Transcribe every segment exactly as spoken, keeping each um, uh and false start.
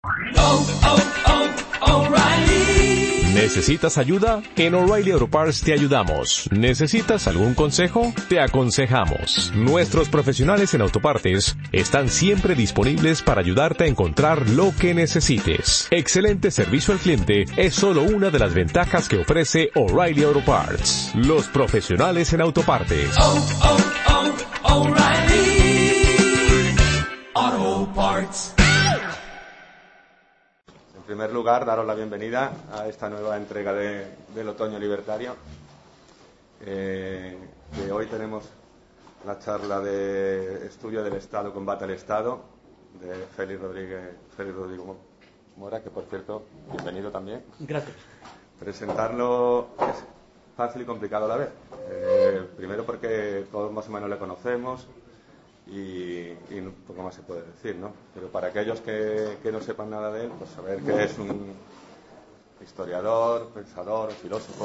Oh, oh, oh, O'Reilly. ¿Necesitas ayuda? En O'Reilly Auto Parts te ayudamos. ¿Necesitas algún consejo? Te aconsejamos. Nuestros profesionales en autopartes están siempre disponibles para ayudarte a encontrar lo que necesites. Excelente servicio al cliente es solo una de las ventajas que ofrece O'Reilly Auto Parts. Los profesionales en autopartes. Oh, oh, oh, O'Reilly Auto Parts. En primer lugar, daros la bienvenida a esta nueva entrega de, del Otoño Libertario. Eh, que hoy tenemos la charla de Estudio del Estado, Combate al Estado, de Félix Rodríguez, Félix Rodrigo Mora, que por cierto, bienvenido también. Gracias. Presentarlo es fácil y complicado a la vez. Eh, primero porque todos más o menos le conocemos. Y, y un poco más se puede decir, ¿no? Pero para aquellos que, que no sepan nada de él, pues saber que es un historiador, pensador, filósofo,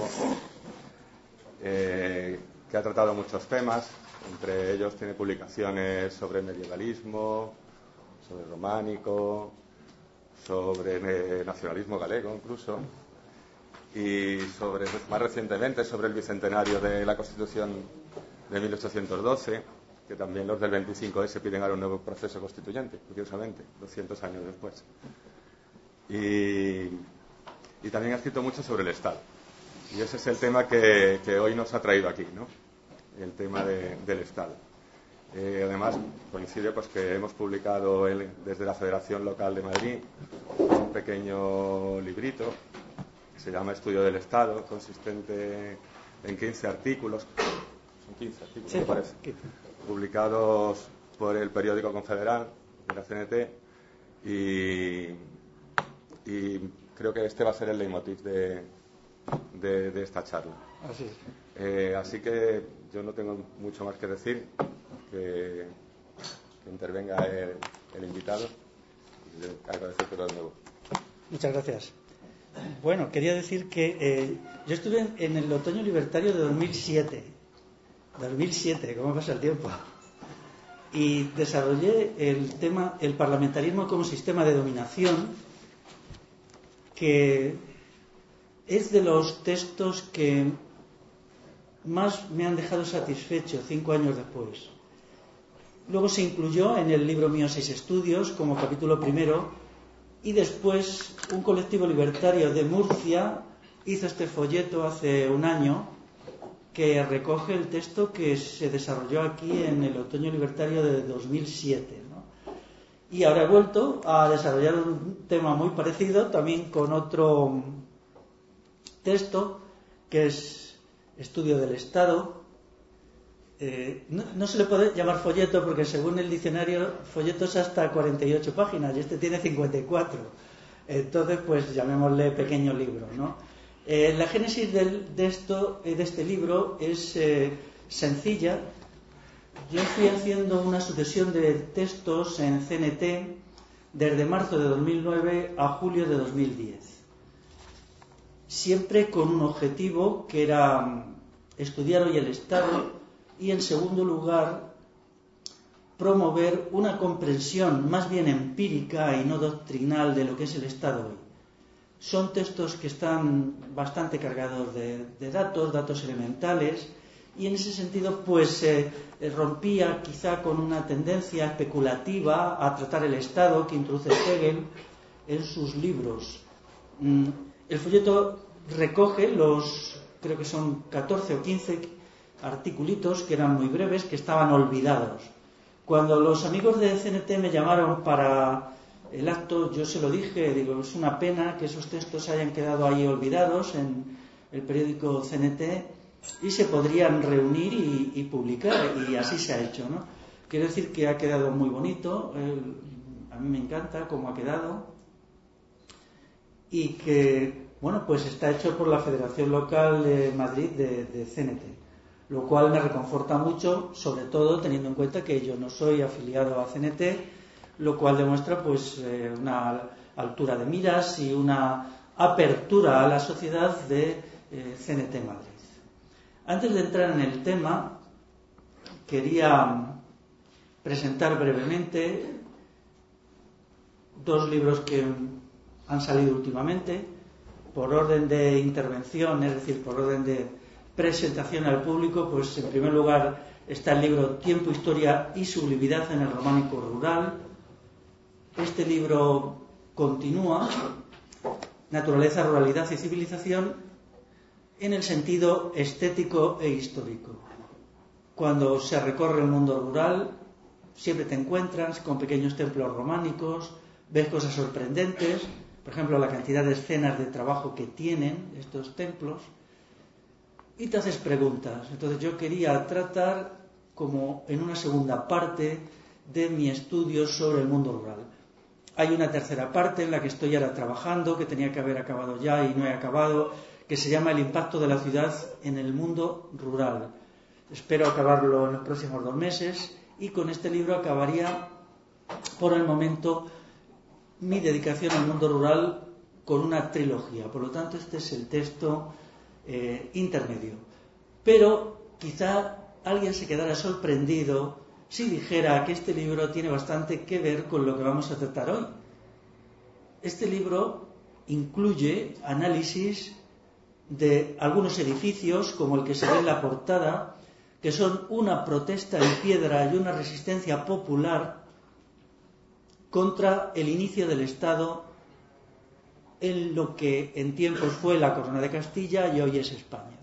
eh, que ha tratado muchos temas. Entre ellos tiene publicaciones sobre medievalismo, sobre románico, sobre eh, nacionalismo galego incluso, y sobre, más recientemente, sobre el bicentenario de la Constitución de mil ochocientos doce, que también los del veinticinco ese piden ahora un nuevo proceso constituyente, curiosamente, doscientos años después. Y, y también ha escrito mucho sobre el Estado. Y ese es el tema que, que hoy nos ha traído aquí, ¿no? El tema de, del Estado. Eh, además, coincide pues que hemos publicado el, desde la Federación Local de Madrid un pequeño librito que se llama Estudio del Estado, consistente en quince artículos. Son quince artículos, sí, me parece. Publicados por el periódico Confederal de la C N T, y, y creo que este va a ser el leitmotiv de, de, de esta charla. Así es. Eh, así que yo no tengo mucho más que decir, que, que intervenga el, el invitado, y agradecértelo de nuevo. Muchas gracias. Bueno, quería decir que eh, yo estuve en, en el Otoño Libertario de dos mil siete. dos mil siete, ¿cómo pasa el tiempo? Y desarrollé el tema, el parlamentarismo como sistema de dominación, que es de los textos que más me han dejado satisfecho cinco años después. Luego se incluyó en el libro mío Seis Estudios como capítulo primero, y después un colectivo libertario de Murcia hizo este folleto hace un año, que recoge el texto que se desarrolló aquí en el Otoño Libertario de dos mil siete, ¿no? Y ahora he vuelto a desarrollar un tema muy parecido, también con otro texto, que es Estudio del Estado. Eh, no, no se le puede llamar folleto porque según el diccionario, folleto es hasta cuarenta y ocho páginas y este tiene cincuenta y cuatro. Entonces, pues llamémosle pequeño libro, ¿no? Eh, la génesis del, de, esto, de este libro es eh, sencilla. Yo fui haciendo una sucesión de textos en C N T desde marzo de dos mil nueve a julio de dos mil diez, siempre con un objetivo que era estudiar hoy el Estado y, en segundo lugar, promover una comprensión más bien empírica y no doctrinal de lo que es el Estado hoy. Son textos que están bastante cargados de, de datos, datos elementales, y en ese sentido pues eh, rompía quizá con una tendencia especulativa a tratar el Estado que introduce Hegel en sus libros. Mm, el folleto recoge los, creo que son catorce o quince articulitos que eran muy breves, que estaban olvidados. Cuando los amigos de C N T me llamaron para el acto, yo se lo dije, digo, es una pena que esos textos hayan quedado ahí olvidados en el periódico C N T y se podrían reunir y, y publicar, y así se ha hecho, ¿no? Quiero decir que ha quedado muy bonito, el, a mí me encanta cómo ha quedado, y que, bueno, pues está hecho por la Federación Local de Madrid de, de C N T, lo cual me reconforta mucho, sobre todo teniendo en cuenta que yo no soy afiliado a C N T, lo cual demuestra pues eh, una altura de miras y una apertura a la sociedad de eh, C N T Madrid. Antes de entrar en el tema, quería presentar brevemente dos libros que han salido últimamente, por orden de intervención, es decir, por orden de presentación al público. Pues en primer lugar está el libro Tiempo, Historia y Sublimidad en el Románico Rural. Este libro continúa Naturaleza, Ruralidad y Civilización en el sentido estético e histórico. Cuando se recorre el mundo rural, siempre te encuentras con pequeños templos románicos, ves cosas sorprendentes, por ejemplo, la cantidad de escenas de trabajo que tienen estos templos, y te haces preguntas. Entonces yo quería tratar, como en una segunda parte de mi estudio sobre el mundo rural. Hay una tercera parte en la que estoy ahora trabajando, que tenía que haber acabado ya y no he acabado, que se llama El impacto de la ciudad en el mundo rural. Espero acabarlo en los próximos dos meses y con este libro acabaría, por el momento, mi dedicación al mundo rural con una trilogía. Por lo tanto, este es el texto eh, intermedio. Pero quizá alguien se quedara sorprendido si dijera que este libro tiene bastante que ver con lo que vamos a tratar hoy. Este libro incluye análisis de algunos edificios, como el que se ve en la portada, que son una protesta en piedra y una resistencia popular contra el inicio del Estado en lo que en tiempos fue la Corona de Castilla y hoy es España.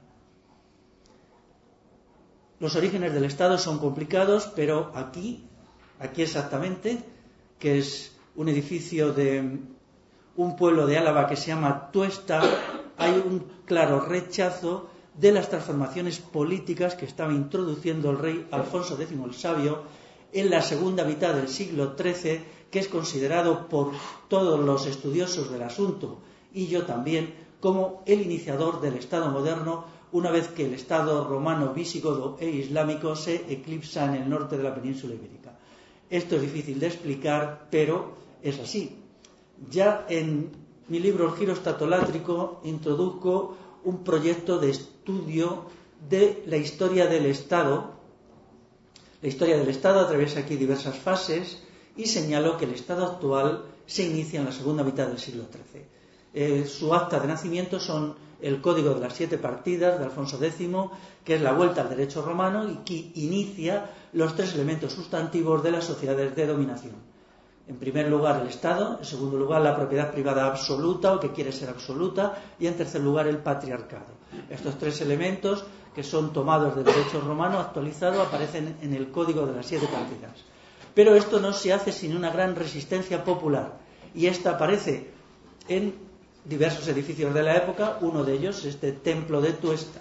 Los orígenes del Estado son complicados, pero aquí, aquí exactamente, que es un edificio de un pueblo de Álava que se llama Tuesta, hay un claro rechazo de las transformaciones políticas que estaba introduciendo el rey Alfonso décimo el Sabio en la segunda mitad del siglo trece, que es considerado por todos los estudiosos del asunto, y yo también, como el iniciador del Estado moderno, una vez que el Estado romano, visigodo e islámico se eclipsa en el norte de la península ibérica. Esto es difícil de explicar, pero es así. Ya en mi libro El giro estatolátrico introduzco un proyecto de estudio de la historia del Estado. La historia del Estado atraviesa aquí diversas fases y señalo que el Estado actual se inicia en la segunda mitad del siglo trece. Eh, su acta de nacimiento son el Código de las Siete Partidas de Alfonso décimo, que es la vuelta al derecho romano y que inicia los tres elementos sustantivos de las sociedades de dominación. En primer lugar el Estado, en segundo lugar la propiedad privada absoluta o que quiere ser absoluta, y en tercer lugar el patriarcado. Estos tres elementos, que son tomados del derecho romano actualizado, aparecen en el Código de las Siete Partidas. Pero esto no se hace sin una gran resistencia popular, y esta aparece en diversos edificios de la época. Uno de ellos, este templo de Tuesta.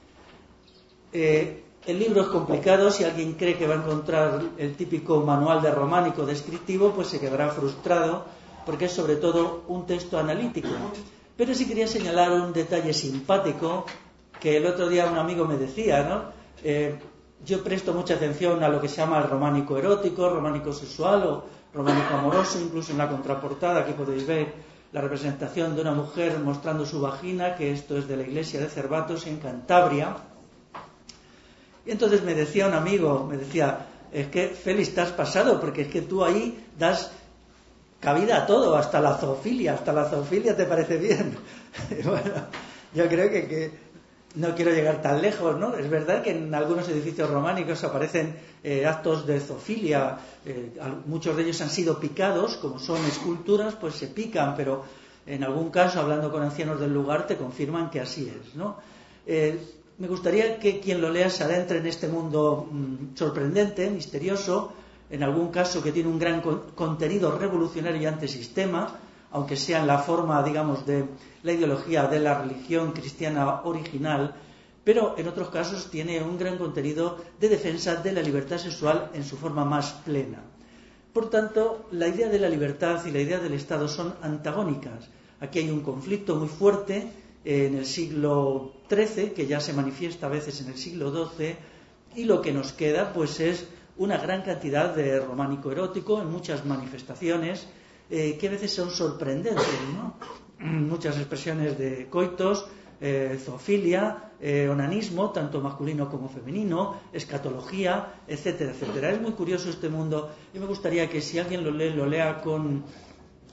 Eh, el libro es complicado. Si alguien cree que va a encontrar el típico manual de románico descriptivo, pues se quedará frustrado, porque es sobre todo un texto analítico. Pero sí quería señalar un detalle simpático que el otro día un amigo me decía, ¿no? Eh, yo presto mucha atención a lo que se llama el románico erótico, románico sexual o románico amoroso. Incluso en la contraportada aquí podéis ver la representación de una mujer mostrando su vagina, que esto es de la iglesia de Cervatos en Cantabria. Y entonces me decía un amigo, me decía, es que Félix, te has pasado, porque es que tú ahí das cabida a todo, hasta la zoofilia, hasta la zoofilia te parece bien. Y bueno, yo creo que, que no quiero llegar tan lejos, ¿no? Es verdad que en algunos edificios románicos aparecen eh, actos de zoofilia, eh, muchos de ellos han sido picados, como son esculturas, pues se pican, pero en algún caso, hablando con ancianos del lugar, te confirman que así es, ¿no? Eh, me gustaría que quien lo lea se adentre en este mundo mmm, sorprendente, misterioso, en algún caso que tiene un gran con- contenido revolucionario y antisistema, aunque sea en la forma, digamos, de la ideología de la religión cristiana original, pero en otros casos tiene un gran contenido de defensa de la libertad sexual en su forma más plena. Por tanto, la idea de la libertad y la idea del Estado son antagónicas. Aquí hay un conflicto muy fuerte en el siglo trece, que ya se manifiesta a veces en el siglo doce, y lo que nos queda pues es una gran cantidad de románico erótico en muchas manifestaciones, eh, que a veces son sorprendentes, ¿no? Muchas expresiones de coitos, eh, zoofilia, eh, onanismo, tanto masculino como femenino, escatología, etcétera, etcétera. Es muy curioso este mundo y me gustaría que si alguien lo lee, lo lea con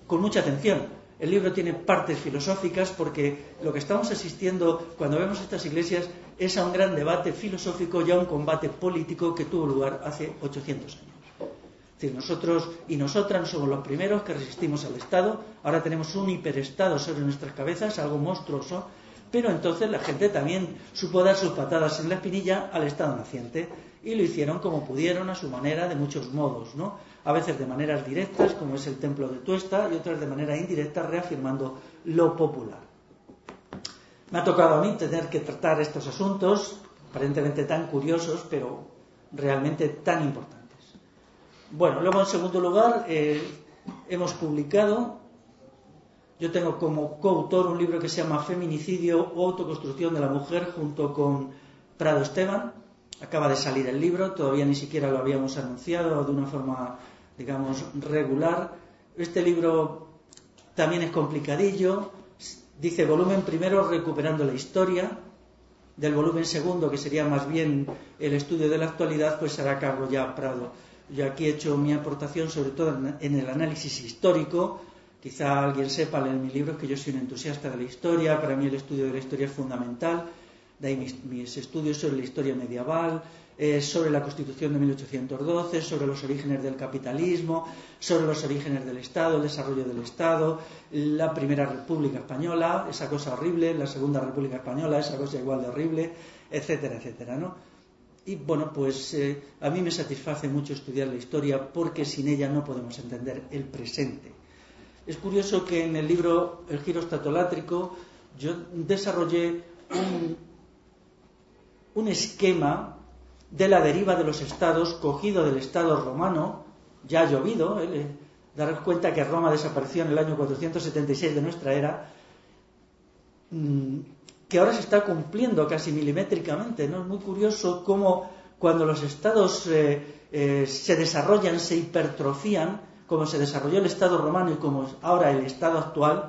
con mucha atención. El libro tiene partes filosóficas porque lo que estamos asistiendo cuando vemos estas iglesias es a un gran debate filosófico y a un combate político que tuvo lugar hace ochocientos años. Es decir, nosotros y nosotras no somos los primeros que resistimos al Estado. Ahora tenemos un hiperestado sobre nuestras cabezas, algo monstruoso, pero entonces la gente también supo dar sus patadas en la espinilla al Estado naciente y lo hicieron como pudieron, a su manera, de muchos modos, ¿no? A veces de maneras directas, como es el templo de Tuesta, y otras de manera indirecta, reafirmando lo popular. Me ha tocado a mí tener que tratar estos asuntos, aparentemente tan curiosos, pero realmente tan importantes. Bueno, luego en segundo lugar, eh, hemos publicado, yo tengo como coautor un libro que se llama Feminicidio o Autoconstrucción de la Mujer, junto con Prado Esteban. Acaba de salir el libro, todavía ni siquiera lo habíamos anunciado de una forma, digamos, regular. Este libro también es complicadillo. Dice volumen primero, recuperando la historia. Del volumen segundo, que sería más bien el estudio de la actualidad, pues hará cargo ya Prado. Yo aquí he hecho mi aportación sobre todo en el análisis histórico. Quizá alguien sepa leer mis libros que yo soy un entusiasta de la historia. Para mí el estudio de la historia es fundamental. De ahí mis, mis estudios sobre la historia medieval, eh, sobre la Constitución de mil ochocientos doce, sobre los orígenes del capitalismo, sobre los orígenes del Estado, el desarrollo del Estado, la Primera República Española, esa cosa horrible, la Segunda República Española, esa cosa igual de horrible, etcétera, etcétera, ¿no? Y bueno, pues eh, a mí me satisface mucho estudiar la historia porque sin ella no podemos entender el presente. Es curioso que en el libro El giro estatolátrico yo desarrollé un un esquema de la deriva de los estados cogido del estado romano, ya ha llovido, ¿eh? Daros cuenta que Roma desapareció en el año cuatrocientos setenta y seis de nuestra era, que ahora se está cumpliendo casi milimétricamente, ¿no? Es muy curioso cómo cuando los estados eh, eh, se desarrollan, se hipertrofían, como se desarrolló el estado romano y como ahora el estado actual,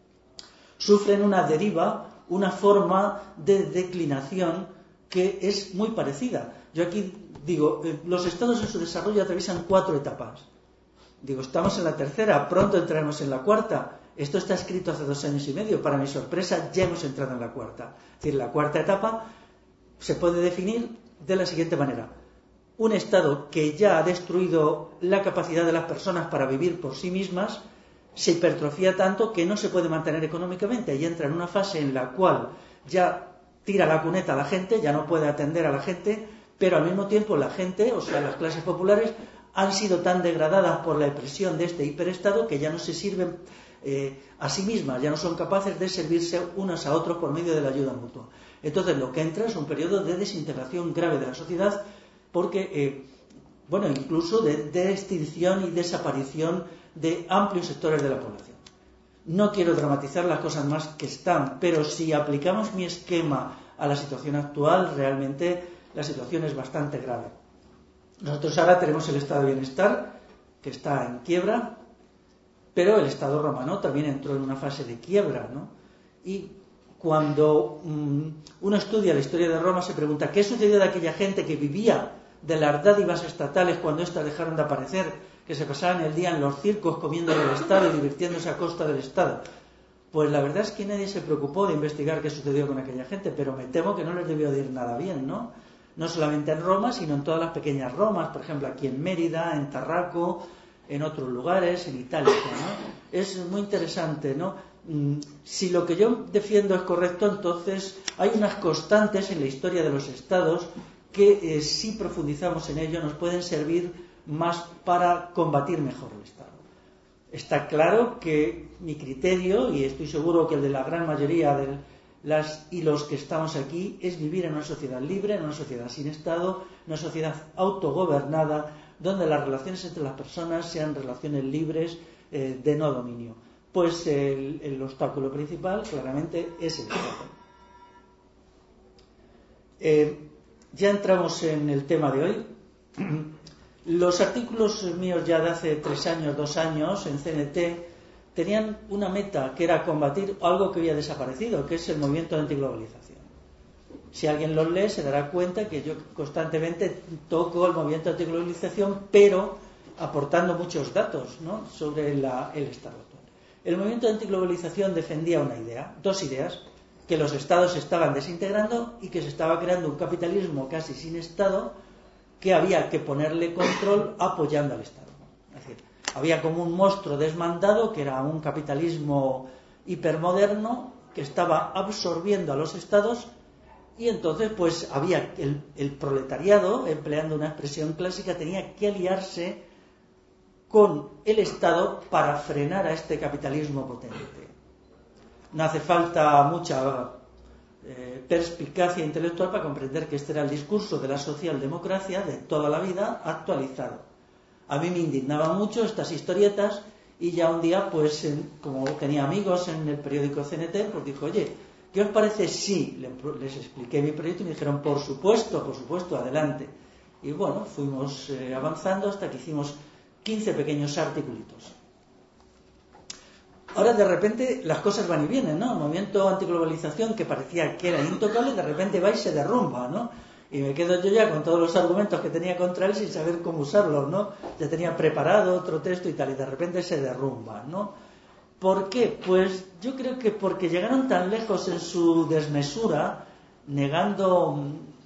sufren una deriva, una forma de declinación que es muy parecida. Yo aquí digo, eh, los estados en su desarrollo atraviesan cuatro etapas. Digo, estamos en la tercera, pronto entraremos en la cuarta. Esto está escrito hace dos años y medio. Para mi sorpresa, ya hemos entrado en la cuarta. Es decir, la cuarta etapa se puede definir de la siguiente manera. Un estado que ya ha destruido la capacidad de las personas para vivir por sí mismas, se hipertrofía tanto que no se puede mantener económicamente y entra en una fase en la cual ya tira la cuneta a la gente, ya no puede atender a la gente, pero al mismo tiempo la gente, o sea, las clases populares, han sido tan degradadas por la opresión de este hiperestado que ya no se sirven eh, a sí mismas, ya no son capaces de servirse unas a otros por medio de la ayuda mutua. Entonces lo que entra es un periodo de desintegración grave de la sociedad, porque, eh, bueno, incluso de, de extinción y desaparición de amplios sectores de la población. No quiero dramatizar las cosas más que están, pero si aplicamos mi esquema a la situación actual, realmente la situación es bastante grave. Nosotros ahora tenemos el estado de bienestar, que está en quiebra, pero el estado romano también entró en una fase de quiebra, ¿no? Y cuando um, uno estudia la historia de Roma, se pregunta ¿qué sucedió de aquella gente que vivía de las dádivas estatales cuando éstas dejaron de aparecer, que se pasaban el día en los circos comiendo del Estado y divirtiéndose a costa del Estado? Pues la verdad es que nadie se preocupó de investigar qué sucedió con aquella gente, pero me temo que no les debió de ir nada bien, ¿no? No solamente en Roma, sino en todas las pequeñas Romas, por ejemplo aquí en Mérida, en Tarraco, en otros lugares, en Italia, ¿no? Es muy interesante, ¿no? Si lo que yo defiendo es correcto, entonces hay unas constantes en la historia de los estados que, eh, si profundizamos en ello, nos pueden servir más para combatir mejor el Estado. Está claro que mi criterio, y estoy seguro que el de la gran mayoría de las y los que estamos aquí, es vivir en una sociedad libre, en una sociedad sin Estado, en una sociedad autogobernada, donde las relaciones entre las personas sean relaciones libres, eh, de no dominio. Pues el, el obstáculo principal, claramente, es el Estado. Eh, ya entramos en el tema de hoy. Los artículos míos ya de hace tres años, dos años, en C N T, tenían una meta que era combatir algo que había desaparecido, que es el movimiento de antiglobalización. Si alguien los lee, se dará cuenta que yo constantemente toco el movimiento de antiglobalización, pero aportando muchos datos, ¿no?, sobre la, el estado actual. El movimiento de antiglobalización defendía una idea, dos ideas, que los estados se estaban desintegrando y que se estaba creando un capitalismo casi sin estado, que había que ponerle control apoyando al estado. Es decir, había como un monstruo desmandado que era un capitalismo hipermoderno que estaba absorbiendo a los estados, y entonces pues había el, el proletariado, empleando una expresión clásica, tenía que aliarse con el Estado para frenar a este capitalismo potente. No hace falta mucha eh, perspicacia intelectual para comprender que este era el discurso de la socialdemocracia de toda la vida actualizado. A mí me indignaban mucho estas historietas, y ya un día, pues en, como tenía amigos en el periódico C N T, pues dijo, oye, ¿qué os parece si les expliqué mi proyecto? Y me dijeron, por supuesto, por supuesto, adelante. Y bueno, fuimos eh, avanzando hasta que hicimos quince pequeños articulitos. Ahora de repente las cosas van y vienen, ¿no? El movimiento antiglobalización, que parecía que era intocable, de repente va y se derrumba, ¿no? Y me quedo yo ya con todos los argumentos que tenía contra él sin saber cómo usarlos, ¿no? Ya tenía preparado otro texto y tal, y de repente se derrumba, ¿no? ¿Por qué? Pues yo creo que porque llegaron tan lejos en su desmesura, negando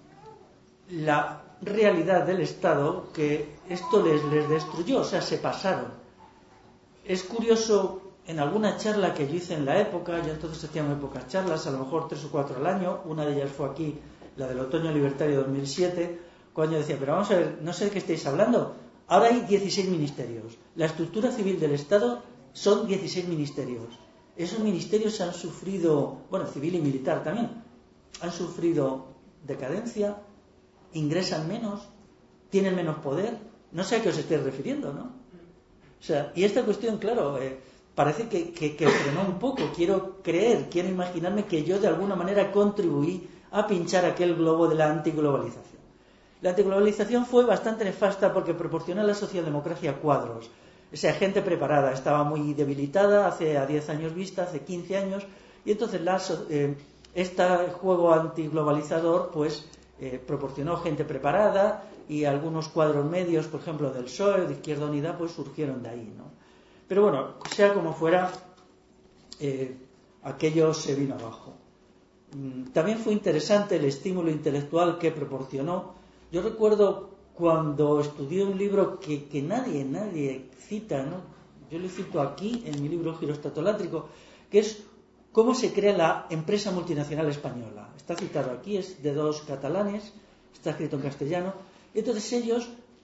la realidad del Estado, que esto les, les destruyó, o sea, se pasaron. Es curioso, en alguna charla que yo hice en la época, yo entonces hacía muy pocas charlas, a lo mejor tres o cuatro al año, una de ellas fue aquí, la del Otoño Libertario dos mil siete, cuando yo decía, pero vamos a ver, no sé de qué estáis hablando, ahora hay dieciséis ministerios, la estructura civil del Estado son dieciséis ministerios, esos ministerios han sufrido, bueno, civil y militar también, han sufrido decadencia, ingresan menos, tienen menos poder, no sé a qué os estoy refiriendo, ¿no? O sea, y esta cuestión, claro, eh, parece que, que, que frenó un poco. Quiero creer, quiero imaginarme que yo de alguna manera contribuí a pinchar aquel globo de la antiglobalización. La antiglobalización fue bastante nefasta porque proporcionó a la socialdemocracia cuadros. O sea, gente preparada, estaba muy debilitada hace a diez años vista, hace quince años, y entonces la, eh, este juego antiglobalizador pues eh, proporcionó gente preparada, y algunos cuadros medios, por ejemplo del P S O E, de Izquierda Unida, pues surgieron de ahí, ¿no? Pero bueno, sea como fuera, eh, aquello se vino abajo. También fue interesante el estímulo intelectual que proporcionó. Yo recuerdo cuando estudié un libro que, que nadie, nadie cita, ¿no? Yo lo cito aquí en mi libro Giro Estatolátrico, que es cómo se crea la empresa multinacional española. Está citado aquí, es de dos catalanes, está escrito en castellano. Entonces ellos,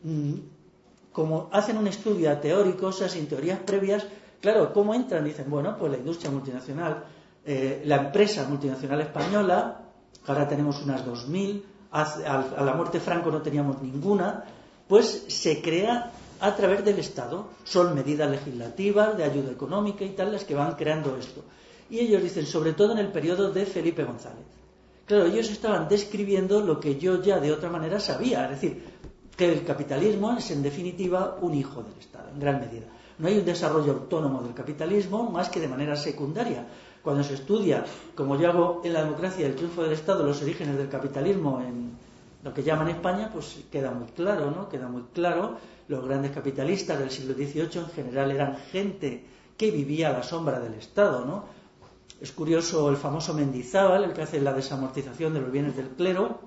como hacen un estudio teórico, o sea, sin teorías previas, claro, ¿cómo entran? Dicen, bueno, pues la industria multinacional, eh, la empresa multinacional española, ahora tenemos unas dos mil, a, a, a la muerte de Franco no teníamos ninguna, pues se crea a través del Estado. Son medidas legislativas, de ayuda económica y tal, las que van creando esto. Y ellos dicen, sobre todo en el periodo de Felipe González. Claro, ellos estaban describiendo lo que yo ya de otra manera sabía, es decir, que el capitalismo es en definitiva un hijo del Estado, en gran medida. No hay un desarrollo autónomo del capitalismo más que de manera secundaria. Cuando se estudia, como yo hago en la democracia, el triunfo del Estado, los orígenes del capitalismo en lo que llaman España, pues queda muy claro, ¿no? Queda muy claro. Los grandes capitalistas del siglo dieciocho en general eran gente que vivía a la sombra del Estado, ¿no? Es curioso el famoso Mendizábal, el que hace la desamortización de los bienes del clero.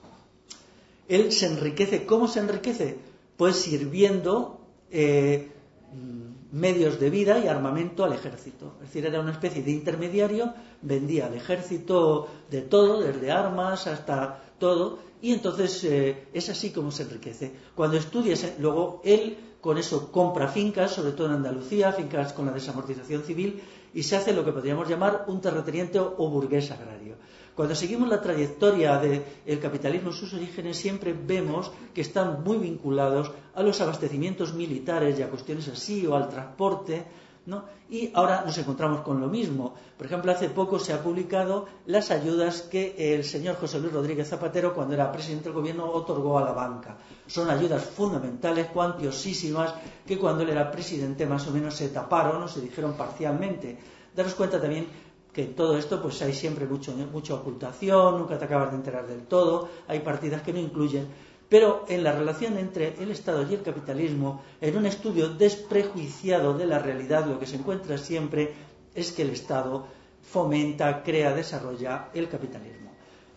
Él se enriquece. ¿Cómo se enriquece? Pues sirviendo eh, medios de vida y armamento al ejército. Es decir, era una especie de intermediario, vendía al ejército de todo, desde armas hasta todo, y entonces eh, es así como se enriquece. Cuando estudias, luego él con eso compra fincas, sobre todo en Andalucía, fincas con la desamortización civil, y se hace lo que podríamos llamar un terrateniente o burgués agrario. Cuando seguimos la trayectoria del capitalismo en sus orígenes, siempre vemos que están muy vinculados a los abastecimientos militares y a cuestiones así, o al transporte, ¿no? Y ahora nos encontramos con lo mismo. Por ejemplo, hace poco se ha publicado las ayudas que el señor José Luis Rodríguez Zapatero, cuando era presidente del gobierno, otorgó a la banca. Son ayudas fundamentales, cuantiosísimas, que cuando él era presidente más o menos se taparon o se dijeron parcialmente. Daros cuenta también que en todo esto pues hay siempre mucho, mucha ocultación, nunca te acabas de enterar del todo, hay partidas que no incluyen. Pero en la relación entre el Estado y el capitalismo, en un estudio desprejuiciado de la realidad, lo que se encuentra siempre es que el Estado fomenta, crea, desarrolla el capitalismo.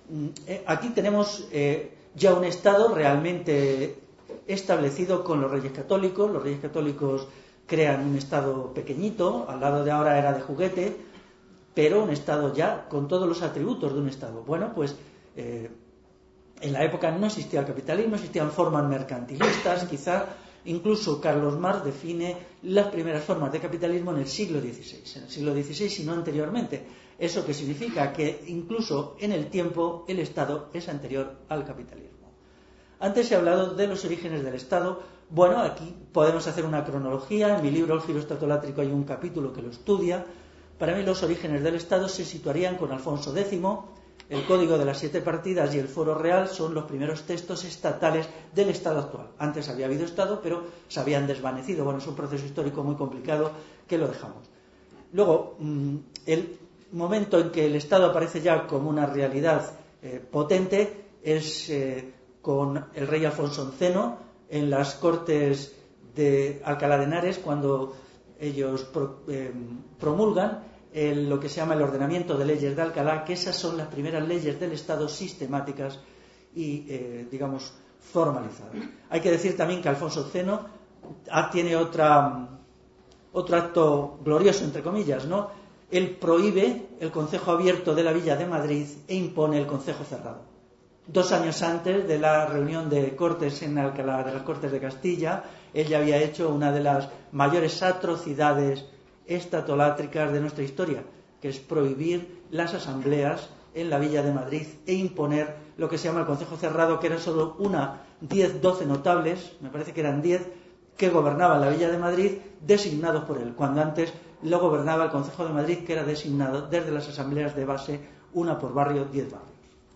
Aquí tenemos eh, ya un Estado realmente establecido con los Reyes Católicos. Los Reyes Católicos crean un Estado pequeñito, al lado de ahora era de juguete, pero un Estado ya con todos los atributos de un Estado. Bueno, pues eh, en la época no existía el capitalismo, existían formas mercantilistas, quizá incluso Carlos Marx define las primeras formas de capitalismo en el siglo dieciséis, en el siglo dieciséis y no anteriormente. ¿Eso qué significa? Que incluso en el tiempo el Estado es anterior al capitalismo. Antes he hablado de los orígenes del Estado. Bueno, aquí podemos hacer una cronología. En mi libro El giro estatolátrico hay un capítulo que lo estudia. Para mí los orígenes del Estado se situarían con Alfonso décimo. El Código de las Siete Partidas y el Foro Real son los primeros textos estatales del Estado actual. Antes había habido Estado, pero se habían desvanecido. Bueno, es un proceso histórico muy complicado que lo dejamos. Luego, el momento en que el Estado aparece ya como una realidad eh, potente es eh, con el rey Alfonso once en las Cortes de Alcalá de Henares, cuando ellos pro, eh, promulgan el, lo que se llama el ordenamiento de leyes de Alcalá, que esas son las primeras leyes del Estado sistemáticas y, eh, digamos, formalizadas. Hay que decir también que Alfonso once tiene otra, otro acto glorioso, entre comillas, ¿no? Él prohíbe el concejo abierto de la Villa de Madrid e impone el concejo cerrado. Dos años antes de la reunión de Cortes en Alcalá, de las Cortes de Castilla, él ya había hecho una de las mayores atrocidades estatolátricas de nuestra historia, que es prohibir las asambleas en la Villa de Madrid e imponer lo que se llama el Consejo Cerrado, que eran solo una, diez, doce notables, me parece que eran diez, que gobernaban la Villa de Madrid, designados por él, cuando antes lo gobernaba el Consejo de Madrid, que era designado desde las asambleas de base, una por barrio, diez barrios.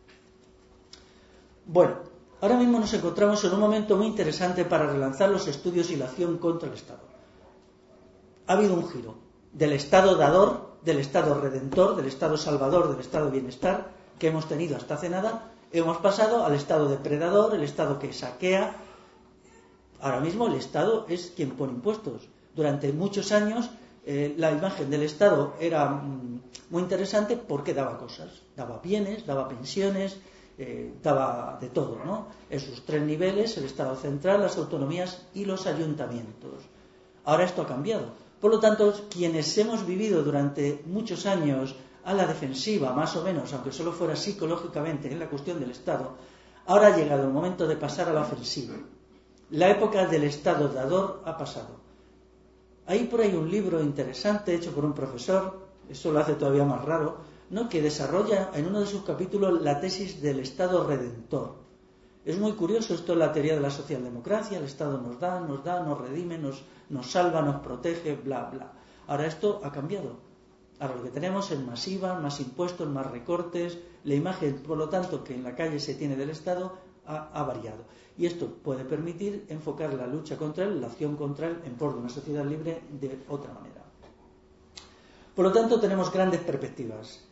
Bueno, ahora mismo nos encontramos en un momento muy interesante para relanzar los estudios y la acción contra el Estado. Ha habido un giro del Estado dador, del Estado redentor, del Estado salvador, del Estado bienestar que hemos tenido hasta hace nada. Hemos pasado al Estado depredador, el Estado que saquea. Ahora mismo el Estado es quien pone impuestos. Durante muchos años eh, la imagen del Estado era mm, muy interesante porque daba cosas, daba bienes, daba pensiones, Eh, daba de todo, ¿no? En sus tres niveles, el Estado central, las autonomías y los ayuntamientos. Ahora esto ha cambiado. Por lo tanto, quienes hemos vivido durante muchos años a la defensiva, más o menos, aunque solo fuera psicológicamente en la cuestión del Estado, ahora ha llegado el momento de pasar a la ofensiva. La época del Estado dador ha pasado. Hay por ahí un libro interesante hecho por un profesor, eso lo hace todavía más raro, ¿no?, que desarrolla en uno de sus capítulos la tesis del Estado redentor. Es muy curioso, esto es la teoría de la socialdemocracia, el Estado nos da, nos da, nos redime, nos, nos salva, nos protege, bla, bla. Ahora esto ha cambiado. Ahora lo que tenemos es más I V A, más impuestos, más recortes, la imagen, por lo tanto, que en la calle se tiene del Estado ha, ha variado. Y esto puede permitir enfocar la lucha contra él, la acción contra él, en por de una sociedad libre de otra manera. Por lo tanto, tenemos grandes perspectivas.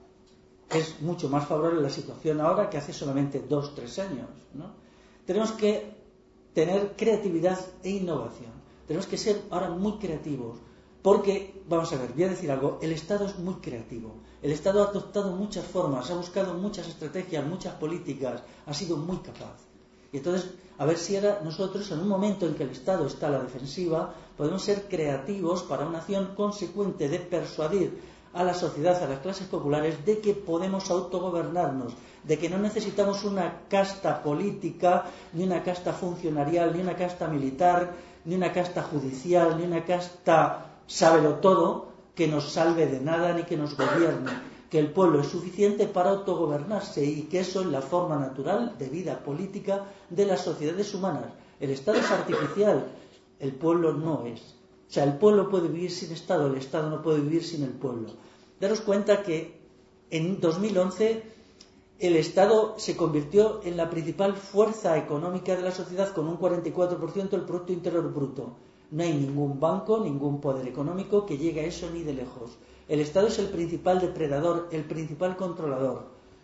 Es mucho más favorable la situación ahora que hace solamente dos, tres años, ¿no? Tenemos que tener creatividad e innovación. Tenemos que ser ahora muy creativos, porque, vamos a ver, voy a decir algo, el Estado es muy creativo. El Estado ha adoptado muchas formas, ha buscado muchas estrategias, muchas políticas, ha sido muy capaz. Y entonces, a ver si ahora nosotros, en un momento en que el Estado está a la defensiva, podemos ser creativos para una acción consecuente de persuadir a la sociedad, a las clases populares, de que podemos autogobernarnos, de que no necesitamos una casta política, ni una casta funcionarial, ni una casta militar, ni una casta judicial, ni una casta sábelo todo, que nos salve de nada ni que nos gobierne, que el pueblo es suficiente para autogobernarse y que eso es la forma natural de vida política de las sociedades humanas. El Estado es artificial, el pueblo no es. O sea, el pueblo puede vivir sin Estado, el Estado no puede vivir sin el pueblo. Daros cuenta que en dos mil once el Estado se convirtió en la principal fuerza económica de la sociedad con un cuarenta y cuatro por ciento del Producto Interior Bruto. No hay ningún banco, ningún poder económico que llegue a eso ni de lejos. El Estado es el principal depredador, el principal controlador.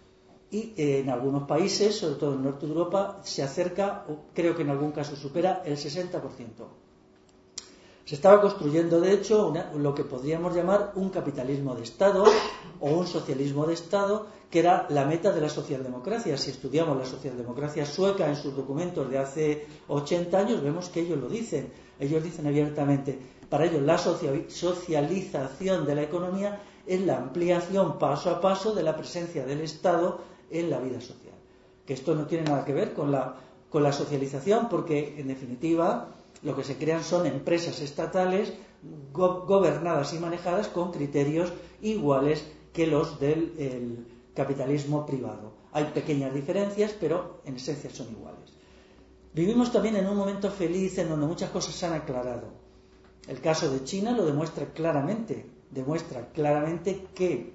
y eh, en algunos países, sobre todo en el norte de Europa, se acerca, o creo que en algún caso supera, el sesenta por ciento. Se estaba construyendo, de hecho, una, lo que podríamos llamar un capitalismo de Estado o un socialismo de Estado, que era la meta de la socialdemocracia. Si estudiamos la socialdemocracia sueca en sus documentos de hace ochenta años, vemos que ellos lo dicen. Ellos dicen abiertamente, para ellos la socialización de la economía es la ampliación paso a paso de la presencia del Estado en la vida social. Que esto no tiene nada que ver con la, con la socialización, porque en definitiva lo que se crean son empresas estatales go- gobernadas y manejadas con criterios iguales que los del el capitalismo privado. Hay pequeñas diferencias, pero en esencia son iguales. Vivimos también en un momento feliz en donde muchas cosas se han aclarado. El caso de China lo demuestra claramente, demuestra claramente que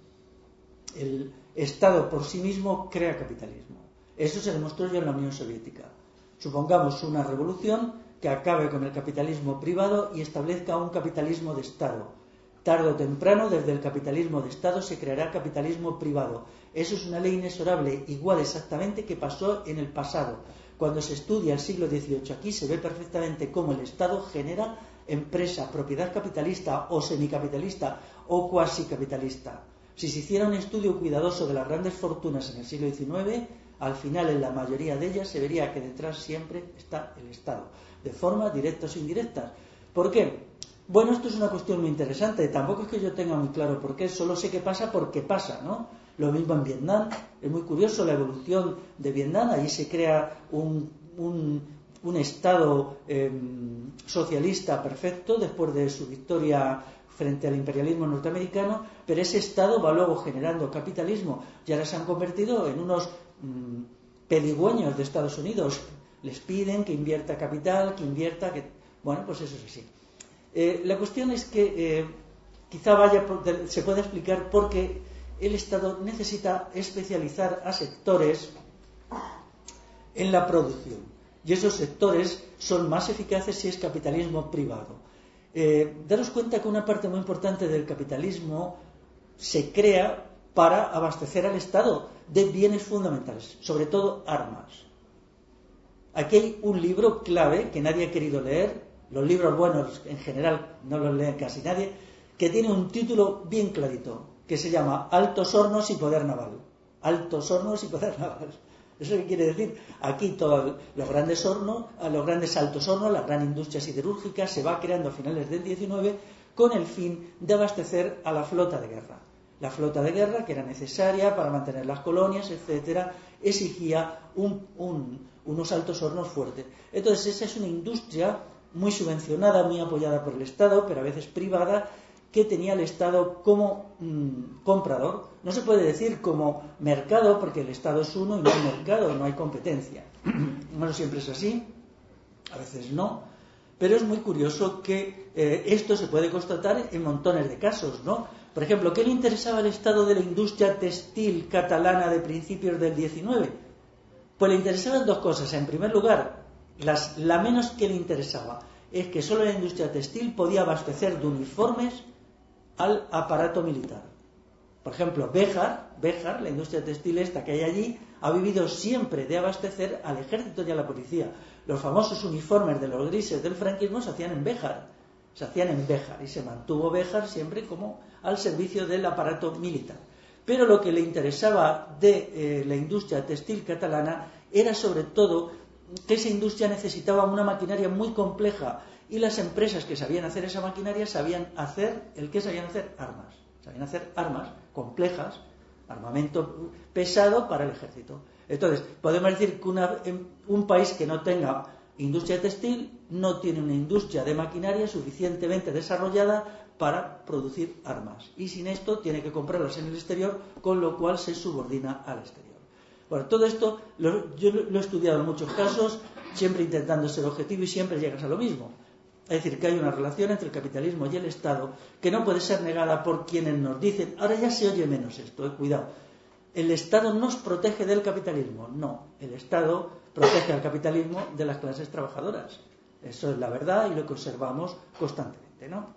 el Estado por sí mismo crea capitalismo. Eso se demostró ya en la Unión Soviética. Supongamos una revolución que acabe con el capitalismo privado y establezca un capitalismo de Estado. Tarde o temprano, desde el capitalismo de Estado se creará capitalismo privado. Eso es una ley inexorable, igual exactamente que pasó en el pasado. Cuando se estudia el siglo dieciocho aquí se ve perfectamente cómo el Estado genera empresa, propiedad capitalista o semicapitalista o cuasi capitalista. Si se hiciera un estudio cuidadoso de las grandes fortunas en el siglo diecinueve, al final en la mayoría de ellas se vería que detrás siempre está el Estado, de formas directas o indirectas. ¿Por qué? Bueno, esto es una cuestión muy interesante. Tampoco es que yo tenga muy claro por qué, solo sé que pasa porque pasa, ¿no? Lo mismo en Vietnam. Es muy curioso la evolución de Vietnam. Allí se crea un, un, un Estado eh, socialista perfecto después de su victoria frente al imperialismo norteamericano, pero ese Estado va luego generando capitalismo y ahora se han convertido en unos mmm, pedigüeños de Estados Unidos. Les piden que invierta capital, que invierta... que Bueno, pues eso es así. Eh, la cuestión es que eh, quizá vaya por, de, se puede explicar por qué el Estado necesita especializar a sectores en la producción. Y esos sectores son más eficaces si es capitalismo privado. Eh, daros cuenta que una parte muy importante del capitalismo se crea para abastecer al Estado de bienes fundamentales, sobre todo armas. Aquí hay un libro clave que nadie ha querido leer, los libros buenos en general no los lee casi nadie, que tiene un título bien clarito, que se llama Altos Hornos y Poder Naval. Altos Hornos y Poder Naval. ¿Eso qué quiere decir? Aquí todos los grandes hornos, los grandes altos hornos, la gran industria siderúrgica se va creando a finales del diecinueve con el fin de abastecer a la flota de guerra. La flota de guerra, que era necesaria para mantener las colonias, etcétera, exigía un, un, unos altos hornos fuertes. Entonces, esa es una industria muy subvencionada, muy apoyada por el Estado, pero a veces privada, que tenía el Estado como mmm, comprador. No se puede decir como mercado, porque el Estado es uno y no hay mercado, no hay competencia. Bueno, siempre es así, a veces no, pero es muy curioso que eh, esto se puede constatar en montones de casos, ¿no? Por ejemplo, ¿qué le interesaba al Estado de la industria textil catalana de principios del diecinueve? Pues le interesaban dos cosas. En primer lugar, las, la menos que le interesaba es que solo la industria textil podía abastecer de uniformes al aparato militar. Por ejemplo, Béjar, Béjar, la industria textil esta que hay allí, ha vivido siempre de abastecer al ejército y a la policía. Los famosos uniformes de los grises del franquismo se hacían en Béjar, se hacían en Béjar y se mantuvo Béjar siempre como al servicio del aparato militar. Pero lo que le interesaba de eh, la industria textil catalana era sobre todo que esa industria necesitaba una maquinaria muy compleja y las empresas que sabían hacer esa maquinaria sabían hacer, ¿el qué sabían hacer? Armas. Sabían hacer armas complejas, armamento pesado para el ejército. Entonces, podemos decir que una, un país que no tenga industria textil no tiene una industria de maquinaria suficientemente desarrollada para producir armas. Y sin esto tiene que comprarlas en el exterior, con lo cual se subordina al exterior. Bueno, todo esto lo, yo lo he estudiado en muchos casos, siempre intentando ser objetivo y siempre llegas a lo mismo. Es decir, que hay una relación entre el capitalismo y el Estado que no puede ser negada por quienes nos dicen, ahora ya se oye menos esto, eh, cuidado, el Estado nos protege del capitalismo. No, el Estado protege al capitalismo de las clases trabajadoras. Eso es la verdad y lo que observamos constantemente, ¿no?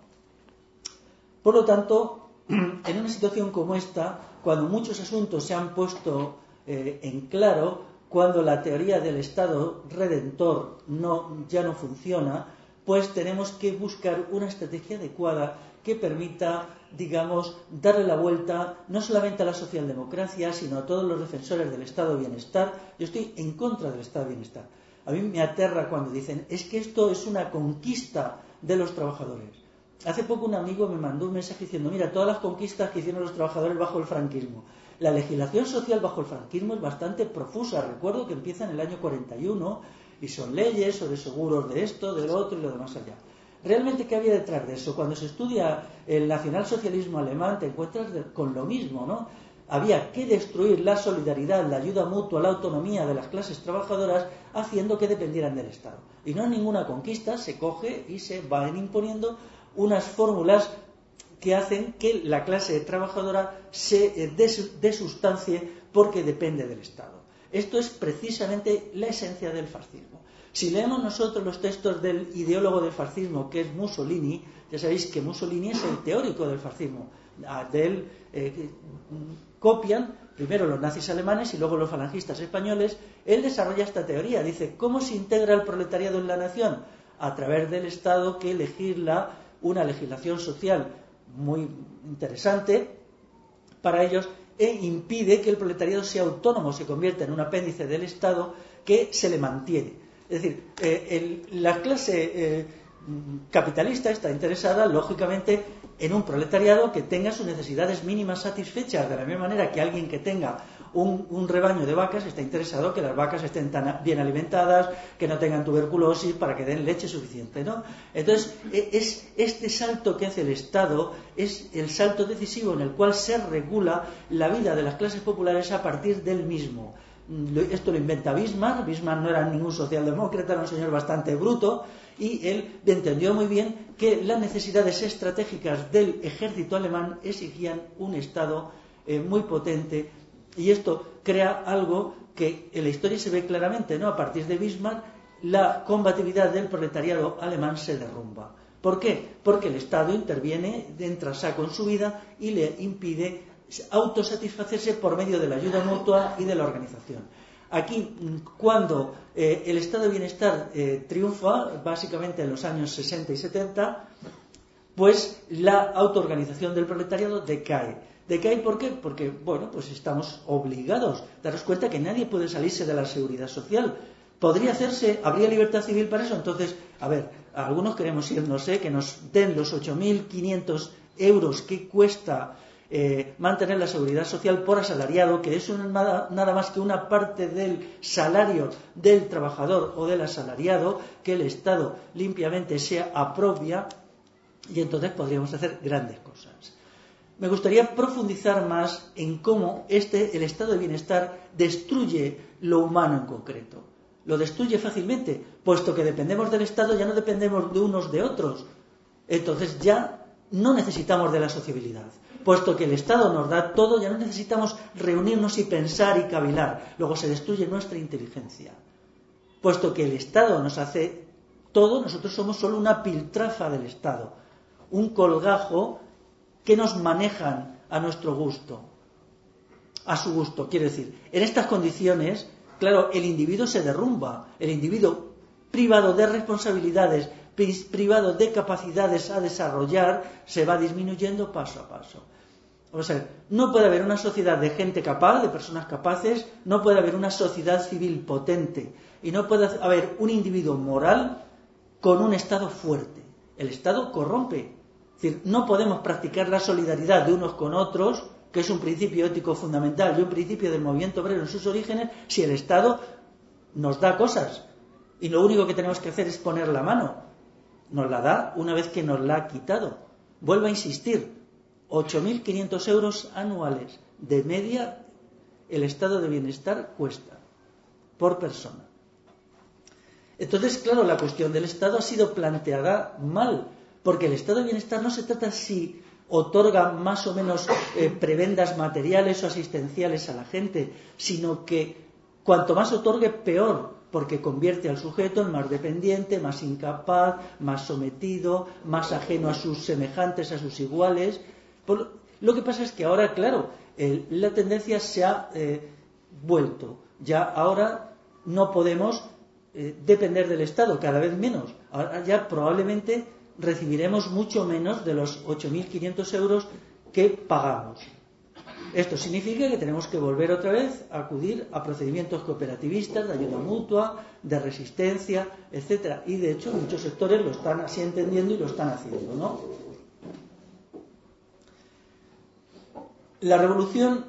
Por lo tanto, en una situación como esta, cuando muchos asuntos se han puesto eh, en claro cuando la teoría del Estado redentor no, ya no funciona, pues tenemos que buscar una estrategia adecuada que permita, digamos, darle la vuelta no solamente a la socialdemocracia, sino a todos los defensores del estado de bienestar. Yo estoy en contra del estado de bienestar. A mí me aterra cuando dicen, es que esto es una conquista de los trabajadores. Hace poco un amigo me mandó un mensaje diciendo, mira, todas las conquistas que hicieron los trabajadores bajo el franquismo. La legislación social bajo el franquismo es bastante profusa. Recuerdo que empieza en el año cuarenta y uno y son leyes sobre seguros de esto, de lo otro y lo demás allá. ¿Realmente qué había detrás de eso? Cuando se estudia el nacionalsocialismo alemán te encuentras de, con lo mismo, ¿no? Había que destruir la solidaridad, la ayuda mutua, la autonomía de las clases trabajadoras haciendo que dependieran del Estado. Y no es ninguna conquista, se coge y se van imponiendo unas fórmulas que hacen que la clase trabajadora se desustancie porque depende del Estado. Esto es precisamente la esencia del fascismo. Si leemos nosotros los textos del ideólogo del fascismo, que es Mussolini, ya sabéis que Mussolini es el teórico del fascismo. De él eh, copian primero los nazis alemanes y luego los falangistas españoles. Él desarrolla esta teoría. Dice, ¿cómo se integra el proletariado en la nación? A través del Estado que legisla una legislación social muy interesante para ellos e impide que el proletariado sea autónomo, se convierta en un apéndice del Estado que se le mantiene. Es decir, eh, el, la clase eh, capitalista está interesada, lógicamente, en un proletariado que tenga sus necesidades mínimas satisfechas, de la misma manera que alguien que tenga un, un rebaño de vacas está interesado que las vacas estén tan bien alimentadas, que no tengan tuberculosis, para que den leche suficiente, ¿no? Entonces, es, este salto que hace el Estado es el salto decisivo en el cual se regula la vida de las clases populares a partir del mismo. Esto lo inventa Bismarck. Bismarck no era ningún socialdemócrata, era un señor bastante bruto, y él entendió muy bien que las necesidades estratégicas del ejército alemán exigían un Estado eh, muy potente, y esto crea algo que en la historia se ve claramente, ¿no? A partir de Bismarck, la combatividad del proletariado alemán se derrumba. ¿Por qué? Porque el Estado interviene, entra a saco en su vida y le impide autosatisfacerse por medio de la ayuda mutua y de la organización. Aquí, cuando eh, el estado de bienestar eh, triunfa, básicamente en los años sesenta y setenta, pues la autoorganización del proletariado decae. ¿Decae por qué? Porque, bueno, pues estamos obligados. Daros cuenta que nadie puede salirse de la seguridad social. ¿Podría hacerse? ¿Habría libertad civil para eso? Entonces, a ver, algunos queremos ir, no sé, que nos den los ocho mil quinientos euros que cuesta Eh, mantener la seguridad social por asalariado, que eso no es nada, nada más que una parte del salario del trabajador o del asalariado que el Estado limpiamente se apropia, y entonces podríamos hacer grandes cosas. Me gustaría profundizar más en cómo este, el estado de bienestar destruye lo humano en concreto. Lo destruye fácilmente, puesto que dependemos del Estado, ya no dependemos de unos de otros. Entonces ya no necesitamos de la sociabilidad. Puesto que el Estado nos da todo, ya no necesitamos reunirnos y pensar y cavilar. Luego se destruye nuestra inteligencia. Puesto que el Estado nos hace todo, nosotros somos solo una piltrafa del Estado. Un colgajo que nos manejan a nuestro gusto. A su gusto, quiero decir. En estas condiciones, claro, el individuo se derrumba. El individuo privado de responsabilidades, privado de capacidades a desarrollar, se va disminuyendo paso a paso. O sea, no puede haber una sociedad de gente capaz, de personas capaces, no puede haber una sociedad civil potente, y no puede haber un individuo moral con un Estado fuerte. El Estado corrompe. Es decir, no podemos practicar la solidaridad de unos con otros, que es un principio ético fundamental y un principio del movimiento obrero en sus orígenes, si el Estado nos da cosas. Y lo único que tenemos que hacer es poner la mano. Nos la da una vez que nos la ha quitado. Vuelvo a insistir, ocho mil quinientos euros anuales de media el estado de bienestar cuesta por persona. Entonces, claro, la cuestión del Estado ha sido planteada mal, porque el estado de bienestar no se trata si otorga más o menos eh, prebendas materiales o asistenciales a la gente, sino que cuanto más otorgue, peor, porque convierte al sujeto en más dependiente, más incapaz, más sometido, más ajeno a sus semejantes, a sus iguales. Por lo que pasa es que ahora, claro, el, la tendencia se ha eh, vuelto. Ya ahora no podemos eh, depender del Estado, cada vez menos. Ahora ya probablemente recibiremos mucho menos de los ocho mil quinientos euros que pagamos. Esto significa que tenemos que volver otra vez a acudir a procedimientos cooperativistas, de ayuda mutua, de resistencia, etcétera. Y de hecho muchos sectores lo están así entendiendo y lo están haciendo, ¿no? La revolución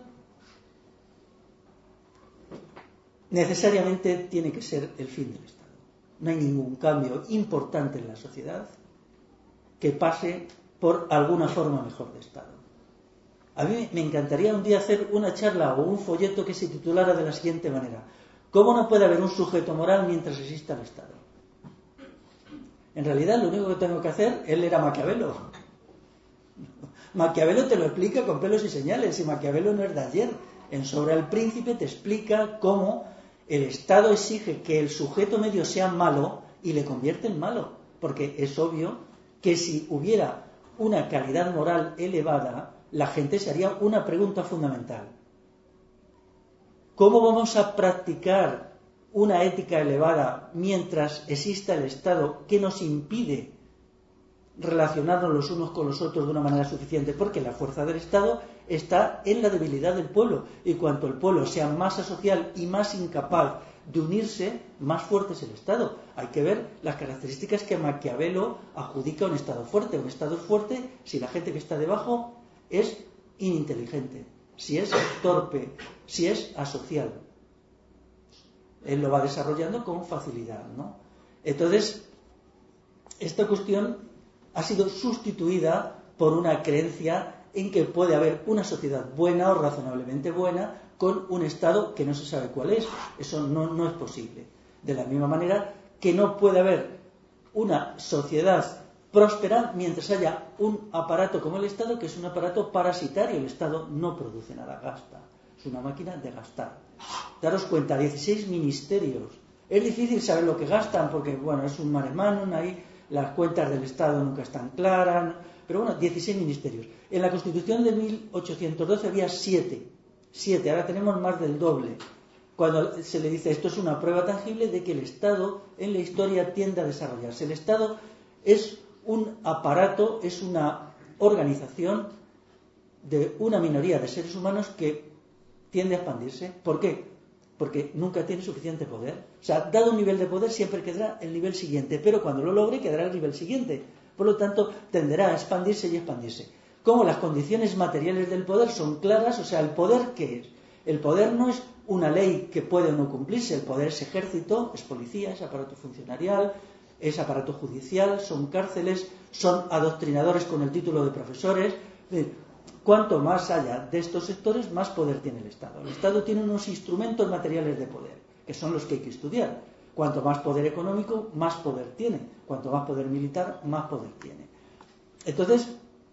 necesariamente tiene que ser el fin del Estado. No hay ningún cambio importante en la sociedad que pase por alguna forma mejor de Estado. A mí me encantaría un día hacer una charla o un folleto que se titulara de la siguiente manera: ¿cómo no puede haber un sujeto moral mientras exista el Estado? En realidad lo único que tengo que hacer, él era Maquiavelo. Maquiavelo te lo explica con pelos y señales, y Maquiavelo no es de ayer. En Sobre el Príncipe te explica cómo el Estado exige que el sujeto medio sea malo y le convierte en malo, porque es obvio que si hubiera una calidad moral elevada, la gente se haría una pregunta fundamental: ¿cómo vamos a practicar una ética elevada mientras exista el Estado que nos impide relacionarnos los unos con los otros de una manera suficiente? Porque la fuerza del Estado está en la debilidad del pueblo, y cuanto el pueblo sea más asocial y más incapaz de unirse, más fuerte es el Estado. Hay que ver las características que Maquiavelo adjudica a un Estado fuerte. Un Estado es fuerte si la gente que está debajo es ininteligente, si es torpe, si es asocial. Él lo va desarrollando con facilidad, ¿no? Entonces, esta cuestión ha sido sustituida por una creencia en que puede haber una sociedad buena o razonablemente buena con un Estado que no se sabe cuál es. Eso no, no es posible. De la misma manera que no puede haber una sociedad próspera mientras haya un aparato como el Estado, que es un aparato parasitario. El Estado no produce nada, gasta. Es una máquina de gastar. Daros cuenta, dieciséis ministerios. Es difícil saber lo que gastan porque, bueno, es un mare magnum, ahí las cuentas del Estado nunca están claras, pero bueno, dieciséis ministerios. En la Constitución de mil ochocientos doce había siete. siete, ahora tenemos más del doble. Cuando se le dice esto es una prueba tangible de que el Estado en la historia tiende a desarrollarse. El Estado es un aparato, es una organización de una minoría de seres humanos que tiende a expandirse. ¿Por qué? Porque nunca tiene suficiente poder. O sea, dado un nivel de poder siempre quedará el nivel siguiente, pero cuando lo logre quedará el nivel siguiente. Por lo tanto, tenderá a expandirse y expandirse. Como las condiciones materiales del poder son claras, o sea, ¿el poder qué es? El poder no es una ley que puede o no cumplirse. El poder es ejército, es policía, es aparato funcionarial, es aparato judicial, son cárceles, son adoctrinadores con el título de profesores. Cuanto más haya de estos sectores, más poder tiene el Estado. El Estado tiene unos instrumentos materiales de poder, que son los que hay que estudiar. Cuanto más poder económico, más poder tiene. Cuanto más poder militar, más poder tiene. Entonces,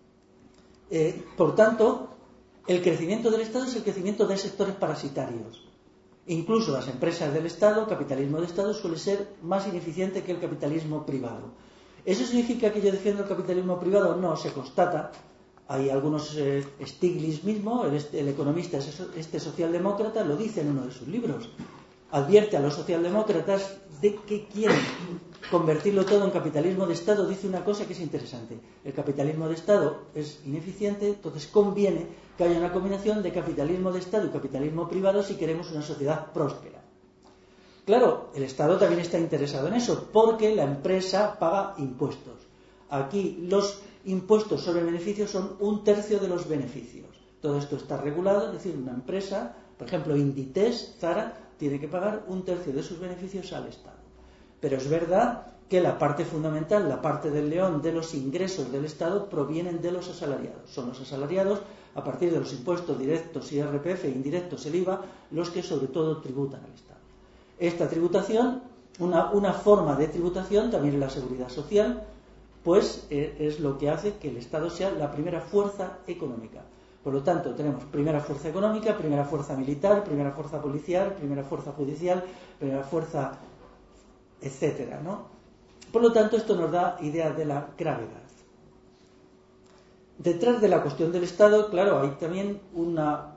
eh, por tanto, el crecimiento del Estado es el crecimiento de sectores parasitarios. Incluso las empresas del Estado, el capitalismo de Estado, suele ser más ineficiente que el capitalismo privado. ¿Eso significa que yo defiendo el capitalismo privado? No, se constata. Hay algunos, eh, Stiglitz mismo, el, el economista este socialdemócrata, lo dice en uno de sus libros. Advierte a los socialdemócratas de que quieren convertirlo todo en capitalismo de Estado. Dice una cosa que es interesante: el capitalismo de Estado es ineficiente, entonces conviene que haya una combinación de capitalismo de Estado y capitalismo privado si queremos una sociedad próspera. Claro, el Estado también está interesado en eso, porque la empresa paga impuestos. Aquí los impuestos sobre beneficios son un tercio de los beneficios. Todo esto está regulado, es decir, una empresa, por ejemplo, Inditex, Zara, tiene que pagar un tercio de sus beneficios al Estado. Pero es verdad que la parte fundamental, la parte del león de los ingresos del Estado provienen de los asalariados. Son los asalariados, a partir de los impuestos directos y R P F e indirectos, el I V A, los que sobre todo tributan al Estado. Esta tributación, una, una forma de tributación, también es la seguridad social, pues eh, es lo que hace que el Estado sea la primera fuerza económica. Por lo tanto, tenemos primera fuerza económica, primera fuerza militar, primera fuerza policial, primera fuerza judicial, primera fuerza, etcétera, ¿no? Por lo tanto, esto nos da idea de la gravedad. Detrás de la cuestión del Estado, claro, hay también una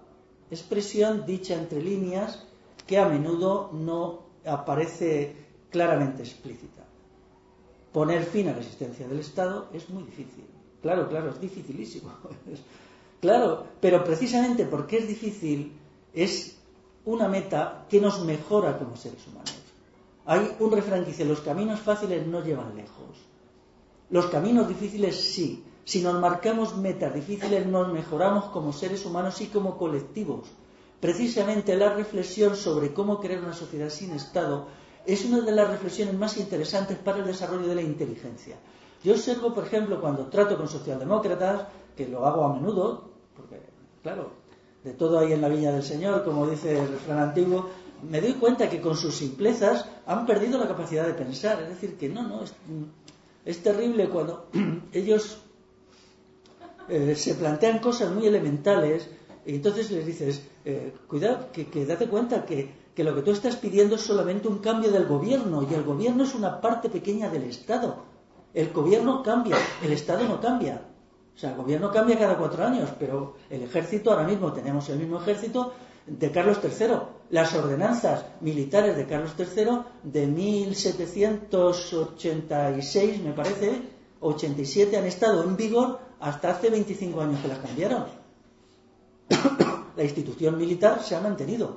expresión dicha entre líneas que a menudo no aparece claramente explícita. Poner fin a la existencia del Estado es muy difícil. Claro, claro, es dificilísimo. Claro, pero precisamente porque es difícil, es una meta que nos mejora como seres humanos. Hay un refrán que dice: los caminos fáciles no llevan lejos. Los caminos difíciles sí. Si nos marcamos metas difíciles, nos mejoramos como seres humanos y como colectivos. Precisamente la reflexión sobre cómo crear una sociedad sin Estado es una de las reflexiones más interesantes para el desarrollo de la inteligencia. Yo observo, por ejemplo, cuando trato con socialdemócratas, que lo hago a menudo, porque, claro, de todo hay en la viña del Señor, como dice el refrán antiguo, me doy cuenta que con sus simplezas han perdido la capacidad de pensar. Es decir, que no, no, es, es terrible cuando ellos eh, se plantean cosas muy elementales y entonces les dices, eh, cuidado, que, que date cuenta que, que lo que tú estás pidiendo es solamente un cambio del gobierno, y el gobierno es una parte pequeña del Estado. El gobierno cambia, el Estado no cambia. O sea, el gobierno cambia cada cuatro años, pero el ejército, ahora mismo tenemos el mismo ejército de Carlos tercero. Las ordenanzas militares de Carlos tercero de mil setecientos ochenta y seis, me parece, ochenta y siete, han estado en vigor hasta hace veinticinco años que las cambiaron. La institución militar se ha mantenido.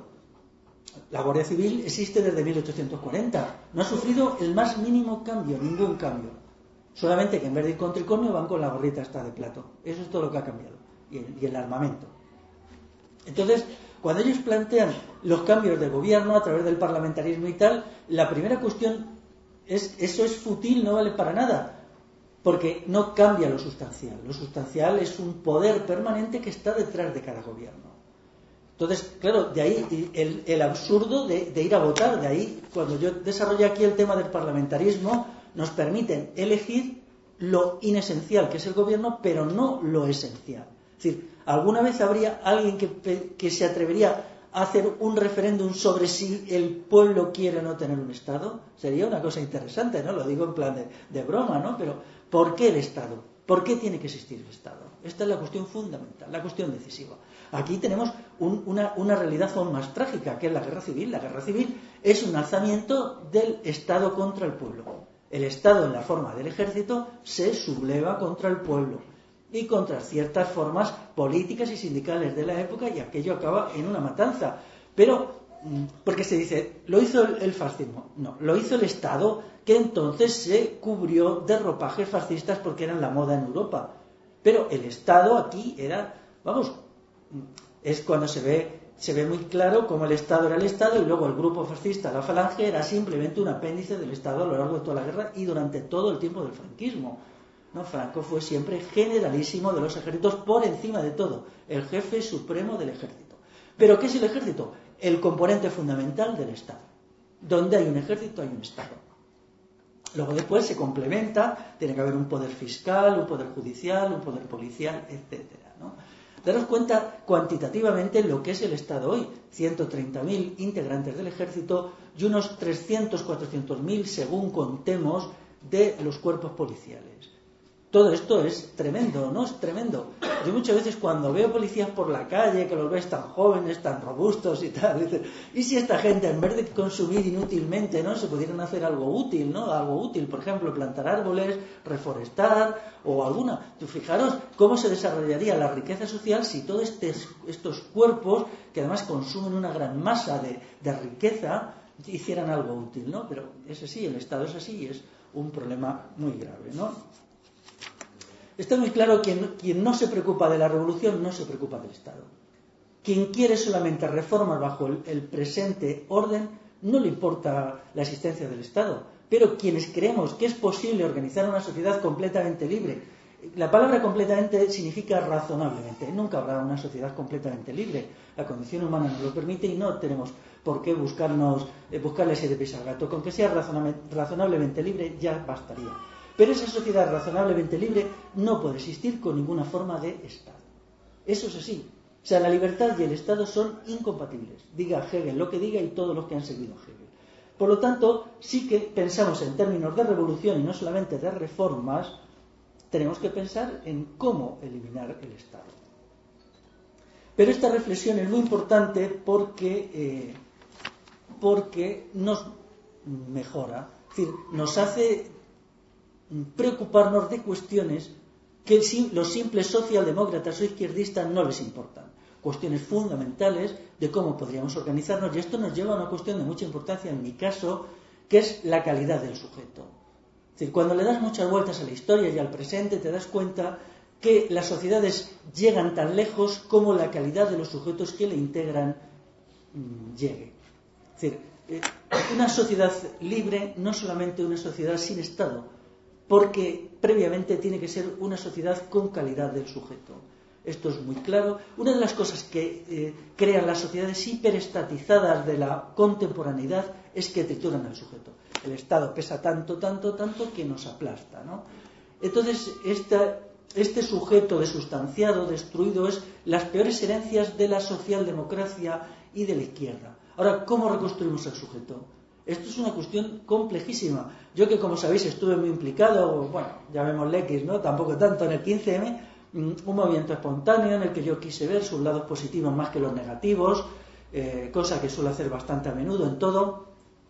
La Guardia Civil existe desde mil ochocientos cuarenta. No ha sufrido el más mínimo cambio, ningún cambio. Solamente que en vez de ir con tricornio van con la gorrita esta de plato. Eso es todo lo que ha cambiado. Y el, y el armamento. Entonces, cuando ellos plantean los cambios de gobierno a través del parlamentarismo y tal, la primera cuestión es: eso es fútil, no vale para nada. Porque no cambia lo sustancial. Lo sustancial es un poder permanente que está detrás de cada gobierno. Entonces, claro, de ahí el, el absurdo de, de ir a votar. De ahí, cuando yo desarrollé aquí el tema del parlamentarismo, nos permiten elegir lo inesencial, que es el gobierno, pero no lo esencial. Es decir, ¿alguna vez habría alguien que, que se atrevería a hacer un referéndum sobre si el pueblo quiere o no tener un Estado? Sería una cosa interesante, ¿no? Lo digo en plan de, de broma, ¿no? Pero ¿por qué el Estado? ¿Por qué tiene que existir el Estado? Esta es la cuestión fundamental, la cuestión decisiva. Aquí tenemos un, una, una realidad aún más trágica, que es la guerra civil. La guerra civil es un alzamiento del Estado contra el pueblo. El Estado, en la forma del ejército, se subleva contra el pueblo y contra ciertas formas políticas y sindicales de la época, y aquello acaba en una matanza. Pero, porque se dice, ¿lo hizo el fascismo? No, lo hizo el Estado, que entonces se cubrió de ropajes fascistas porque eran la moda en Europa. Pero el Estado aquí era, vamos, es cuando se ve, se ve muy claro cómo el Estado era el Estado, y luego el grupo fascista, la Falange, era simplemente un apéndice del Estado a lo largo de toda la guerra y durante todo el tiempo del franquismo. ¿No? Franco fue siempre generalísimo de los ejércitos, por encima de todo, el jefe supremo del ejército. ¿Pero qué es el ejército? El componente fundamental del Estado. Donde hay un ejército hay un Estado. Luego después se complementa, tiene que haber un poder fiscal, un poder judicial, un poder policial, etcétera, ¿no? Daros cuenta cuantitativamente lo que es el Estado hoy: ciento treinta mil integrantes del ejército y unos trescientos a cuatrocientos mil, según contemos, de los cuerpos policiales. Todo esto es tremendo, ¿no? Es tremendo. Yo muchas veces cuando veo policías por la calle, que los ves tan jóvenes, tan robustos y tal, dices, ¿y si esta gente, en vez de consumir inútilmente, ¿no?, se pudieran hacer algo útil, ¿no? Algo útil, por ejemplo, plantar árboles, reforestar o alguna. Tú fijaros cómo se desarrollaría la riqueza social si todos este, estos cuerpos, que además consumen una gran masa de, de riqueza, hicieran algo útil, ¿no? Pero es así, el Estado es así y es un problema muy grave, ¿no? Está muy claro que quien, quien no se preocupa de la revolución no se preocupa del Estado. Quien quiere solamente reformas bajo el, el presente orden no le importa la existencia del Estado. Pero quienes creemos que es posible organizar una sociedad completamente libre, la palabra completamente significa razonablemente. Nunca habrá una sociedad completamente libre. La condición humana nos lo permite y no tenemos por qué buscarnos, eh, buscarle siete pies al gato. Con que sea razonablemente libre ya bastaría. Pero esa sociedad razonablemente libre no puede existir con ninguna forma de Estado. Eso es así. O sea, la libertad y el Estado son incompatibles. Diga Hegel lo que diga y todos los que han seguido a Hegel. Por lo tanto, sí que pensamos en términos de revolución y no solamente de reformas, tenemos que pensar en cómo eliminar el Estado. Pero esta reflexión es muy importante porque, eh, porque nos mejora, es decir, nos hace preocuparnos de cuestiones que los simples socialdemócratas o izquierdistas no les importan. Cuestiones fundamentales de cómo podríamos organizarnos, y esto nos lleva a una cuestión de mucha importancia en mi caso, que es la calidad del sujeto. Es decir, cuando le das muchas vueltas a la historia y al presente, te das cuenta que las sociedades llegan tan lejos como la calidad de los sujetos que le integran mmm, llegue. Es decir, eh, una sociedad libre no solamente una sociedad sin Estado, porque previamente tiene que ser una sociedad con calidad del sujeto. Esto es muy claro. Una de las cosas que eh, crean las sociedades hiperestatizadas de la contemporaneidad es que trituran al sujeto. El Estado pesa tanto, tanto, tanto que nos aplasta, ¿no? Entonces, esta, este sujeto desustanciado, destruido, es las peores herencias de la socialdemocracia y de la izquierda. Ahora, ¿cómo reconstruimos el sujeto? Esto es una cuestión complejísima. Yo que, como sabéis, estuve muy implicado, bueno, llamémosle X, ¿no? Tampoco tanto en el quince eme, un movimiento espontáneo en el que yo quise ver sus lados positivos más que los negativos, eh, cosa que suelo hacer bastante a menudo en todo.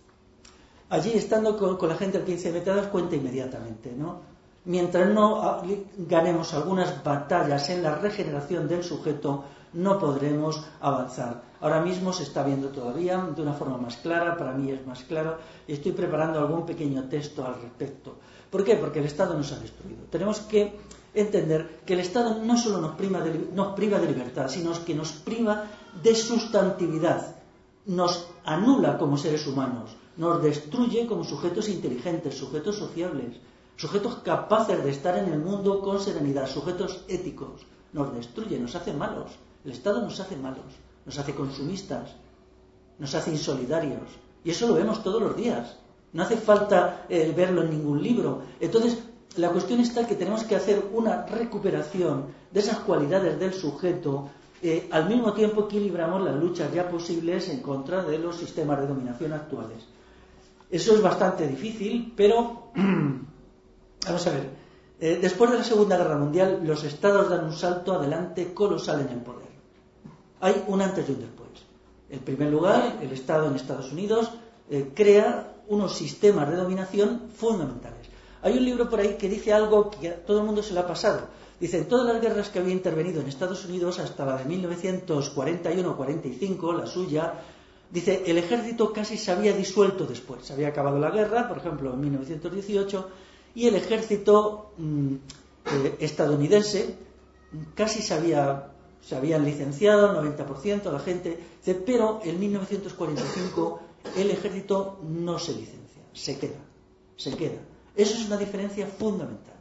Allí, estando con, con la gente del quince eme, te das cuenta inmediatamente, ¿no? Mientras no ganemos algunas batallas en la regeneración del sujeto, no podremos avanzar. Ahora mismo se está viendo todavía de una forma más clara, para mí es más claro, y estoy preparando algún pequeño texto al respecto. ¿Por qué? Porque el Estado nos ha destruido. Tenemos que entender que el Estado no solo nos priva de, nos priva de libertad, sino que nos priva de sustantividad, nos anula como seres humanos, nos destruye como sujetos inteligentes, sujetos sociables, sujetos capaces de estar en el mundo con serenidad, sujetos éticos. Nos destruye, nos hace malos. El Estado nos hace malos, nos hace consumistas, nos hace insolidarios. Y eso lo vemos todos los días. No hace falta eh, verlo en ningún libro. Entonces, la cuestión está que tenemos que hacer una recuperación de esas cualidades del sujeto, eh, al mismo tiempo que libramos las luchas ya posibles en contra de los sistemas de dominación actuales. Eso es bastante difícil, pero vamos a ver. Eh, después de la Segunda Guerra Mundial, los estados dan un salto adelante colosal en el poder. Hay un antes y un después. En primer lugar, el Estado en Estados Unidos eh, crea unos sistemas de dominación fundamentales. Hay un libro por ahí que dice algo que a todo el mundo se le ha pasado. Dice, en todas las guerras que había intervenido en Estados Unidos, hasta la de mil novecientos cuarenta y uno cuarenta y cinco, la suya, dice, el ejército casi se había disuelto después. Se había acabado la guerra, por ejemplo, en mil novecientos dieciocho, y el ejército mmm, eh, estadounidense casi se había... se habían licenciado el noventa por ciento de la gente, pero en mil novecientos cuarenta y cinco el ejército no se licencia, se queda, se queda. Eso es una diferencia fundamental,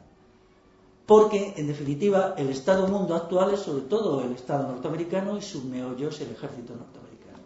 porque en definitiva el Estado mundo actual es sobre todo el Estado norteamericano y su meollo es el ejército norteamericano.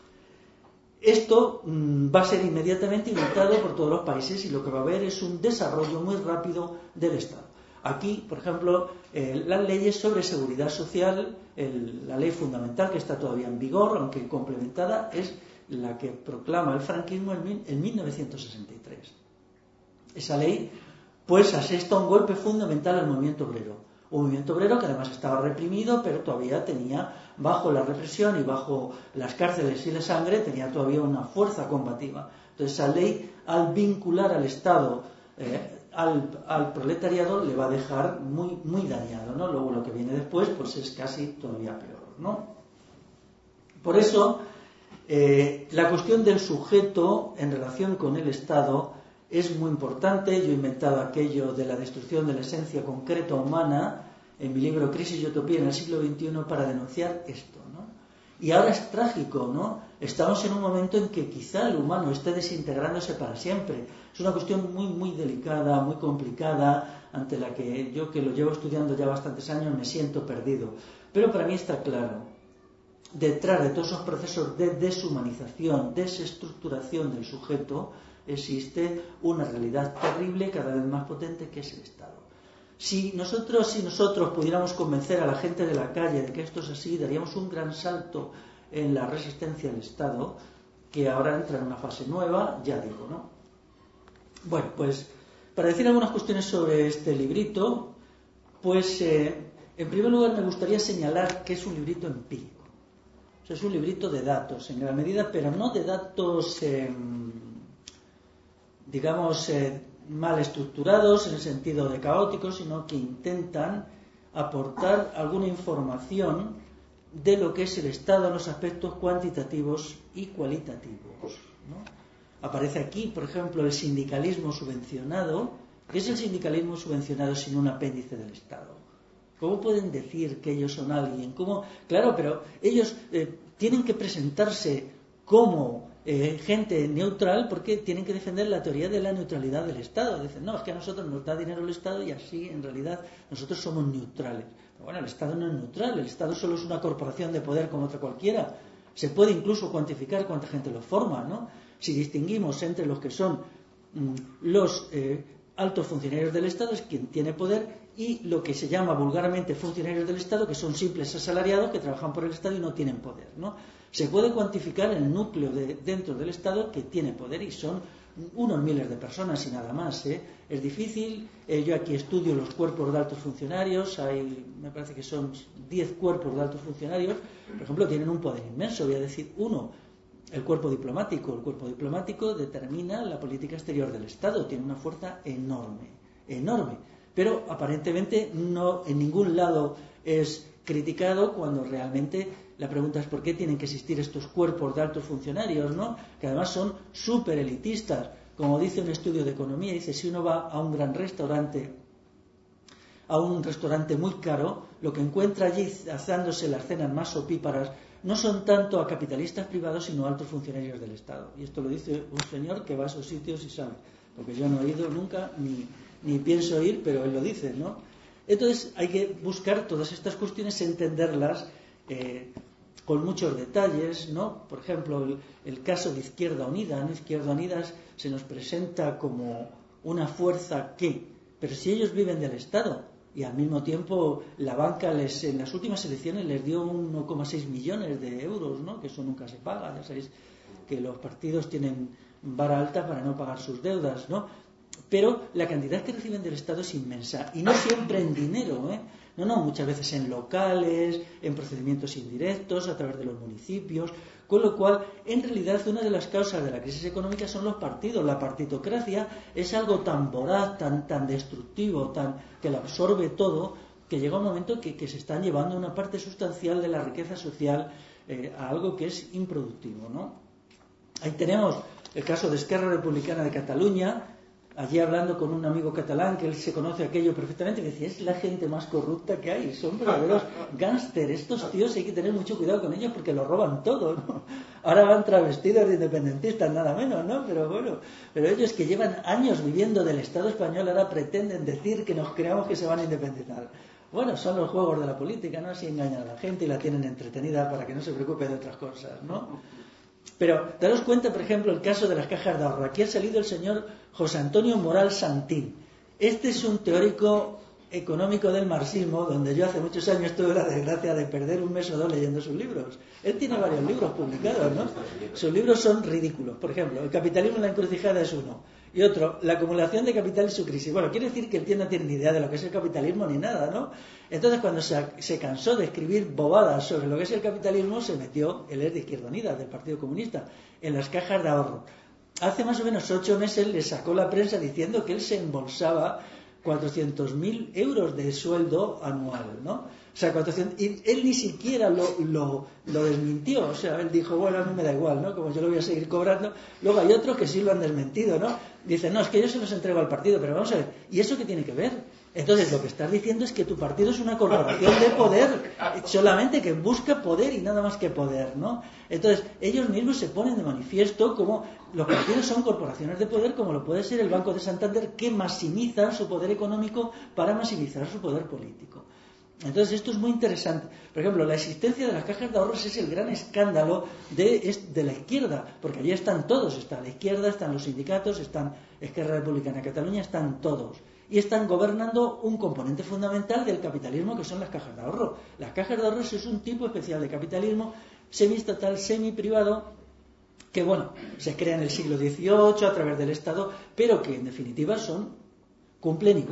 Esto mmm, va a ser inmediatamente imitado por todos los países y lo que va a haber es un desarrollo muy rápido del Estado. Aquí, por ejemplo, eh, las leyes sobre seguridad social, el, la ley fundamental que está todavía en vigor, aunque complementada, es la que proclama el franquismo en, en mil novecientos sesenta y tres. Esa ley, pues, asesta un golpe fundamental al movimiento obrero. Un movimiento obrero que además estaba reprimido, pero todavía tenía, bajo la represión y bajo las cárceles y la sangre, tenía todavía una fuerza combativa. Entonces, esa ley, al vincular al Estado, eh, Al, al proletariado le va a dejar muy, muy dañado, ¿no? Luego lo que viene después pues es casi todavía peor, ¿no? Por eso eh, la cuestión del sujeto en relación con el Estado es muy importante. Yo he inventado aquello de la destrucción de la esencia concreta humana en mi libro Crisis y Utopía en el siglo veintiuno para denunciar esto, ¿no? Y ahora es trágico, ¿no? Estamos en un momento en que quizá el humano esté desintegrándose para siempre. Es una cuestión muy, muy delicada, muy complicada, ante la que yo, que lo llevo estudiando ya bastantes años, me siento perdido. Pero para mí está claro, detrás de todos esos procesos de deshumanización, desestructuración del sujeto, existe una realidad terrible, cada vez más potente, que es el Estado. Si nosotros, si nosotros pudiéramos convencer a la gente de la calle de que esto es así, daríamos un gran salto en la resistencia al Estado, que ahora entra en una fase nueva, ya digo, ¿no? Bueno, pues para decir algunas cuestiones sobre este librito, pues eh, En primer lugar, me gustaría señalar que es un librito empírico. O sea, es un librito de datos, en gran medida, pero no de datos, eh, digamos, eh, mal estructurados, en el sentido de caóticos, sino que intentan aportar alguna información de lo que es el Estado en los aspectos cuantitativos y cualitativos, ¿no? Aparece aquí, por ejemplo, el sindicalismo subvencionado. ¿Qué es el sindicalismo subvencionado sin un apéndice del Estado? ¿Cómo pueden decir que ellos son alguien? ¿Cómo? Claro, pero ellos eh, tienen que presentarse como eh, gente neutral porque tienen que defender la teoría de la neutralidad del Estado. Dicen, no, es que a nosotros nos da dinero el Estado y así, en realidad, nosotros somos neutrales. Pero bueno, el Estado no es neutral, el Estado solo es una corporación de poder como otra cualquiera. Se puede incluso cuantificar cuánta gente lo forma, ¿no? Si distinguimos entre los que son mmm, los eh, altos funcionarios del Estado, es quien tiene poder, y lo que se llama vulgarmente funcionarios del Estado, que son simples asalariados que trabajan por el Estado y no tienen poder, ¿no? Se puede cuantificar el núcleo de, dentro del Estado que tiene poder, y son unos miles de personas y nada más, ¿eh? Es difícil. Eh, yo aquí estudio los cuerpos de altos funcionarios, hay, me parece que son diez cuerpos de altos funcionarios, por ejemplo, tienen un poder inmenso. Voy a decir uno, el cuerpo diplomático. El cuerpo diplomático determina la política exterior del Estado, tiene una fuerza enorme, enorme. Pero aparentemente no en ningún lado es criticado, cuando realmente la pregunta es por qué tienen que existir estos cuerpos de altos funcionarios, ¿no? Que además son súper elitistas. Como dice un estudio de economía, dice, si uno va a un gran restaurante, a un restaurante muy caro, lo que encuentra allí haciéndose las cenas más opíparas no son tanto a capitalistas privados, sino a altos funcionarios del Estado. Y esto lo dice un señor que va a esos sitios y sabe, porque yo no he ido nunca ni... ni pienso ir, pero él lo dice, ¿no? Entonces hay que buscar todas estas cuestiones, entenderlas eh, con muchos detalles, ¿no? Por ejemplo, el, el caso de Izquierda Unida, ¿no? Izquierda Unida se nos presenta como una fuerza que, pero si ellos viven del Estado, y al mismo tiempo la banca les en las últimas elecciones les dio uno coma seis millones de euros, ¿no? Que eso nunca se paga, ya sabéis que los partidos tienen vara alta para no pagar sus deudas, ¿no? Pero la cantidad que reciben del Estado es inmensa, y no siempre en dinero, ¿eh? No, no, muchas veces en locales, en procedimientos indirectos, a través de los municipios, con lo cual, en realidad, una de las causas de la crisis económica son los partidos. La partitocracia es algo tan voraz, tan, tan destructivo, tan que lo absorbe todo, que llega un momento que, que se están llevando una parte sustancial de la riqueza social eh, a algo que es improductivo, ¿no? Ahí tenemos el caso de Esquerra Republicana de Cataluña. Allí hablando con un amigo catalán, que él se conoce aquello perfectamente, que decía, es la gente más corrupta que hay, son verdaderos gángster, estos tíos hay que tener mucho cuidado con ellos porque lo roban todo, ¿no? Ahora van travestidos de independentistas, nada menos, ¿no? Pero bueno, pero ellos que llevan años viviendo del Estado español ahora pretenden decir que nos creamos que se van a independizar. Bueno, son los juegos de la política, ¿no? Así engañan a la gente y la tienen entretenida para que no se preocupe de otras cosas, ¿no? Pero daros cuenta, por ejemplo, el caso de las cajas de ahorro. Aquí ha salido el señor José Antonio Moral Santín. Este es un teórico económico del marxismo, donde yo hace muchos años tuve la desgracia de perder un mes o dos leyendo sus libros. Él tiene varios libros publicados, ¿no? Sus libros son ridículos. Por ejemplo, El capitalismo en la encrucijada es uno. Y otro, La acumulación de capital y su crisis. Bueno, quiere decir que el tío no tiene ni idea de lo que es el capitalismo ni nada, ¿no? Entonces, cuando se, se cansó de escribir bobadas sobre lo que es el capitalismo, se metió, él es de Izquierda Unida, del Partido Comunista, en las cajas de ahorro. Hace más o menos ocho meses le sacó la prensa diciendo que él se embolsaba cuatrocientos mil euros de sueldo anual, ¿no? O sea, cuatrocientos, y él ni siquiera lo, lo, lo desmintió. O sea, él dijo, bueno, a mí me da igual, ¿no? Como yo lo voy a seguir cobrando. Luego hay otros que sí lo han desmentido, ¿no? Dicen, no, es que yo se los entrego al partido, pero vamos a ver, ¿y eso qué tiene que ver? Entonces, lo que estás diciendo es que tu partido es una corporación de poder, solamente que busca poder y nada más que poder, ¿no? Entonces, ellos mismos se ponen de manifiesto como los partidos son corporaciones de poder, como lo puede ser el Banco de Santander, que maximizan su poder económico para maximizar su poder político. Entonces, esto es muy interesante. Por ejemplo, la existencia de las cajas de ahorros es el gran escándalo de, de la izquierda, porque allí están todos, está la izquierda, están los sindicatos, están Esquerra Republicana de Cataluña, están todos. Y están gobernando un componente fundamental del capitalismo, que son las cajas de ahorro. Las cajas de ahorros es un tipo especial de capitalismo semiestatal, semiprivado, que bueno, se crea en el siglo dieciocho a través del Estado, pero que en definitiva son cumplen igual.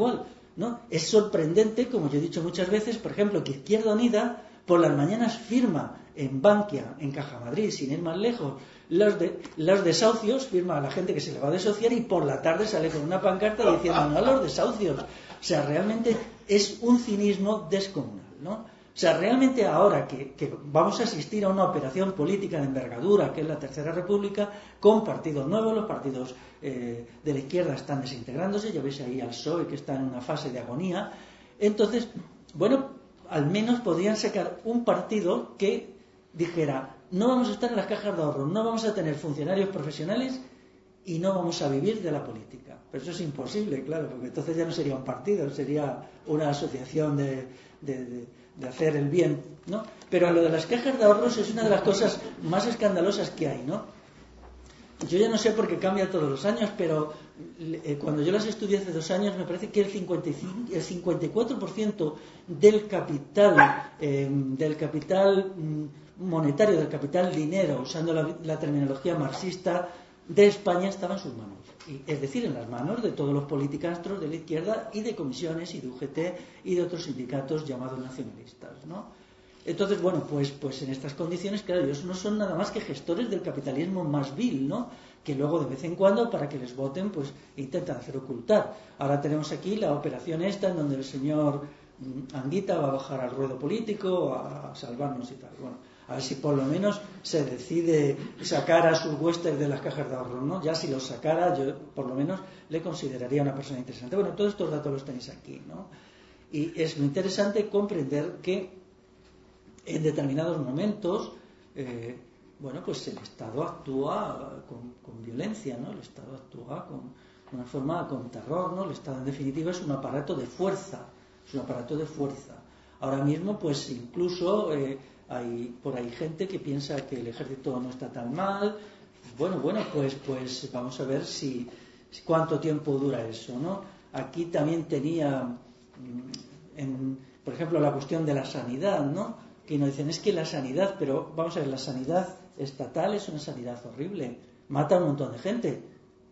¿no? Es sorprendente, como yo he dicho muchas veces, por ejemplo, que Izquierda Unida por las mañanas firma en Bankia, en Caja Madrid, sin ir más lejos, los, de, los desahucios, firma a la gente que se le va a desociar y por la tarde sale con una pancarta diciendo no a los desahucios. O sea, realmente es un cinismo descomunal, ¿no? O sea, realmente ahora que, que vamos a asistir a una operación política de envergadura, que es la Tercera República, con partidos nuevos, los partidos eh, de la izquierda están desintegrándose, ya veis ahí al P S O E que está en una fase de agonía. Entonces, bueno, al menos podrían sacar un partido que dijera, no vamos a estar en las cajas de ahorro, no vamos a tener funcionarios profesionales y no vamos a vivir de la política. Pero eso es imposible, claro, porque entonces ya no sería un partido, sería una asociación de, de, de, de hacer el bien, ¿no? Pero lo de las cajas de ahorros es una de las cosas más escandalosas que hay, ¿no? Yo ya no sé por qué cambia todos los años, pero eh, cuando yo las estudié hace dos años me parece que el, cincuenta y cinco, el cincuenta y cuatro por ciento del capital, eh, del capital monetario, del capital dinero, usando la, la terminología marxista, de España estaba en sus manos. Y, es decir, en las manos de todos los politicastros de la izquierda y de comisiones y de U G T y de otros sindicatos llamados nacionalistas, ¿no? Entonces, bueno, pues, pues en estas condiciones, claro, ellos no son nada más que gestores del capitalismo más vil, ¿no? Que luego de vez en cuando, para que les voten, pues intentan hacer ocultar. Ahora tenemos aquí la operación esta en donde el señor Anguita va a bajar al ruedo político a salvarnos y tal. Bueno, a ver si por lo menos se decide sacar a sus huestes de las cajas de ahorro, ¿no? Ya si los sacara, yo por lo menos le consideraría una persona interesante. Bueno, todos estos datos los tenéis aquí, ¿no? Y es muy interesante comprender que en determinados momentos, eh, bueno, pues el Estado actúa con, con violencia, ¿no? El Estado actúa con una forma, con terror, ¿no? El Estado, en definitiva, es un aparato de fuerza, es un aparato de fuerza. Ahora mismo, pues incluso eh, hay por ahí gente que piensa que el ejército no está tan mal. Bueno, bueno, pues, pues vamos a ver si cuánto tiempo dura eso, ¿no? Aquí también tenía, en, por ejemplo, la cuestión de la sanidad, ¿no? Que nos dicen, es que la sanidad, pero vamos a ver, la sanidad estatal es una sanidad horrible, mata a un montón de gente.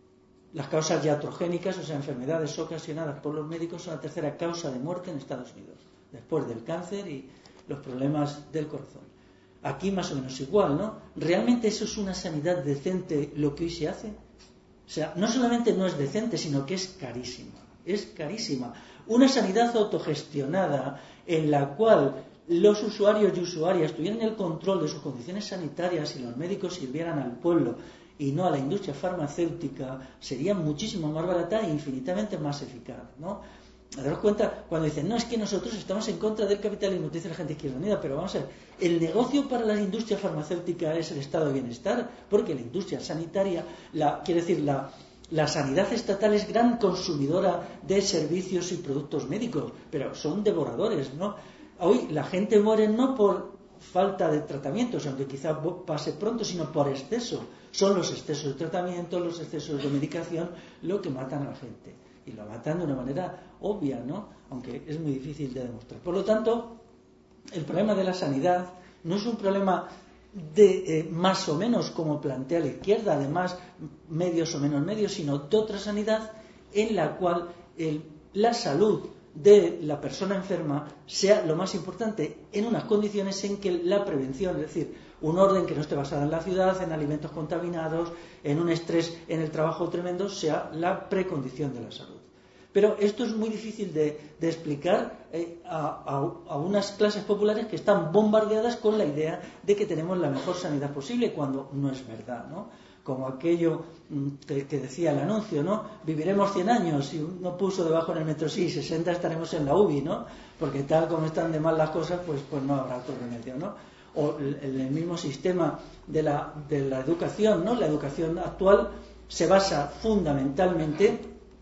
Las causas iatrogénicas, o sea, enfermedades ocasionadas por los médicos, son la tercera causa de muerte en Estados Unidos, después del cáncer y los problemas del corazón. Aquí más o menos igual, ¿no? ¿Realmente eso es una sanidad decente lo que hoy se hace? O sea, no solamente no es decente, sino que es carísima, es carísima. Una sanidad autogestionada en la cual los usuarios y usuarias tuvieran el control de sus condiciones sanitarias y los médicos sirvieran al pueblo y no a la industria farmacéutica, sería muchísimo más barata e infinitamente más eficaz, ¿no? Daros cuenta, cuando dicen, no, es que nosotros estamos en contra del capitalismo, dice la gente Izquierda Unida, pero vamos a ver, el negocio para la industria farmacéutica es el estado de bienestar, porque la industria sanitaria, la, quiere decir, la, la sanidad estatal es gran consumidora de servicios y productos médicos, pero son devoradores, ¿no? Hoy la gente muere no por falta de tratamientos, aunque quizá pase pronto, sino por exceso. Son los excesos de tratamiento, los excesos de medicación, lo que matan a la gente. Y lo matan de una manera obvia, ¿no? Aunque es muy difícil de demostrar. Por lo tanto, el problema de la sanidad no es un problema de eh, más o menos como plantea la izquierda, además medios o menos medios, sino de otra sanidad en la cual el, la salud de la persona enferma sea lo más importante en unas condiciones en que la prevención, es decir, un orden que no esté basado en la ciudad, en alimentos contaminados, en un estrés en el trabajo tremendo, sea la precondición de la salud. Pero esto es muy difícil de, de explicar eh, a, a, a unas clases populares que están bombardeadas con la idea de que tenemos la mejor sanidad posible, cuando no es verdad, ¿no? Como aquello que, que decía el anuncio, ¿no? Viviremos cien años, y uno puso debajo en el metro, sí, sesenta estaremos en la U B I, ¿no? Porque tal como están de mal las cosas, pues, pues no habrá otro remedio, ¿no? O el, el mismo sistema de la, de la educación, ¿no? La educación actual se basa fundamentalmente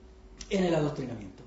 en el adoctrinamiento.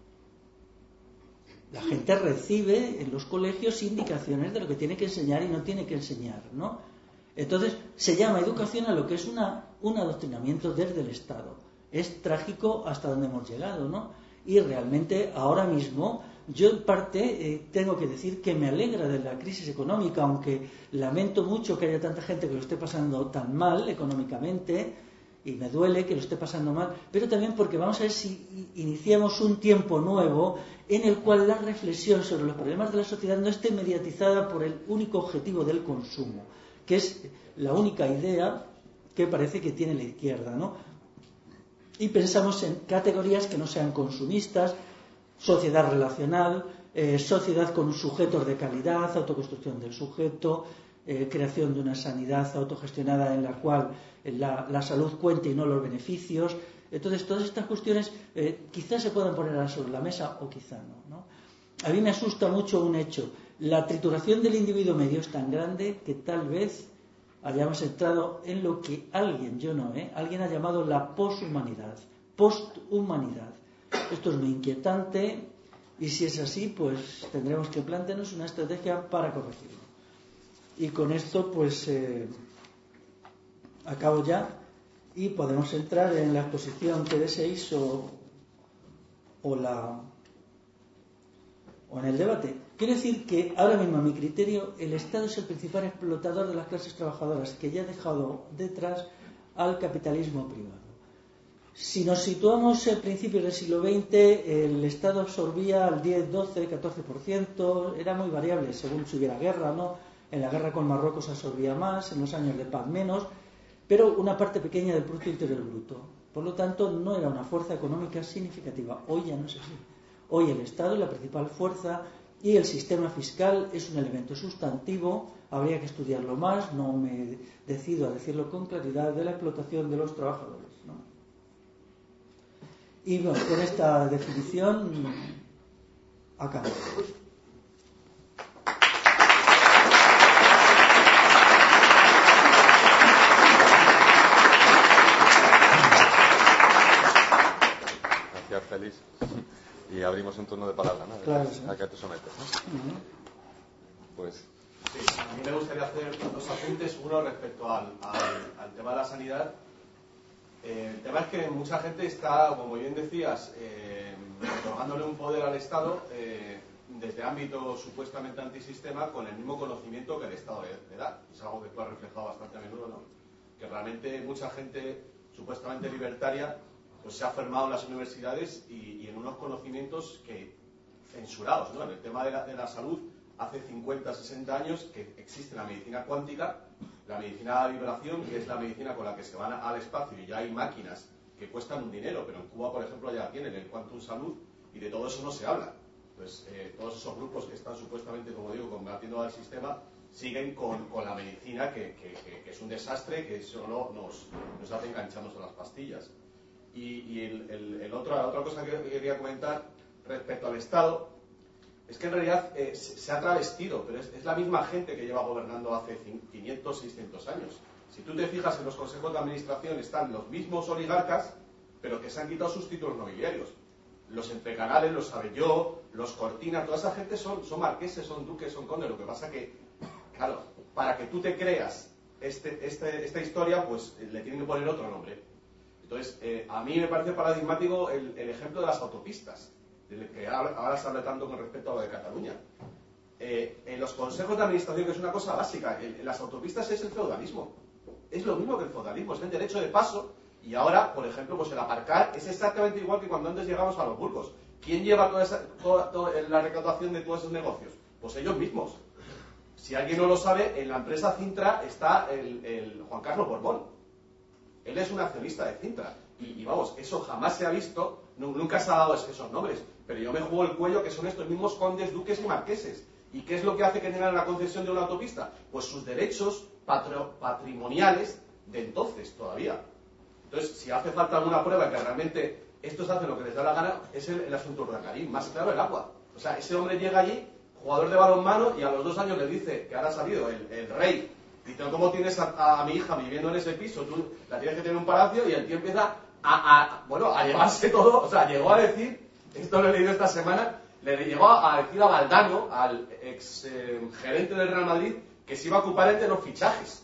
La gente recibe en los colegios indicaciones de lo que tiene que enseñar y no tiene que enseñar, ¿no? Entonces se llama educación a lo que es una, un adoctrinamiento desde el Estado. Es trágico hasta donde hemos llegado, ¿no? Y realmente ahora mismo yo en parte eh, tengo que decir que me alegra de la crisis económica, aunque lamento mucho que haya tanta gente que lo esté pasando tan mal económicamente, y me duele que lo esté pasando mal, pero también porque vamos a ver si iniciamos un tiempo nuevo en el cual la reflexión sobre los problemas de la sociedad no esté mediatizada por el único objetivo del consumo, que es la única idea que parece que tiene la izquierda, ¿no? Y pensamos en categorías que no sean consumistas, sociedad relacional, eh, sociedad con sujetos de calidad, autoconstrucción del sujeto, eh, creación de una sanidad autogestionada en la cual la, la salud cuente y no los beneficios. Entonces, todas estas cuestiones eh, quizás se puedan poner sobre la mesa o quizá no, ¿no? A mí me asusta mucho un hecho. La trituración del individuo medio es tan grande que tal vez hayamos entrado en lo que alguien, yo no, ¿eh? alguien ha llamado la poshumanidad, posthumanidad. Esto es muy inquietante y si es así, pues tendremos que plantearnos una estrategia para corregirlo. Y con esto, pues, eh, acabo ya y podemos entrar en la exposición que deseéis o, o, la, o en el debate. Quiero decir que ahora mismo, a mi criterio, el Estado es el principal explotador de las clases trabajadoras, que ya ha dejado detrás al capitalismo privado. Si nos situamos en principios del siglo veinte, el Estado absorbía al diez, doce, catorce por ciento, era muy variable según si hubiera guerra o no. En la guerra con Marruecos absorbía más, en los años de paz menos, pero una parte pequeña del Producto Interior Bruto. Por lo tanto, no era una fuerza económica significativa. Hoy ya no es así. Hoy el Estado es la principal fuerza y el sistema fiscal es un elemento sustantivo, habría que estudiarlo más, no me decido a decirlo con claridad, de la explotación de los trabajadores, ¿no? Y bueno, con esta definición acabo. Gracias, Félix. Y abrimos un turno de palabra, ¿no? Claro, sí. A que te sometes, ¿no? Uh-huh. Pues... Sí, a mí me gustaría hacer dos apuntes. Uno respecto al, al, al tema de la sanidad. Eh, el tema es que mucha gente está, como bien decías, eh, otorgándole un poder al Estado eh, desde ámbito supuestamente antisistema con el mismo conocimiento que el Estado le, le da. Es algo que tú has reflejado bastante a menudo, ¿no? Que realmente mucha gente supuestamente libertaria pues se ha formado en las universidades y, y en unos conocimientos que censurados, ¿no? En el tema de la, de la salud, hace cincuenta, sesenta años que existe la medicina cuántica, la medicina de vibración, que es la medicina con la que se van al espacio y ya hay máquinas que cuestan un dinero, pero en Cuba, por ejemplo, ya tienen el Quantum Salud y de todo eso no se habla. Entonces, eh, todos esos grupos que están supuestamente, como digo, combatiendo al sistema, siguen con, con la medicina que, que, que, que es un desastre, que solo nos, nos hace engancharnos a las pastillas. Y, y el, el, el otro, la otra cosa que quería comentar respecto al Estado es que en realidad eh, se, se ha travestido, pero es, es la misma gente que lleva gobernando hace quinientos, seiscientos años. Si tú te fijas en los consejos de administración están los mismos oligarcas, pero que se han quitado sus títulos nobiliarios. Los Entrecanales, los Abelló, los Cortina, toda esa gente son, son marqueses, son duques, son condes. Lo que pasa que, claro, para que tú te creas este, este, esta historia, pues le tienen que poner otro nombre. Entonces, eh, a mí me parece paradigmático el, el ejemplo de las autopistas, del que ahora se habla tanto con respecto a lo de Cataluña. Eh, en los consejos de administración, que es una cosa básica, en, en las autopistas es el feudalismo. Es lo mismo que el feudalismo, es el derecho de paso. Y ahora, por ejemplo, pues el aparcar es exactamente igual que cuando antes llegamos a los burgos. ¿Quién lleva toda, esa, toda, toda la recaudación de todos esos negocios? Pues ellos mismos. Si alguien no lo sabe, en la empresa Cintra está el, el Juan Carlos Borbón. Él es un accionista de Cintra. Y, y vamos, eso jamás se ha visto, nunca se ha dado esos nombres. Pero yo me juego el cuello que son estos mismos condes, duques y marqueses. ¿Y qué es lo que hace que tengan la concesión de una autopista? Pues sus derechos patro, patrimoniales de entonces todavía. Entonces, si hace falta alguna prueba que realmente estos hacen lo que les da la gana, es el, el asunto Urdangarín, más claro el agua. O sea, ese hombre llega allí, jugador de balonmano, y a los dos años le dice, que ahora ha salido el, el rey, dice, ¿cómo tienes a, a, a mi hija viviendo en ese piso? Tú la tienes que tener en un palacio, y el tío empieza a, a, bueno, a llevarse todo. O sea, llegó a decir, esto lo he leído esta semana, le llegó a decir a Valdano, al ex eh, gerente del Real Madrid, que se iba a ocupar él de los fichajes.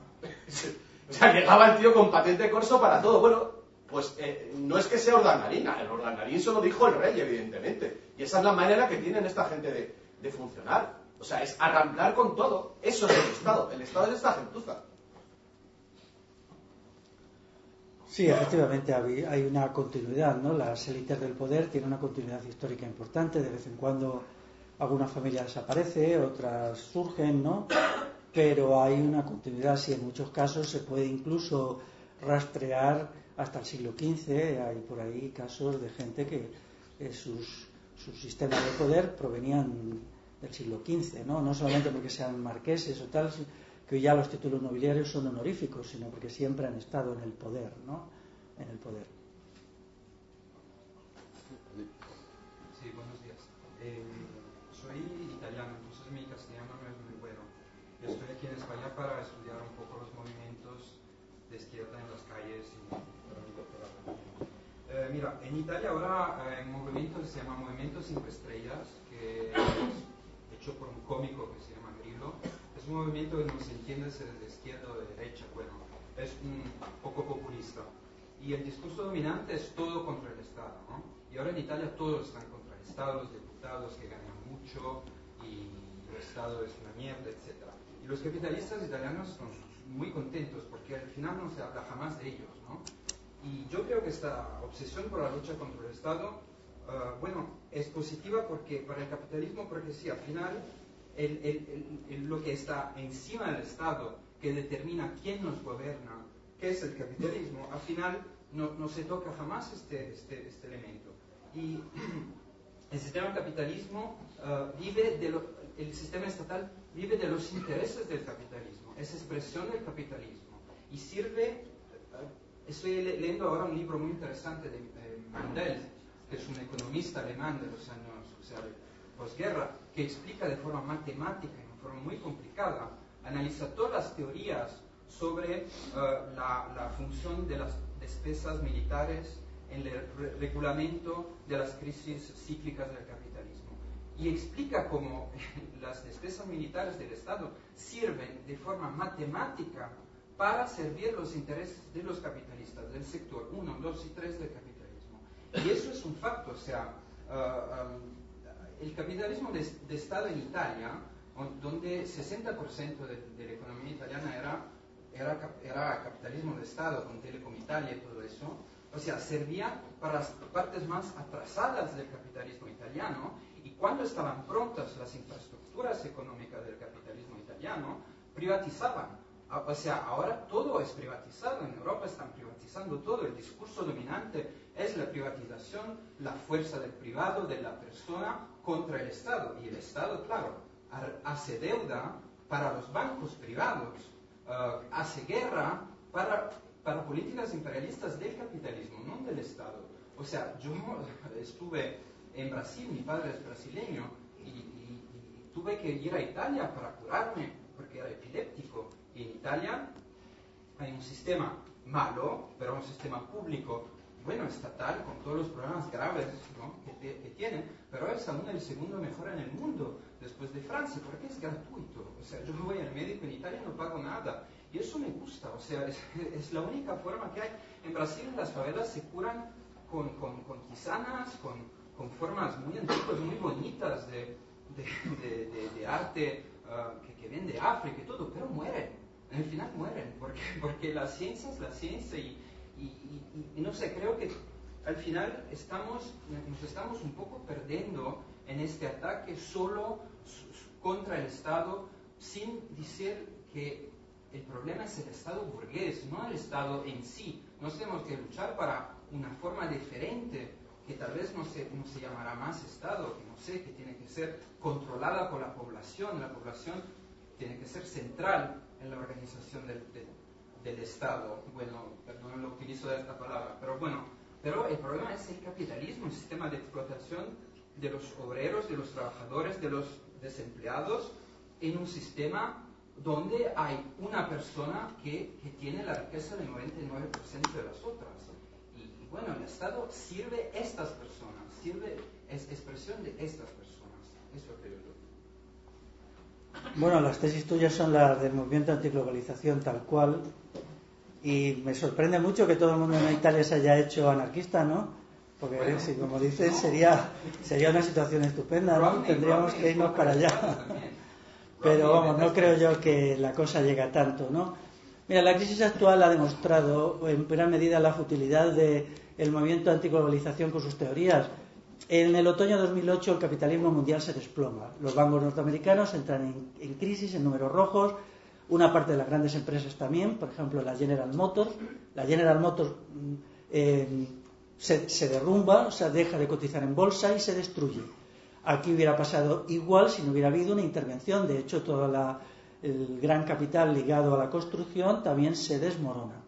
O sea, llegaba el tío con patente corso para todo. Bueno, pues eh, no es que sea Urdangarín, el Urdangarín se lo dijo el rey, evidentemente. Y esa es la manera que tienen esta gente de, de funcionar. O sea, es arrancar con todo. Eso es el Estado. El Estado es esta gentuza. Sí, efectivamente hay una continuidad, ¿no? Las élites del poder tienen una continuidad histórica importante. De vez en cuando alguna familia desaparece, otras surgen, ¿no? Pero hay una continuidad. Sí, en muchos casos se puede incluso rastrear hasta el siglo quince. Hay por ahí casos de gente que eh, sus, sus sistemas de poder provenían del siglo quince, ¿no? No solamente porque sean marqueses o tal, que hoy ya los títulos nobiliarios son honoríficos, sino porque siempre han estado en el poder, ¿no? En el poder. Sí, buenos días. Eh, soy italiano, entonces mi castellano no es muy bueno. Yo estoy aquí en España para estudiar un poco los movimientos de izquierda en las calles y para mi doctorado. Eh, mira, en Italia ahora hay un movimiento que se llama Movimiento Cinco Estrellas, que es hecho por un cómico que se llama Grillo. Es un movimiento que no se entiende si es de izquierda o de derecha, bueno, es un poco populista. Y el discurso dominante es todo contra el Estado, ¿no? Y ahora en Italia todos están contra el Estado, los diputados que ganan mucho y el Estado es una mierda, etcétera. Y los capitalistas italianos están muy contentos porque al final no se habla jamás de ellos, ¿no? Y yo creo que esta obsesión por la lucha contra el Estado, uh, bueno, es positiva porque para el capitalismo, porque sí, al final el, el, el, el, lo que está encima del Estado, que determina quién nos gobierna, que es el capitalismo, al final no, no se toca jamás este, este, este elemento. Y el sistema del capitalismo uh, vive de lo, el sistema estatal vive de los intereses del capitalismo, es expresión del capitalismo y sirve. Uh, estoy le, leyendo ahora un libro muy interesante de eh, Mandel, que es un economista alemán de los años, o sea, de posguerra, que explica de forma matemática y de forma muy complicada, analiza todas las teorías sobre uh, la, la función de las despesas militares en el re regulamento de las crisis cíclicas del capitalismo. Y explica cómo las despesas militares del Estado sirven de forma matemática para servir los intereses de los capitalistas, del sector uno, dos y tres del capitalismo. Y eso es un facto, o sea, uh, um, el capitalismo de, de Estado en Italia, donde sesenta por ciento de, de la economía italiana era Era, era capitalismo de Estado, con Telecom Italia y todo eso, o sea, servía para las partes más atrasadas del capitalismo italiano, y cuando estaban prontas las infraestructuras económicas del capitalismo italiano, privatizaban. O sea, ahora todo es privatizado, en Europa están privatizando todo, el discurso dominante es la privatización, la fuerza del privado, de la persona contra el Estado, y el Estado, claro, hace deuda para los bancos privados, Uh, hace guerra para, para políticas imperialistas del capitalismo, no del Estado. O sea, yo estuve en Brasil, mi padre es brasileño, y, y, y tuve que ir a Italia para curarme, porque era epiléptico. Y en Italia hay un sistema malo, pero un sistema público, bueno, estatal, con todos los problemas graves, ¿no?, que, te, que tiene, pero es aún el segundo mejor en el mundo, después de Francia, porque es gratuito. O sea, yo voy al médico en Italia y no pago nada. Y eso me gusta, o sea, es, es la única forma que hay. En Brasil, en las favelas se curan con, con, con tisanas, con, con formas muy antiguas, muy bonitas de, de, de, de, de arte uh, que, que ven de África y todo, pero mueren. En el final mueren, porque, porque la ciencia es la ciencia y, y, y, y no sé, creo que al final estamos, nos estamos un poco perdiendo en este ataque solo contra el Estado, sin decir que el problema es el Estado burgués, no el Estado en sí. Nos tenemos que luchar para una forma diferente, que tal vez no se, no se llamará más Estado, que no sé, que tiene que ser controlada por la población. La población tiene que ser central en la organización del, del, del Estado. Bueno, perdón, lo utilizo de esta palabra, pero bueno, pero el problema es el capitalismo, el sistema de explotación de los obreros, de los trabajadores, de los desempleados, en un sistema donde hay una persona que, que tiene la riqueza del noventa y nueve por ciento de las otras. Y, y bueno, el Estado sirve a estas personas, sirve, es expresión de estas personas. Eso creo yo. Bueno, las tesis tuyas son las del movimiento antiglobalización tal cual, y me sorprende mucho que todo el mundo en Italia se haya hecho anarquista, ¿no? Porque, bueno, si como dices, sería, sería una situación estupenda, ¿no? Romney, Tendríamos Romney, que irnos para allá. Pero vamos, no creo yo que la cosa llegue a tanto, ¿no? Mira, la crisis actual ha demostrado en gran medida la futilidad del movimiento antiglobalización con sus teorías. En el otoño de dos mil ocho el capitalismo mundial se desploma. Los bancos norteamericanos entran en, en crisis, en números rojos. Una parte de las grandes empresas también, por ejemplo la General Motors. La General Motors eh, se, se derrumba, o sea, deja de cotizar en bolsa y se destruye. Aquí hubiera pasado igual si no hubiera habido una intervención. De hecho, todo la, el gran capital ligado a la construcción también se desmorona.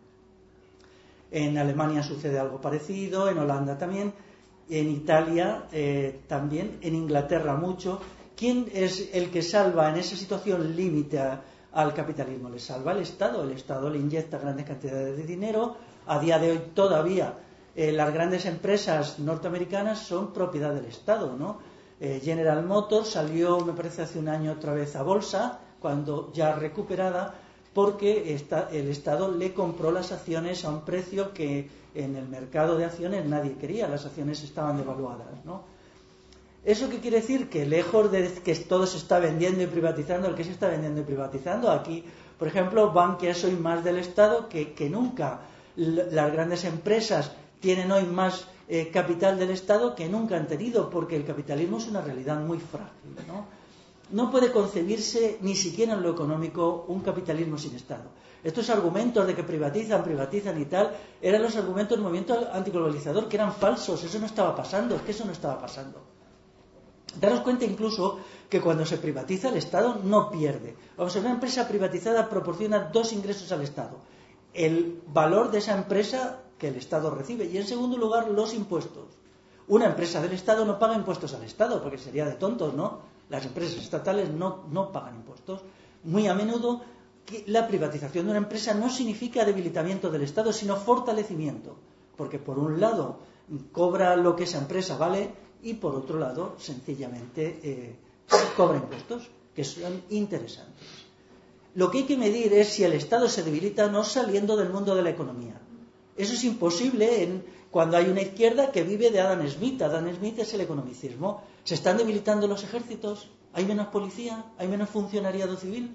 En Alemania sucede algo parecido, en Holanda también, en Italia eh, también, en Inglaterra mucho. ¿Quién es el que salva en esa situación límite a, al capitalismo? Le salva el Estado. El Estado le inyecta grandes cantidades de dinero. A día de hoy todavía eh, las grandes empresas norteamericanas son propiedad del Estado, ¿no? Eh, General Motors salió, me parece, hace un año otra vez a bolsa, cuando ya recuperada, porque está, el Estado le compró las acciones a un precio que en el mercado de acciones nadie quería. Las acciones estaban devaluadas, ¿no? ¿Eso qué quiere decir? Que lejos de que todo se está vendiendo y privatizando, el que se está vendiendo y privatizando aquí, por ejemplo, Bankia es hoy más del Estado que, que nunca. L- las grandes empresas tienen hoy más eh, capital del Estado que nunca han tenido, porque el capitalismo es una realidad muy frágil, ¿no? No puede concebirse ni siquiera en lo económico un capitalismo sin Estado. Estos argumentos de que privatizan, privatizan y tal, eran los argumentos del movimiento antiglobalizador, que eran falsos. Eso no estaba pasando, es que eso no estaba pasando. Daros cuenta incluso que cuando se privatiza el Estado no pierde. Vamos a ver, una empresa privatizada proporciona dos ingresos al Estado: el valor de esa empresa que el Estado recibe y, en segundo lugar, los impuestos. Una empresa del Estado no paga impuestos al Estado, porque sería de tontos, ¿no? Las empresas estatales no, no pagan impuestos. Muy a menudo que la privatización de una empresa no significa debilitamiento del Estado, sino fortalecimiento, porque por un lado cobra lo que esa empresa vale y por otro lado sencillamente eh, cobra impuestos, que son interesantes. Lo que hay que medir es si el Estado se debilita o no saliendo del mundo de la economía. Eso es imposible en, cuando hay una izquierda que vive de Adam Smith. Adam Smith es el economicismo. ¿Se están debilitando los ejércitos? ¿Hay menos policía? ¿Hay menos funcionariado civil?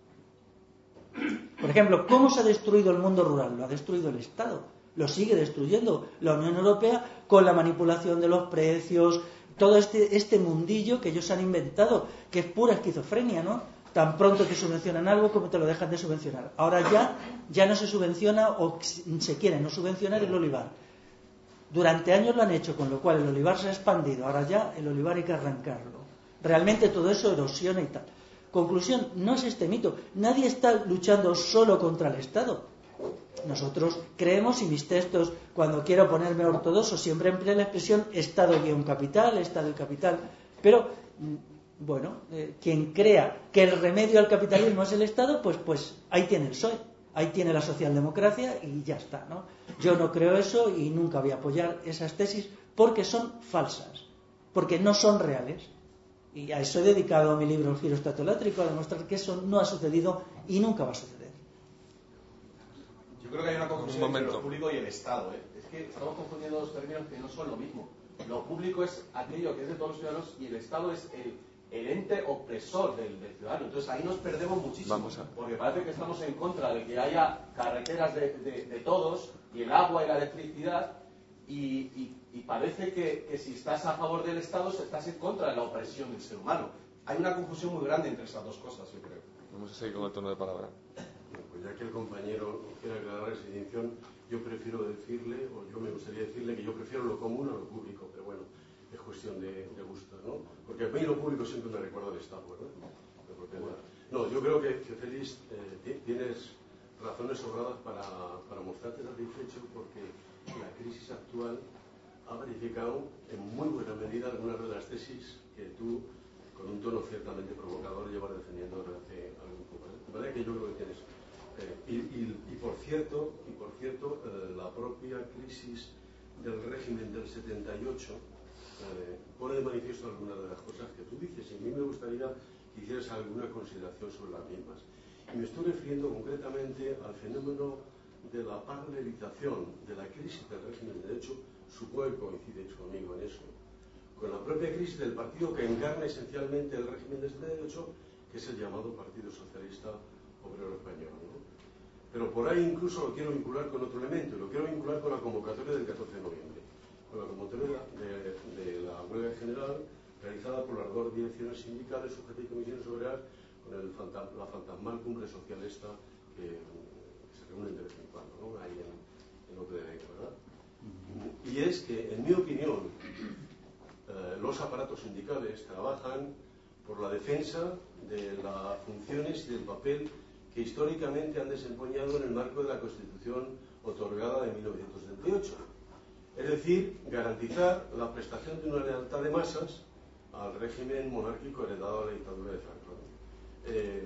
Por ejemplo, ¿cómo se ha destruido el mundo rural? Lo ha destruido el Estado. Lo sigue destruyendo la Unión Europea con la manipulación de los precios, todo este, este mundillo que ellos han inventado, que es pura esquizofrenia, ¿no? Tan pronto que subvencionan algo como te lo dejan de subvencionar. Ahora ya, ya no se subvenciona o se quiere no subvencionar el olivar. Durante años lo han hecho, con lo cual el olivar se ha expandido. Ahora ya el olivar hay que arrancarlo. Realmente todo eso erosiona y tal. Conclusión, no es este mito. Nadie está luchando solo contra el Estado. Nosotros creemos, y mis textos, cuando quiero ponerme ortodoxo, siempre empleo la expresión Estado-capital, Estado y capital. Pero, bueno, eh, quien crea que el remedio al capitalismo es el Estado, pues, pues ahí tiene el P S O E, ahí tiene la socialdemocracia y ya está, ¿no? Yo no creo eso y nunca voy a apoyar esas tesis porque son falsas, porque no son reales. Y a eso he dedicado mi libro El giro estatolátrico, a demostrar que eso no ha sucedido y nunca va a suceder. Yo creo que hay una confusión entre lo público y el Estado, ¿eh? Es que estamos confundiendo dos términos que no son lo mismo. Lo público es aquello que es de todos los ciudadanos y el Estado es el, el ente opresor del, del ciudadano. Entonces ahí nos perdemos muchísimo, a... porque parece que estamos en contra de que haya carreteras de, de, de todos y el agua y la electricidad y, y, y parece que, que si estás a favor del Estado estás en contra de la opresión del ser humano. Hay una confusión muy grande entre esas dos cosas, yo creo. Vamos a seguir con el tono de palabra. Pues ya que el compañero quiere aclarar esa distinción, yo prefiero decirle, o yo me gustaría decirle que yo prefiero lo común a lo público, pero bueno, es cuestión de, de gusto, ¿no? Porque a mí lo público siempre me recuerda al Estado, ¿verdad? No, yo creo que, que Félix, eh, tienes razones sobradas para, para mostrarte satisfecho porque la crisis actual ha verificado en muy buena medida algunas de las tesis que tú, con un tono ciertamente provocador, llevas defendiendo desde hace algún tiempo. De manera que yo creo que tienes... Eh, y, y, y por cierto, y por cierto eh, la propia crisis del régimen del setenta y ocho eh, pone de manifiesto algunas de las cosas que tú dices, y a mí me gustaría que hicieras alguna consideración sobre las mismas. Y me estoy refiriendo concretamente al fenómeno de la paralelización de la crisis del régimen de derecho. Supongo que coincidéis conmigo en eso, con la propia crisis del partido que encarna esencialmente el régimen del setenta y ocho, que es el llamado Partido Socialista Obrero Español, ¿no? pero por ahí incluso lo quiero vincular con otro elemento, lo quiero vincular con la convocatoria del catorce de noviembre, con la convocatoria de, de la huelga general realizada por las dos direcciones sindicales, U G T y Comisiones Obreras, con el, la fantasmal cumbre socialista que, que se reúne de vez en cuando, ¿no? Ahí en, en O P D D, ¿verdad? Y es que, en mi opinión, eh, los aparatos sindicales trabajan por la defensa de las funciones y del papel que históricamente han desempeñado en el marco de la Constitución otorgada de mil novecientos setenta y ocho. Es decir, garantizar la prestación de una lealtad de masas al régimen monárquico heredado a la dictadura de Franco. Eh,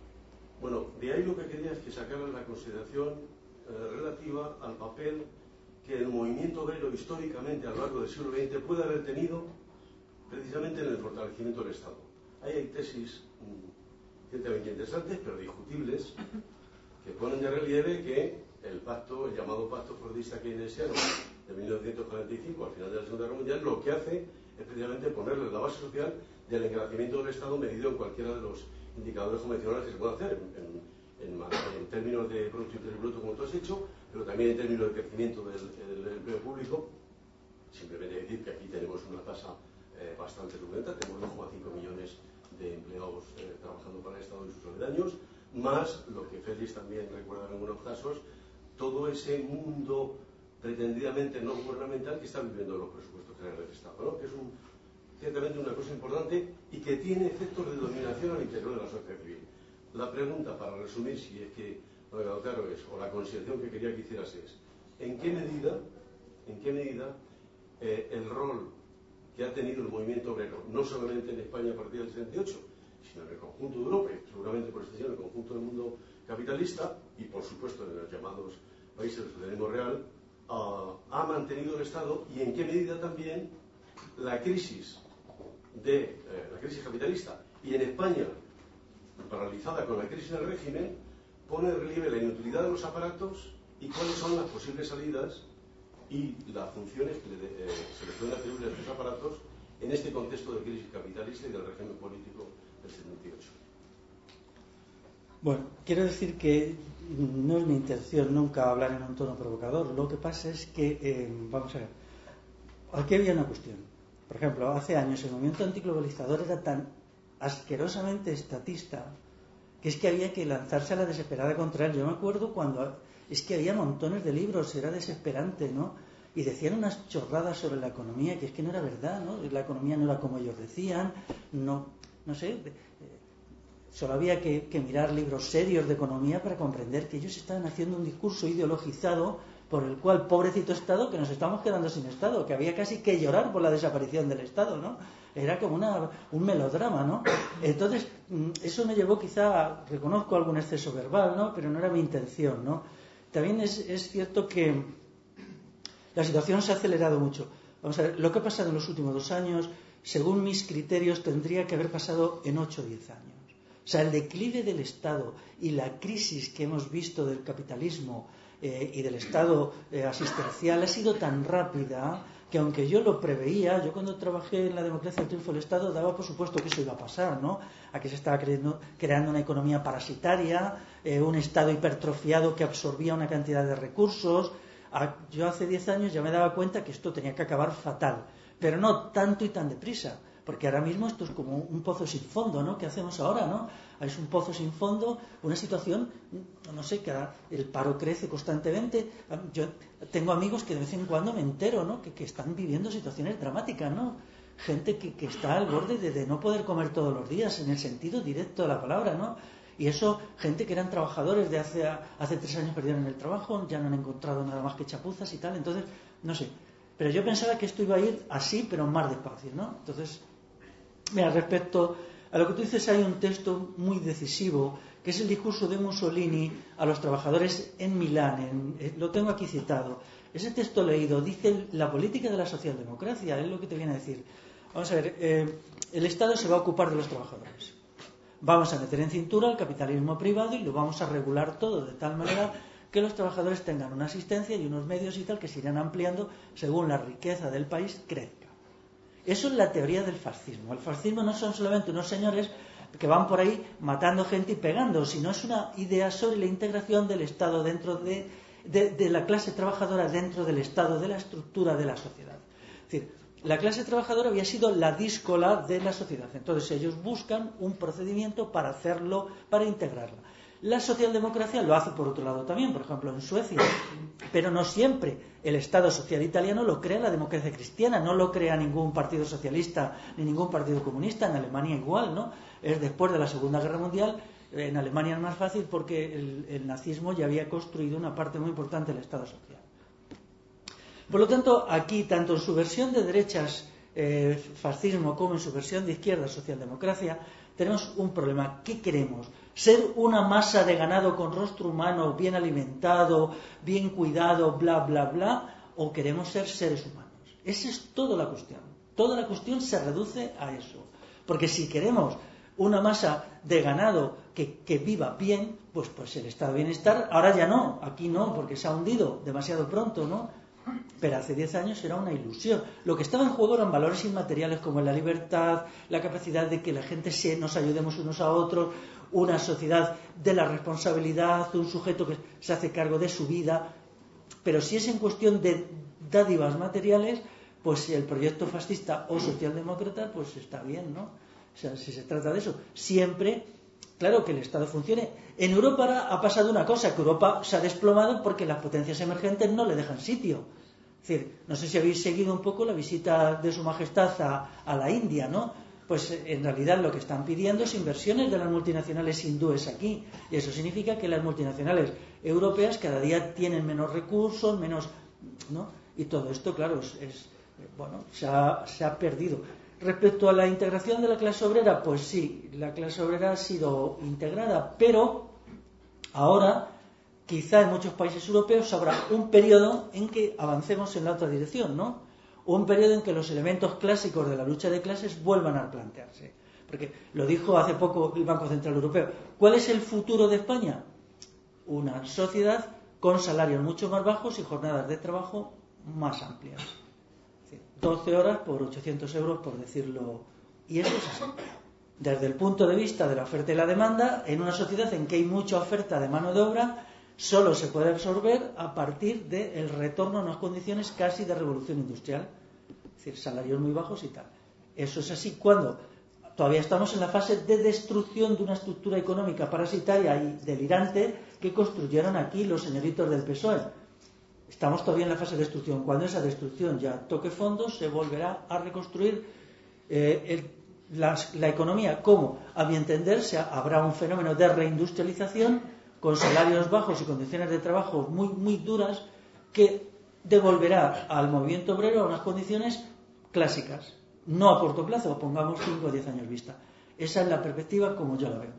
bueno, de ahí lo que quería es que sacaran la consideración eh, relativa al papel que el movimiento obrero históricamente a lo largo del siglo veinte puede haber tenido precisamente en el fortalecimiento del Estado. Ahí hay tesis mmm, ciertamente interesantes, pero discutibles, que ponen de relieve que el pacto, el llamado pacto fordista keynesiano de mil novecientos cuarenta y cinco, al final de la Segunda Guerra Mundial, lo que hace es precisamente ponerle la base social del engrandecimiento del Estado medido en cualquiera de los indicadores convencionales que se puede hacer, en, en, en, en términos de Producto Interior Bruto, como tú has hecho, pero también en términos de crecimiento del, del empleo público. Simplemente decir que aquí tenemos una tasa eh, bastante turbulenta, tenemos dos coma cinco millones de empleados eh, trabajando para el Estado y sus aledaños, más lo que Félix también recuerda en algunos casos, todo ese mundo pretendidamente no gubernamental que está viviendo los presupuestos generales del Estado, ¿no? Que es un, ciertamente una cosa importante y que tiene efectos de dominación al interior de la sociedad civil. La pregunta, para resumir, si es que lo que quedado claro es, o la consideración que quería que hicieras es, ¿en qué medida, en qué medida eh, el rol que ha tenido el movimiento obrero, no solamente en España a partir del setenta y ocho, sino en el conjunto de Europa, y seguramente por extensión en el conjunto del mundo capitalista, y por supuesto en los llamados países del socialismo real, uh, ha mantenido el Estado, y en qué medida también la crisis de eh, la crisis capitalista, y en España paralizada con la crisis del régimen, pone en relieve la inutilidad de los aparatos y cuáles son las posibles salidas y las funciones que le, eh, se le pueden atribuir a estos aparatos en este contexto de crisis capitalista y del régimen político del setenta y ocho. Bueno, quiero decir que no es mi intención nunca hablar en un tono provocador. Lo que pasa es que, eh, vamos a ver, aquí había una cuestión. Por ejemplo, hace años el movimiento antiglobalizador era tan asquerosamente estatista que es que había que lanzarse a la desesperada contra él. Yo me acuerdo cuando es que había montones de libros, era desesperante, ¿no? Y decían unas chorradas sobre la economía que es que no era verdad, ¿no? La economía no era como ellos decían, no, no sé, eh, solo había que, que mirar libros serios de economía para comprender que ellos estaban haciendo un discurso ideologizado por el cual, pobrecito Estado, que nos estamos quedando sin Estado, que había casi que llorar por la desaparición del Estado, ¿no? Era como una, un melodrama, ¿no? Entonces, eso me llevó quizá, reconozco algún exceso verbal, ¿no? Pero no era mi intención, ¿no? También es, es cierto que la situación se ha acelerado mucho. Vamos a ver, lo que ha pasado en los últimos dos años, según mis criterios, tendría que haber pasado en ocho o diez años. O sea, el declive del Estado y la crisis que hemos visto del capitalismo eh, y del Estado eh, asistencial ha sido tan rápida que aunque yo lo preveía, yo cuando trabajé en la democracia del triunfo del Estado daba por supuesto que eso iba a pasar, ¿no? A que se estaba creando, creando una economía parasitaria, eh, un Estado hipertrofiado que absorbía una cantidad de recursos. A, yo hace diez años ya me daba cuenta que esto tenía que acabar fatal, pero no tanto y tan deprisa, porque ahora mismo esto es como un pozo sin fondo, ¿no? ¿Qué hacemos ahora, no? Es un pozo sin fondo, una situación, no sé, que el paro crece constantemente. Yo tengo amigos que de vez en cuando me entero, ¿no? Que, que están viviendo situaciones dramáticas, ¿no? Gente que, que está al borde de, de no poder comer todos los días, en el sentido directo de la palabra, ¿no? Y eso, gente que eran trabajadores de hace, hace tres años perdieron el trabajo, ya no han encontrado nada más que chapuzas y tal, entonces, no sé. Pero yo pensaba que esto iba a ir así, pero más despacio, ¿no? Entonces, mira, respecto a lo que tú dices, hay un texto muy decisivo, que es el discurso de Mussolini a los trabajadores en Milán, en, eh, lo tengo aquí citado. Ese texto leído dice la política de la socialdemocracia, es lo que te viene a decir. Vamos a ver, eh, el Estado se va a ocupar de los trabajadores. Vamos a meter en cintura el capitalismo privado y lo vamos a regular todo de tal manera que los trabajadores tengan una asistencia y unos medios y tal que se irán ampliando según la riqueza del país crezca. Eso es la teoría del fascismo. El fascismo no son solamente unos señores que van por ahí matando gente y pegando, sino es una idea sobre la integración del Estado dentro de, de, de la clase trabajadora dentro del Estado, de la estructura de la sociedad. Es decir, la clase trabajadora había sido la díscola de la sociedad, entonces ellos buscan un procedimiento para hacerlo, para integrarla. La socialdemocracia lo hace por otro lado también, por ejemplo en Suecia, pero no siempre. El Estado social italiano lo crea la democracia cristiana, no lo crea ningún partido socialista ni ningún partido comunista. En Alemania igual, ¿no? Es después de la Segunda Guerra Mundial. En Alemania es más fácil porque el, el nazismo ya había construido una parte muy importante del Estado social. Por lo tanto, aquí, tanto en su versión de derechas, eh, fascismo, como en su versión de izquierda, socialdemocracia, tenemos un problema. ¿Qué queremos? ¿Ser una masa de ganado con rostro humano, bien alimentado, bien cuidado, bla, bla, bla? ¿O queremos ser seres humanos? Esa es toda la cuestión. Toda la cuestión se reduce a eso. Porque si queremos una masa de ganado que, que viva bien, pues, pues el estado de bienestar, ahora ya no, aquí no, porque se ha hundido demasiado pronto, ¿no? Pero hace diez años era una ilusión. Lo que estaba en juego eran valores inmateriales como la libertad, la capacidad de que la gente se, nos ayudemos unos a otros, una sociedad de la responsabilidad, un sujeto que se hace cargo de su vida. Pero si es en cuestión de dádivas materiales, pues el proyecto fascista o socialdemócrata, pues está bien, ¿no? O sea, si se trata de eso, siempre, claro, que el Estado funcione. En Europa ha pasado una cosa, que Europa se ha desplomado porque las potencias emergentes no le dejan sitio. Es decir, no sé si habéis seguido un poco la visita de Su Majestad a, a la India, ¿no? Pues en realidad lo que están pidiendo es inversiones de las multinacionales hindúes aquí. Y eso significa que las multinacionales europeas cada día tienen menos recursos, menos, ¿no? Y todo esto, claro, es, es bueno, se ha, se ha perdido. Respecto a la integración de la clase obrera, pues sí, la clase obrera ha sido integrada, pero ahora, quizá en muchos países europeos habrá un periodo en que avancemos en la otra dirección, ¿no? Un periodo en que los elementos clásicos de la lucha de clases vuelvan a plantearse. Porque lo dijo hace poco el Banco Central Europeo. ¿Cuál es el futuro de España? Una sociedad con salarios mucho más bajos y jornadas de trabajo más amplias. doce horas por ochocientos euros, por decirlo. Y eso es así. Desde el punto de vista de la oferta y la demanda, en una sociedad en que hay mucha oferta de mano de obra, solo se puede absorber a partir del retorno a unas condiciones casi de revolución industrial. Es decir, salarios muy bajos y tal. Eso es así cuando todavía estamos en la fase de destrucción de una estructura económica parasitaria y delirante que construyeron aquí los señoritos del P S O E. Estamos todavía en la fase de destrucción. Cuando esa destrucción ya toque fondo, se volverá a reconstruir eh, el, la, la economía. ¿Cómo? A mi entender, se, habrá un fenómeno de reindustrialización con salarios bajos y condiciones de trabajo muy, muy duras que devolverá al movimiento obrero a unas condiciones clásicas. No a corto plazo, pongamos cinco o diez años vista. Esa es la perspectiva como yo la veo.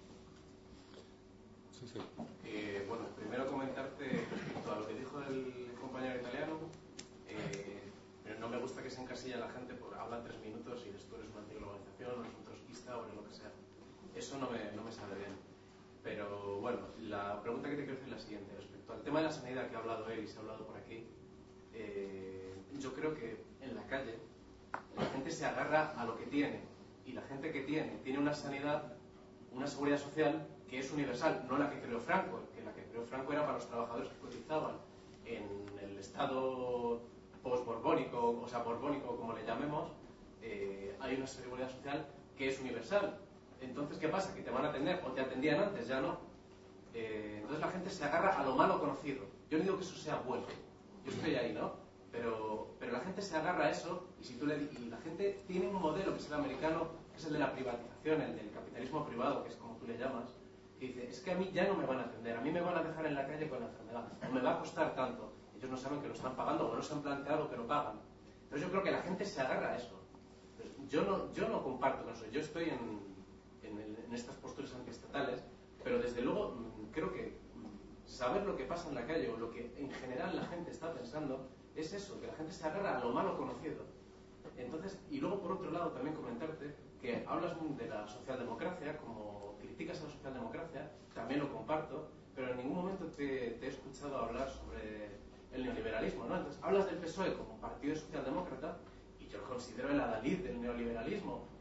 Sí, sí. Eh, bueno, primero comentarte respecto a lo que dijo el compañero italiano. Eh, no me gusta que se encasilla la gente por habla tres minutos y después es una antiglobalización, o es un trotskista o lo que sea. Eso no me, no me sale bien. Pero bueno, la pregunta que te quiero hacer es la siguiente. Respecto al tema de la sanidad que ha hablado él y se ha hablado por aquí, eh, yo creo que en la calle la gente se agarra a lo que tiene. Y la gente que tiene, tiene una sanidad, una seguridad social que es universal, no la que creó Franco, que la que creó Franco era para los trabajadores que cotizaban en el estado post-borbónico, o sea, borbónico, como le llamemos. Eh, hay una seguridad social que es universal. Entonces, ¿qué pasa? Que te van a atender, o te atendían antes, ya no. Eh, entonces la gente se agarra a lo malo conocido. Yo no digo que eso sea bueno, yo estoy ahí, ¿no? Pero, pero la gente se agarra a eso y, si tú le, y la gente tiene un modelo que es el americano, que es el de la privatización, el del capitalismo privado, que es como tú le llamas, que dice, es que a mí ya no me van a atender, a mí me van a dejar en la calle con la enfermedad, o me va a costar tanto. Ellos no saben que lo están pagando o no se han planteado que lo pagan. Entonces yo creo que la gente se agarra a eso. Entonces, yo, no, yo no comparto con eso, yo estoy en, en, el, en estas posturas antiestatales, pero desde luego creo que saber lo que pasa en la calle o lo que en general la gente está pensando es eso, que la gente se agarra a lo malo conocido. Entonces, y luego por otro lado también comentarte que hablas de la socialdemocracia, como criticas a la socialdemocracia, también lo comparto, pero en ningún momento te, te he escuchado hablar sobre el neoliberalismo, ¿no? Entonces, hablas del P S O E como partido socialdemócrata, y yo lo considero el adalid del neoliberalismo.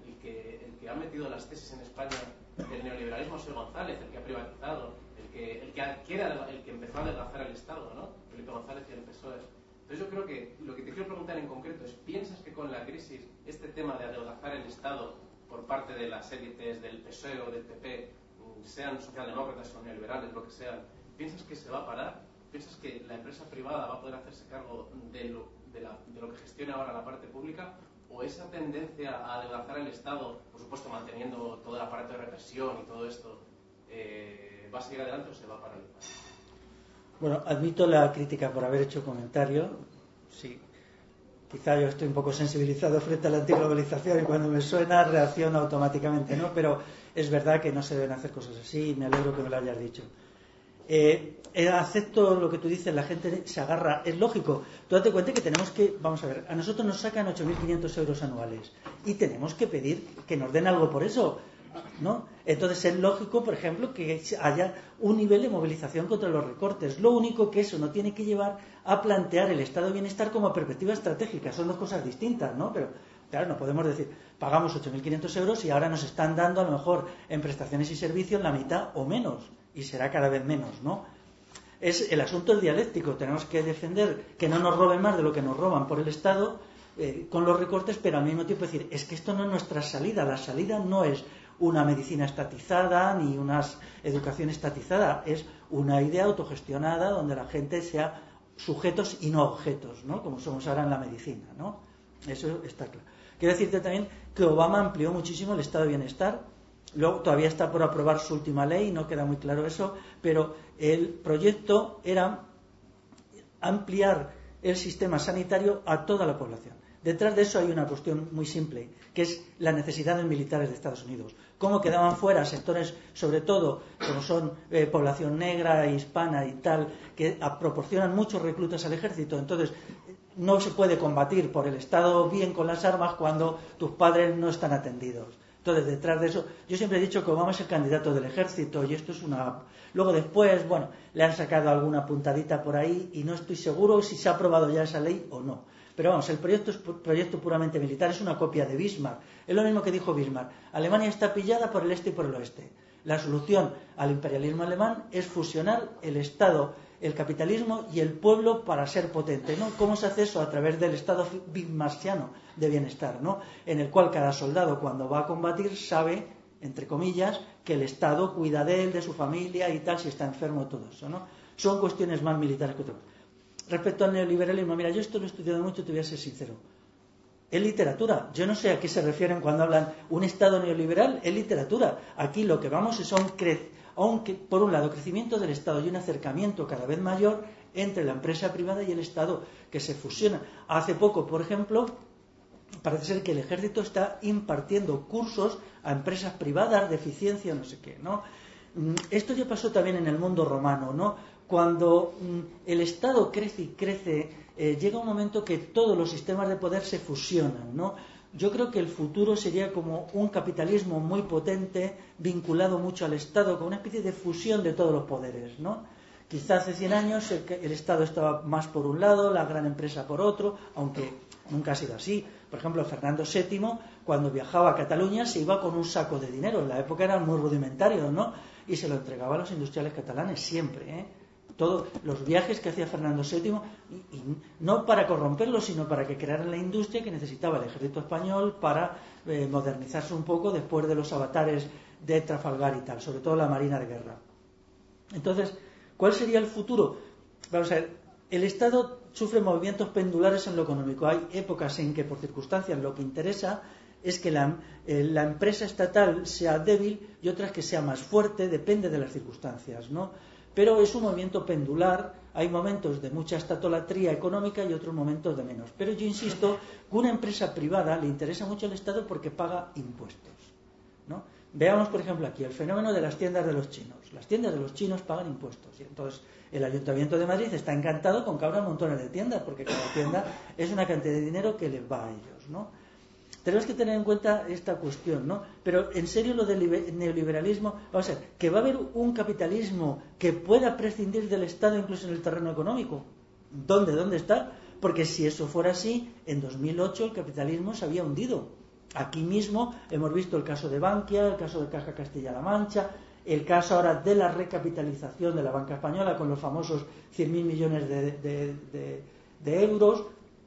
el que, el que ha metido las tesis en España del neoliberalismo es González, el que ha privatizado, el que, el que, quiere, el que empezó a adelgazar el Estado, ¿no? Felipe González y el P S O E. Entonces yo creo que lo que te quiero preguntar en concreto es, ¿piensas que con la crisis este tema de adelgazar el Estado por parte de las élites del P S O E o del P P, sean socialdemócratas o neoliberales, lo que sean, piensas que se va a parar? ¿Piensas que la empresa privada va a poder hacerse cargo de lo, de la, de lo que gestiona ahora la parte pública? ¿O esa tendencia a adelgazar el Estado, por supuesto manteniendo todo el aparato de represión y todo esto, eh, va a seguir adelante o se va a paralizar? Bueno, admito la crítica por haber hecho comentario. Sí, quizá yo estoy un poco sensibilizado frente a la antiglobalización y cuando me suena reacciono automáticamente, ¿no? Pero es verdad que no se deben hacer cosas así y me alegro que me lo hayas dicho. Eh, eh, acepto lo que tú dices, la gente se agarra, es lógico. Tú date cuenta que tenemos que, vamos a ver, a nosotros nos sacan ocho mil quinientos euros anuales y tenemos que pedir que nos den algo por eso, ¿no? Entonces es lógico, por ejemplo, que haya un nivel de movilización contra los recortes. Lo único que eso no tiene que llevar a plantear el estado de bienestar como perspectiva estratégica. Son dos cosas distintas, ¿no? Pero claro, no podemos decir, pagamos ocho mil quinientos euros y ahora nos están dando a lo mejor en prestaciones y servicios la mitad o menos, y será cada vez menos, ¿no? Es el asunto del dialéctico. Tenemos que defender que no nos roben más de lo que nos roban por el Estado eh, con los recortes, pero al mismo tiempo decir, es que esto no es nuestra salida. La salida no es una medicina estatizada ni una educación estatizada, es una idea autogestionada donde la gente sea sujetos y no objetos, ¿no? Como somos ahora en la medicina, ¿no? Eso está claro. Quiero decirte también que Obama amplió muchísimo el estado de bienestar. Luego todavía está por aprobar su última ley, no queda muy claro eso, pero el proyecto era ampliar el sistema sanitario a toda la población. Detrás de eso hay una cuestión muy simple, que es la necesidad de militares de Estados Unidos. Cómo quedaban fuera sectores, sobre todo, como son eh, población negra, hispana y tal, que a, proporcionan muchos reclutas al ejército. Entonces, no se puede combatir por el Estado bien con las armas cuando tus padres no están atendidos. Entonces, detrás de eso, yo siempre he dicho que Obama es el candidato del ejército y esto es una... Luego después, bueno, le han sacado alguna puntadita por ahí y no estoy seguro si se ha aprobado ya esa ley o no. Pero vamos, el proyecto es proyecto puramente militar, es una copia de Bismarck. Es lo mismo que dijo Bismarck. Alemania está pillada por el este y por el oeste. La solución al imperialismo alemán es fusionar el Estado, el capitalismo y el pueblo para ser potente, ¿no? ¿Cómo se hace eso? A través del Estado bismarckiano de bienestar, ¿no? En el cual cada soldado cuando va a combatir sabe, entre comillas, que el Estado cuida de él, de su familia y tal, si está enfermo, todo eso, ¿no? Son cuestiones más militares que otras. Respecto al neoliberalismo, mira, yo esto lo he estudiado mucho, te voy a ser sincero. Es literatura. Yo no sé a qué se refieren cuando hablan un Estado neoliberal, es literatura. Aquí lo que vamos es a un, cre- a un por un lado, crecimiento del Estado y un acercamiento cada vez mayor entre la empresa privada y el Estado, que se fusionan. Hace poco, por ejemplo, parece ser que el ejército está impartiendo cursos a empresas privadas de eficiencia, no sé qué, ¿no? Esto ya pasó también en el mundo romano, ¿no? Cuando mm, el Estado crece y crece, eh, llega un momento que todos los sistemas de poder se fusionan, ¿no? Yo creo que el futuro sería como un capitalismo muy potente, vinculado mucho al Estado, con una especie de fusión de todos los poderes, ¿no? Quizá hace cien años el, el Estado estaba más por un lado, la gran empresa por otro, aunque nunca ha sido así. Por ejemplo, Fernando séptimo, cuando viajaba a Cataluña, se iba con un saco de dinero. En la época eran muy rudimentarios, ¿no? Y se lo entregaba a los industriales catalanes siempre, ¿eh? Todos los viajes que hacía Fernando séptimo, y, y no para corromperlos, sino para que crearan la industria que necesitaba el ejército español para eh, modernizarse un poco después de los avatares de Trafalgar y tal, sobre todo la Marina de Guerra. Entonces, ¿cuál sería el futuro? Vamos a ver, el Estado sufre movimientos pendulares en lo económico. Hay épocas en que, por circunstancias, lo que interesa es que la, eh, la empresa estatal sea débil y otras que sea más fuerte, depende de las circunstancias, ¿no? Pero es un movimiento pendular, hay momentos de mucha estatolatría económica y otros momentos de menos. Pero yo insisto que una empresa privada le interesa mucho al Estado porque paga impuestos, ¿no? Veamos, por ejemplo, aquí el fenómeno de las tiendas de los chinos. Las tiendas de los chinos pagan impuestos y entonces el Ayuntamiento de Madrid está encantado con que abran montones de tiendas porque cada tienda es una cantidad de dinero que les va a ellos, ¿no? Tenemos que tener en cuenta esta cuestión, ¿no? Pero en serio lo del neoliberalismo, vamos a ver, que va a haber un capitalismo que pueda prescindir del Estado incluso en el terreno económico. ¿Dónde? ¿Dónde está? Porque si eso fuera así, en dos mil ocho el capitalismo se había hundido. Aquí mismo hemos visto el caso de Bankia, el caso de Caja Castilla-La Mancha, el caso ahora de la recapitalización de la banca española con los famosos cien mil millones de, de, de, de euros,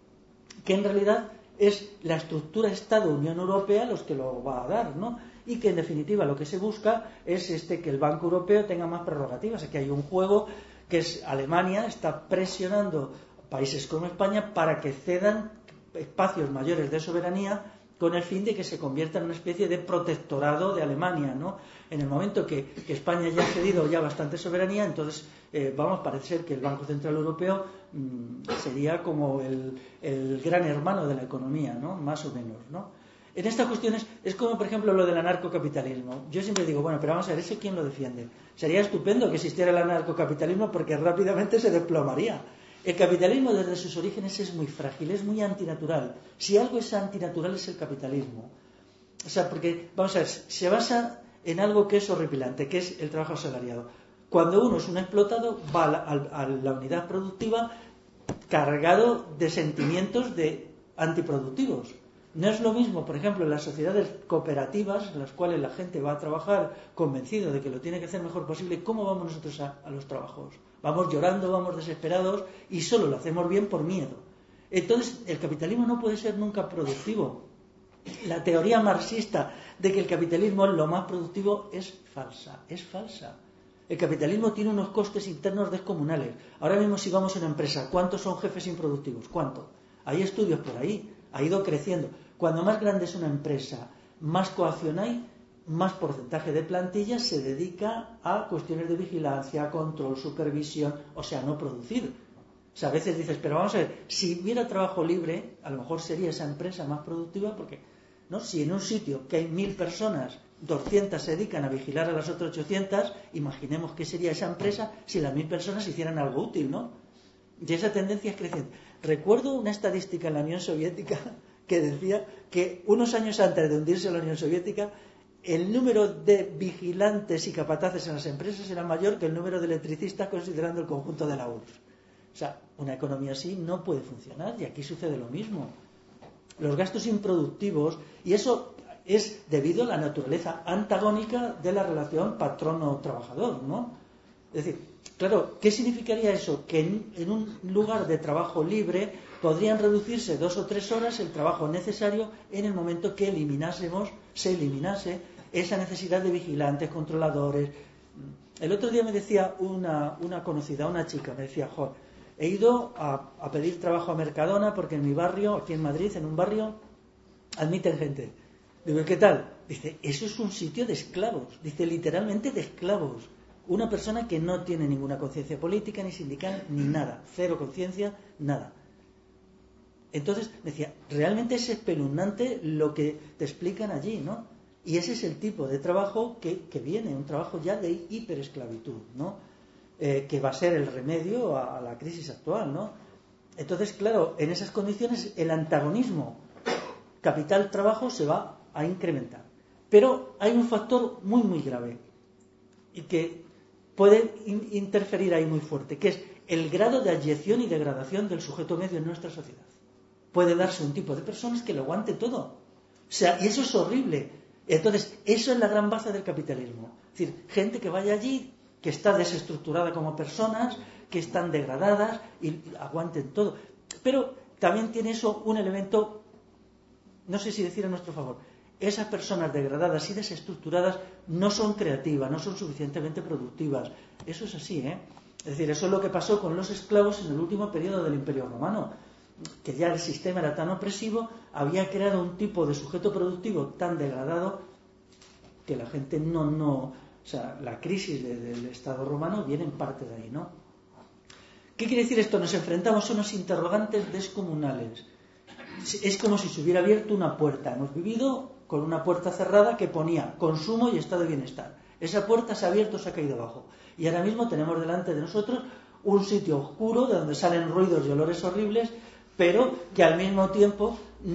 que en realidad es la estructura Estado-Unión Europea los que lo va a dar, ¿no? Y que en definitiva lo que se busca es este que el Banco Europeo tenga más prerrogativas. Aquí hay un juego que es Alemania está presionando países como España para que cedan espacios mayores de soberanía con el fin de que se convierta en una especie de protectorado de Alemania, ¿no? En el momento que, que España ya ha cedido ya bastante soberanía, entonces eh, vamos, parece ser que el Banco Central Europeo mmm, sería como el, el gran hermano de la economía, ¿no? Más o menos, ¿no? En estas cuestiones es como, por ejemplo, lo del anarcocapitalismo. Yo siempre digo, bueno, pero vamos a ver, ¿ese quién lo defiende? Sería estupendo que existiera el anarcocapitalismo porque rápidamente se desplomaría. El capitalismo desde sus orígenes es muy frágil, es muy antinatural. Si algo es antinatural es el capitalismo. O sea, porque, vamos a ver, se basa en algo que es horripilante, que es el trabajo asalariado. Cuando uno es un explotado, va a la, a la unidad productiva cargado de sentimientos de antiproductivos. No es lo mismo, por ejemplo, en las sociedades cooperativas, en las cuales la gente va a trabajar convencido de que lo tiene que hacer mejor posible. ¿Cómo vamos nosotros a, a los trabajos? Vamos llorando, vamos desesperados y solo lo hacemos bien por miedo. Entonces, el capitalismo no puede ser nunca productivo. La teoría marxista de que el capitalismo es lo más productivo es falsa, es falsa. El capitalismo tiene unos costes internos descomunales. Ahora mismo, si vamos a una empresa, ¿cuántos son jefes improductivos? ¿Cuánto? Hay estudios por ahí. Ha ido creciendo. Cuando más grande es una empresa, más coacción hay, más porcentaje de plantilla se dedica a cuestiones de vigilancia, control, supervisión, o sea, no producir. O sea, a veces dices, pero vamos a ver, si hubiera trabajo libre, a lo mejor sería esa empresa más productiva, porque ¿no? Si en un sitio que hay mil personas, doscientas se dedican a vigilar a las otras ochocientas, imaginemos qué sería esa empresa si las mil personas hicieran algo útil, ¿no? Y esa tendencia es creciente. Recuerdo una estadística en la Unión Soviética que decía que unos años antes de hundirse la Unión Soviética, el número de vigilantes y capataces en las empresas era mayor que el número de electricistas considerando el conjunto de la U R S S. O sea, una economía así no puede funcionar y aquí sucede lo mismo. Los gastos improductivos, y eso es debido a la naturaleza antagónica de la relación patrono-trabajador, ¿no? Es decir, claro, ¿qué significaría eso? Que en, en un lugar de trabajo libre podrían reducirse dos o tres horas el trabajo necesario en el momento que eliminásemos, se eliminase esa necesidad de vigilantes, controladores. El otro día me decía una, una conocida, una chica, me decía, jo, he ido a, a pedir trabajo a Mercadona porque en mi barrio, aquí en Madrid, en un barrio, admiten gente. Digo, ¿qué tal? Dice, eso es un sitio de esclavos. Dice, literalmente de esclavos. Una persona que no tiene ninguna conciencia política, ni sindical, ni nada. Cero conciencia, nada. Entonces, me decía, realmente es espeluznante lo que te explican allí, ¿no? Y ese es el tipo de trabajo que, que viene, un trabajo ya de hiperesclavitud, ¿no? Eh, que va a ser el remedio a, a la crisis actual, ¿no? Entonces, claro, en esas condiciones el antagonismo capital-trabajo se va a incrementar. Pero hay un factor muy, muy grave y que puede in- interferir ahí muy fuerte, que es el grado de abyección y degradación del sujeto medio en nuestra sociedad. Puede darse un tipo de personas que lo aguante todo. O sea, y eso es horrible. Entonces, eso es la gran base del capitalismo. Es decir, gente que vaya allí, que está desestructurada como personas, que están degradadas y aguanten todo. Pero también tiene eso un elemento, no sé si decir a nuestro favor, esas personas degradadas y desestructuradas no son creativas, no son suficientemente productivas. Eso es así, ¿eh? Es decir, eso es lo que pasó con los esclavos en el último periodo del Imperio Romano, que ya el sistema era tan opresivo, había creado un tipo de sujeto productivo tan degradado que la gente no, no, o sea, la crisis de, del Estado romano viene en parte de ahí, ¿no? ¿Qué quiere decir esto? Nos enfrentamos a unos interrogantes descomunales. Es como si se hubiera abierto una puerta. Hemos vivido con una puerta cerrada que ponía consumo y estado de bienestar. Esa puerta se ha abierto, se ha caído abajo. Y ahora mismo tenemos delante de nosotros un sitio oscuro de donde salen ruidos y olores horribles, pero que al mismo tiempo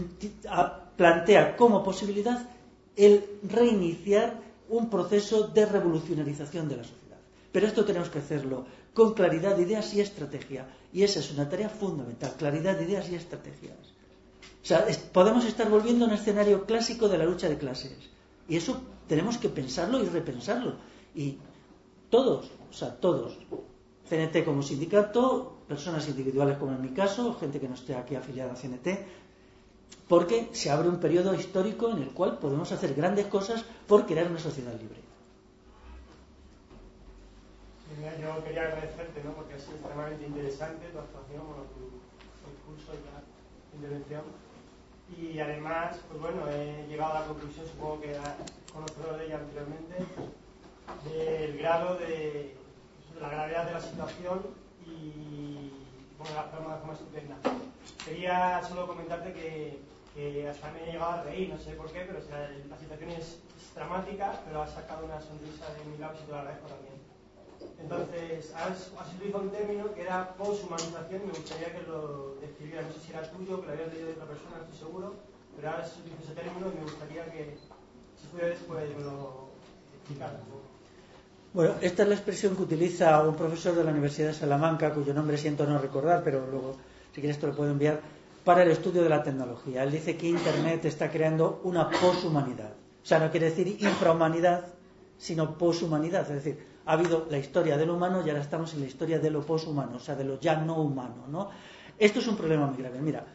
plantea como posibilidad el reiniciar un proceso de revolucionarización de la sociedad. Pero esto tenemos que hacerlo con claridad de ideas y estrategia. Y esa es una tarea fundamental, claridad de ideas y estrategias. O sea, es, podemos estar volviendo a un escenario clásico de la lucha de clases. Y eso tenemos que pensarlo y repensarlo. Y todos, o sea, todos, C N T como sindicato, personas individuales como en mi caso, gente que no esté aquí afiliada a C N T, porque se abre un periodo histórico en el cual podemos hacer grandes cosas por crear una sociedad libre. Mira, yo quería agradecerte, ¿no? Porque ha sido extremadamente interesante tu actuación, bueno, tu discurso y la intervención. Y además, pues bueno, he llegado a la conclusión, supongo que era conocedor de ella anteriormente, del grado de, de la gravedad de la situación y bueno, la forma de forma estupenda. Quería solo comentarte que, que hasta me he llegado a reír, no sé por qué, pero o sea, la situación es, es dramática, pero has sacado una sonrisa de mi lado y te lo agradezco también. Entonces, has, has utilizado un término que era poshumanización y me gustaría que lo describieras. No sé si era tuyo, que lo habías leído de otra persona, no estoy seguro, pero ahora has utilizado ese término y me gustaría que, si pudieras, pues me lo explicaras. Bueno, esta es la expresión que utiliza un profesor de la Universidad de Salamanca, cuyo nombre siento no recordar, pero luego, si quieres, te lo puedo enviar, para el estudio de la tecnología. Él dice que Internet está creando una poshumanidad. O sea, no quiere decir infrahumanidad, sino poshumanidad. Es decir, ha habido la historia del humano y ahora estamos en la historia de lo poshumano, o sea, de lo ya no humano, ¿no? Esto es un problema muy grave. Mira,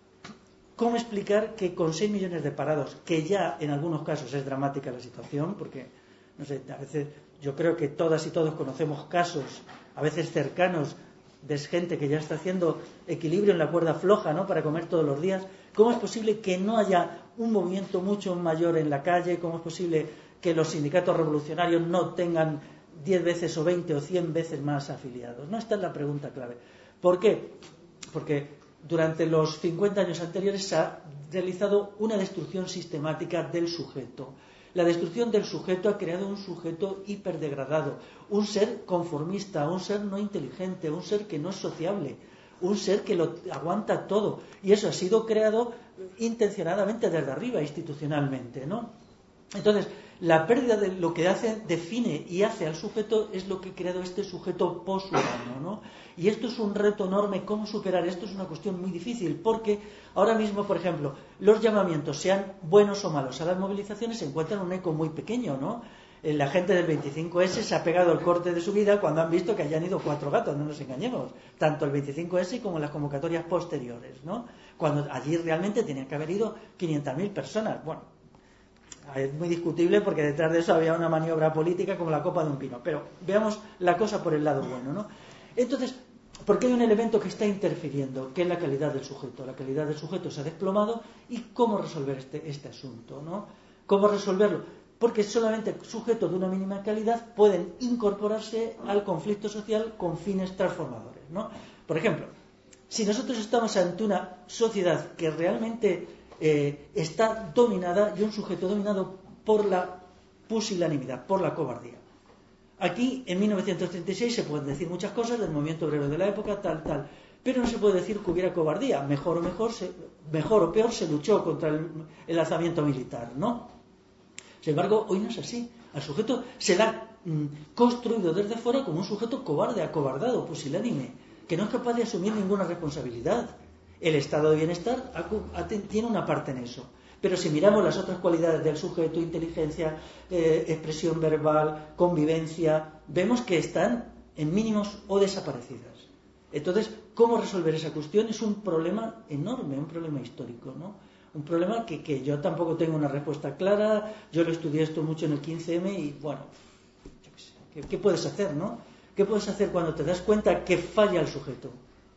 ¿cómo explicar que con seis millones de parados, que ya en algunos casos es dramática la situación, porque, no sé, a veces yo creo que todas y todos conocemos casos, a veces cercanos, de gente que ya está haciendo equilibrio en la cuerda floja, ¿no?, para comer todos los días. ¿Cómo es posible que no haya un movimiento mucho mayor en la calle? ¿Cómo es posible que los sindicatos revolucionarios no tengan diez veces o veinte o cien veces más afiliados? No, esta es la pregunta clave. ¿Por qué? Porque durante los cincuenta años anteriores se ha realizado una destrucción sistemática del sujeto. La destrucción del sujeto ha creado un sujeto hiperdegradado, un ser conformista, un ser no inteligente, un ser que no es sociable, un ser que lo aguanta todo. Y eso ha sido creado intencionadamente desde arriba, institucionalmente, ¿no? Entonces, la pérdida de lo que hace, define y hace al sujeto es lo que ha creado este sujeto poshumano, ¿no? Y esto es un reto enorme. ¿Cómo superar esto? Es una cuestión muy difícil, porque ahora mismo, por ejemplo, los llamamientos, sean buenos o malos, a las movilizaciones se encuentran un eco muy pequeño, ¿no? La gente del veinticinco ese se ha pegado el corte de su vida cuando han visto que hayan ido cuatro gatos, no nos engañemos, tanto el veinticinco ese como las convocatorias posteriores, ¿no? Cuando allí realmente tenían que haber ido quinientas mil personas. Bueno, es muy discutible porque detrás de eso había una maniobra política como la copa de un pino, pero veamos la cosa por el lado bueno, ¿no? Entonces, ¿por qué hay un elemento que está interfiriendo? Que es la calidad del sujeto. La calidad del sujeto se ha desplomado. ¿Y cómo resolver este, este asunto, ¿no? ¿Cómo resolverlo? Porque solamente sujetos de una mínima calidad pueden incorporarse al conflicto social con fines transformadores, ¿no? Por ejemplo, si nosotros estamos ante una sociedad que realmente eh, está dominada y un sujeto dominado por la pusilanimidad, por la cobardía. Aquí, en mil novecientos treinta y seis, se pueden decir muchas cosas del movimiento obrero de la época, tal, tal, pero no se puede decir que hubiera cobardía. Mejor o mejor, se, mejor o peor, se luchó contra el, el alzamiento militar, ¿no? Sin embargo, hoy no es así. Al sujeto se le ha mm, construido desde fuera como un sujeto cobarde, acobardado, pusilánime, que no es capaz de asumir ninguna responsabilidad. El estado de bienestar ha, ha, tiene una parte en eso. Pero si miramos las otras cualidades del sujeto, inteligencia, eh, expresión verbal, convivencia, vemos que están en mínimos o desaparecidas. Entonces, ¿cómo resolver esa cuestión? Es un problema enorme, un problema histórico, ¿no? Un problema que, que yo tampoco tengo una respuesta clara. Yo lo estudié esto mucho en el quince eme y, bueno, yo qué sé, ¿qué, qué puedes hacer, no? ¿Qué puedes hacer cuando te das cuenta que falla el sujeto?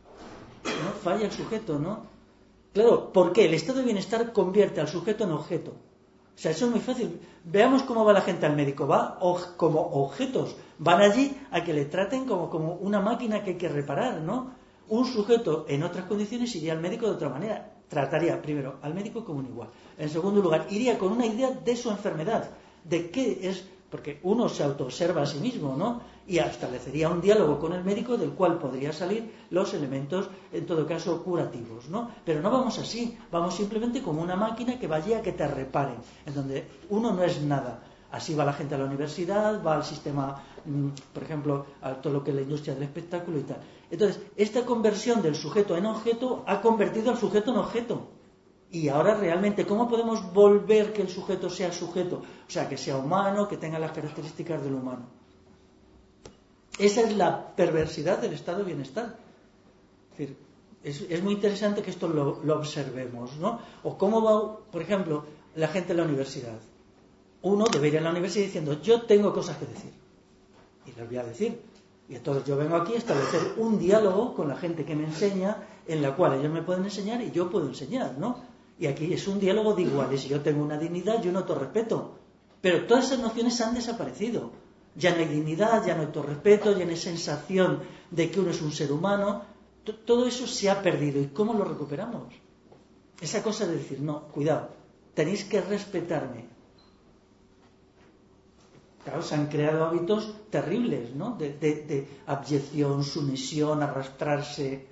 ¿No? Falla el sujeto, ¿no? Claro, ¿por qué? El estado de bienestar convierte al sujeto en objeto. O sea, eso es muy fácil. Veamos cómo va la gente al médico. Va como objetos. Van allí a que le traten como, como una máquina que hay que reparar, ¿no? Un sujeto en otras condiciones iría al médico de otra manera. Trataría primero al médico como un igual. En segundo lugar, iría con una idea de su enfermedad. De qué es... Porque uno se autoobserva a sí mismo, ¿no? Y establecería un diálogo con el médico del cual podría salir los elementos, en todo caso, curativos, ¿no? Pero no vamos así, vamos simplemente como una máquina que vaya a que te reparen, en donde uno no es nada. Así va la gente a la universidad, va al sistema, por ejemplo, a todo lo que es la industria del espectáculo y tal. Entonces, esta conversión del sujeto en objeto ha convertido al sujeto en objeto. Y ahora realmente, ¿cómo podemos volver que el sujeto sea sujeto? O sea, que sea humano, que tenga las características del humano. Esa es la perversidad del estado de bienestar. Es decir, es, es muy interesante que esto lo, lo observemos, ¿no? O cómo va, por ejemplo, la gente en la universidad. Uno debe ir a la universidad diciendo, yo tengo cosas que decir. Y les voy a decir. Y entonces yo vengo aquí a establecer un diálogo con la gente que me enseña, en la cual ellos me pueden enseñar y yo puedo enseñar, ¿no? Y aquí es un diálogo de iguales. Yo tengo una dignidad, yo no autorrespeto. Pero todas esas nociones han desaparecido. Ya no hay dignidad, ya no hay autorrespeto, ya no hay sensación de que uno es un ser humano. T- todo eso se ha perdido. ¿Y cómo lo recuperamos? Esa cosa de decir, no, cuidado, tenéis que respetarme. Claro, se han creado hábitos terribles, ¿no? De, de, de abyección, sumisión, arrastrarse.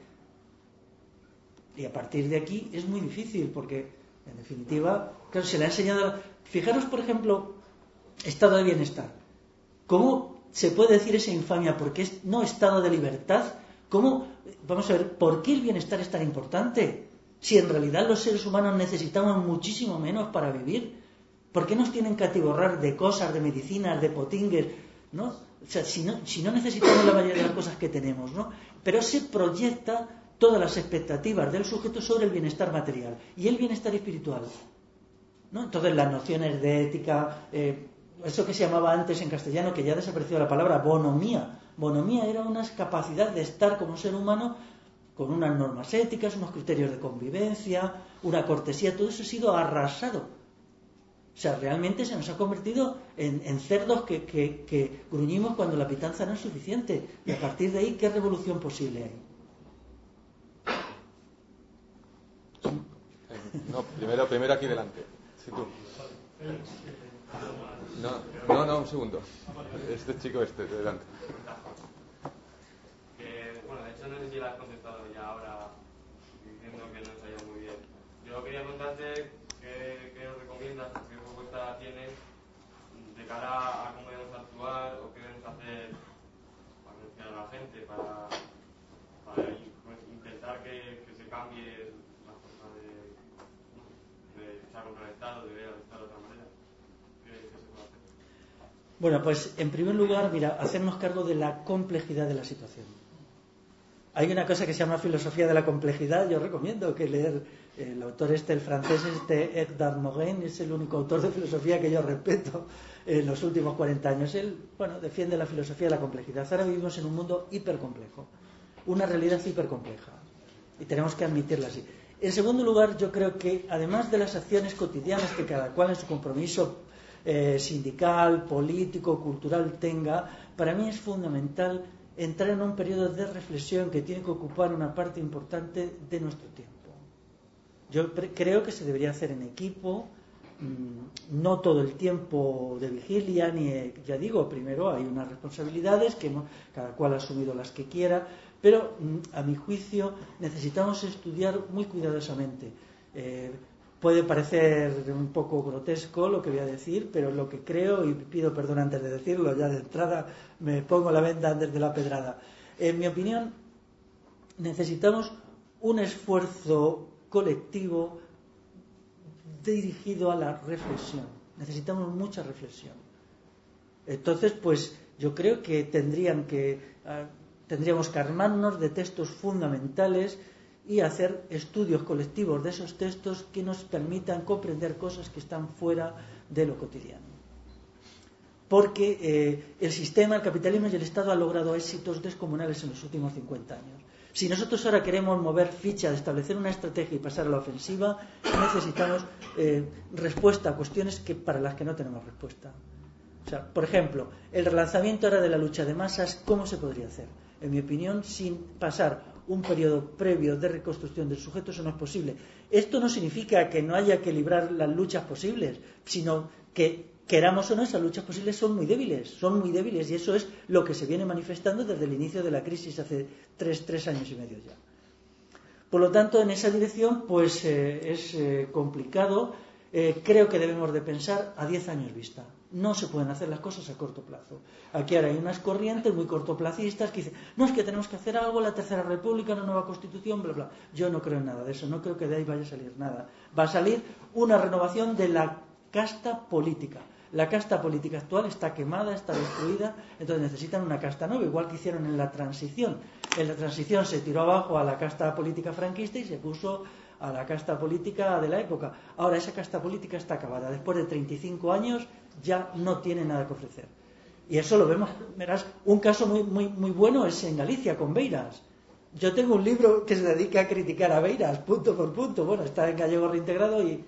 Y a partir de aquí es muy difícil, porque, en definitiva, claro, se le ha enseñado... Fijaros, por ejemplo, estado de bienestar. ¿Cómo se puede decir esa infamia? Porque es no estado de libertad. ¿Cómo? Vamos a ver, ¿por qué el bienestar es tan importante? Si en realidad los seres humanos necesitamos muchísimo menos para vivir. ¿Por qué nos tienen que atiborrar de cosas, de medicinas, de potingues? ¿No? O sea, si no, si no necesitamos la mayoría de las cosas que tenemos, ¿no? Pero se proyecta todas las expectativas del sujeto sobre el bienestar material y el bienestar espiritual, ¿no? Entonces las nociones de ética, eh, eso que se llamaba antes en castellano, que ya desapareció la palabra bonomía. Bonomía era una capacidad de estar como ser humano con unas normas éticas, unos criterios de convivencia, una cortesía, todo eso ha sido arrasado. O sea, realmente se nos ha convertido en, en cerdos que, que, que gruñimos cuando la pitanza no es suficiente. Y a partir de ahí, ¿qué revolución posible hay? No, primero, primero aquí delante. Sí, tú. No, no, no, un segundo. Este chico este, delante. Que, bueno, de hecho no sé si la has contestado ya ahora, diciendo que no se ha ido muy bien. Yo quería preguntarte qué, qué nos recomiendas, qué propuesta tienes de cara a cómo debemos actuar o qué debemos hacer para denunciar a la gente, para, para pues, intentar que, que se cambie la forma de, de luchar contra el Estado, de ver al Estado de otra manera. ¿Qué, qué se puede hacer? Bueno, pues en primer lugar, mira, hacernos cargo de la complejidad de la situación. Hay una cosa que se llama filosofía de la complejidad. Yo recomiendo que leer eh, el autor este, el francés este, Edgar Morin, es el único autor de filosofía que yo respeto en los últimos cuarenta años. Él, bueno, defiende la filosofía de la complejidad. Ahora vivimos en un mundo hipercomplejo, una realidad hipercompleja, y tenemos que admitirla así. En segundo lugar, yo creo que además de las acciones cotidianas que cada cual en su compromiso eh, sindical, político, cultural tenga, para mí es fundamental entrar en un periodo de reflexión que tiene que ocupar una parte importante de nuestro tiempo. Yo pre- creo que se debería hacer en equipo, mmm, no todo el tiempo de vigilia, ni, eh, ya digo, primero hay unas responsabilidades que hemos, cada cual ha asumido las que quiera, pero mmm, a mi juicio necesitamos estudiar muy cuidadosamente. Eh, puede parecer un poco grotesco lo que voy a decir, pero lo que creo, y pido perdón antes de decirlo, ya de entrada me pongo la venda antes de la pedrada. En mi opinión, necesitamos un esfuerzo colectivo dirigido a la reflexión. Necesitamos mucha reflexión. Entonces, pues yo creo que tendrían que uh, tendríamos que armarnos de textos fundamentales y hacer estudios colectivos de esos textos que nos permitan comprender cosas que están fuera de lo cotidiano. Porque eh, el sistema, el capitalismo y el Estado han logrado éxitos descomunales en los últimos cincuenta años. Si nosotros ahora queremos mover ficha, de establecer una estrategia y pasar a la ofensiva, necesitamos eh, respuesta a cuestiones que, para las que no tenemos respuesta. O sea, por ejemplo, el relanzamiento ahora de la lucha de masas, ¿cómo se podría hacer? En mi opinión, sin pasar un periodo previo de reconstrucción del sujeto, eso no es posible. Esto no significa que no haya que librar las luchas posibles, sino que, queramos o no, esas luchas posibles son muy débiles, son muy débiles, y eso es lo que se viene manifestando desde el inicio de la crisis hace tres, tres años y medio ya. Por lo tanto, en esa dirección, pues eh, es eh, complicado. Eh, creo que debemos de pensar a diez años vista. No se pueden hacer las cosas a corto plazo. Aquí ahora hay unas corrientes muy cortoplacistas que dicen, no, es que tenemos que hacer algo, la Tercera República, una nueva Constitución, bla, bla. Yo no creo en nada de eso, no creo que de ahí vaya a salir nada. Va a salir una renovación de la casta política. La casta política actual está quemada, está destruida, entonces necesitan una casta nueva, igual que hicieron en la transición. En la transición se tiró abajo a la casta política franquista y se puso a la casta política de la época. Ahora esa casta política está acabada. Después de treinta y cinco años ya no tiene nada que ofrecer. Y eso lo vemos, verás, un caso muy, muy, muy bueno es en Galicia, con Beiras. Yo tengo un libro que se dedica a criticar a Beiras, punto por punto. Bueno, está en gallego reintegrado y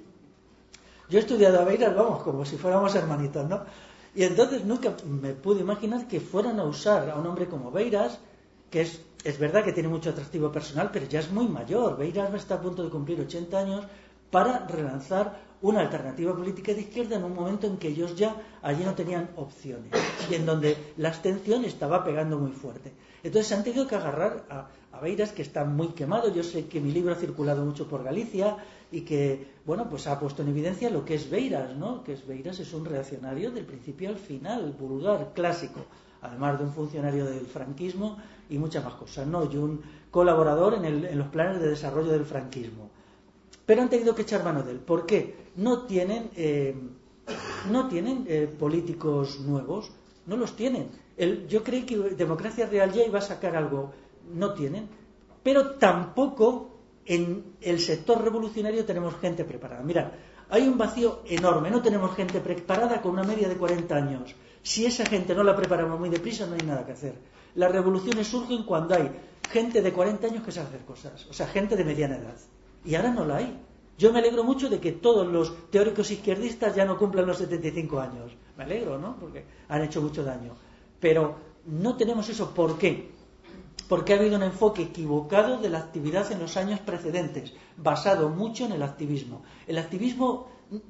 yo he estudiado a Beiras, vamos, como si fuéramos hermanitos, ¿no? Y entonces nunca me pude imaginar que fueran a usar a un hombre como Beiras, que es, es verdad que tiene mucho atractivo personal, pero ya es muy mayor. Beiras está a punto de cumplir ochenta años, para relanzar una alternativa política de izquierda en un momento en que ellos ya allí no tenían opciones y en donde la abstención estaba pegando muy fuerte. Entonces se han tenido que agarrar a, a Beiras, que está muy quemado. Yo sé que mi libro ha circulado mucho por Galicia y que, bueno, pues ha puesto en evidencia lo que es Beiras, ¿no? Que es Beiras es un reaccionario del principio al final, vulgar, clásico, además de un funcionario del franquismo y muchas más cosas, ¿no? Y un colaborador en, el, en los planes de desarrollo del franquismo. Pero han tenido que echar mano de él. ¿Por qué? No tienen, eh, no tienen eh, políticos nuevos, no los tienen. El, yo creí que Democracia Real ya iba a sacar algo, no tienen. Pero tampoco en el sector revolucionario tenemos gente preparada. Mirad, hay un vacío enorme, no tenemos gente preparada con una media de cuarenta años. Si esa gente no la preparamos muy deprisa, no hay nada que hacer. Las revoluciones surgen cuando hay gente de cuarenta años que sabe hacer cosas, o sea, gente de mediana edad. Y ahora no la hay. Yo me alegro mucho de que todos los teóricos izquierdistas ya no cumplan los setenta y cinco años. Me alegro, ¿no? Porque han hecho mucho daño. Pero no tenemos eso. ¿Por qué? Porque ha habido un enfoque equivocado de la actividad en los años precedentes, basado mucho en el activismo. El activismo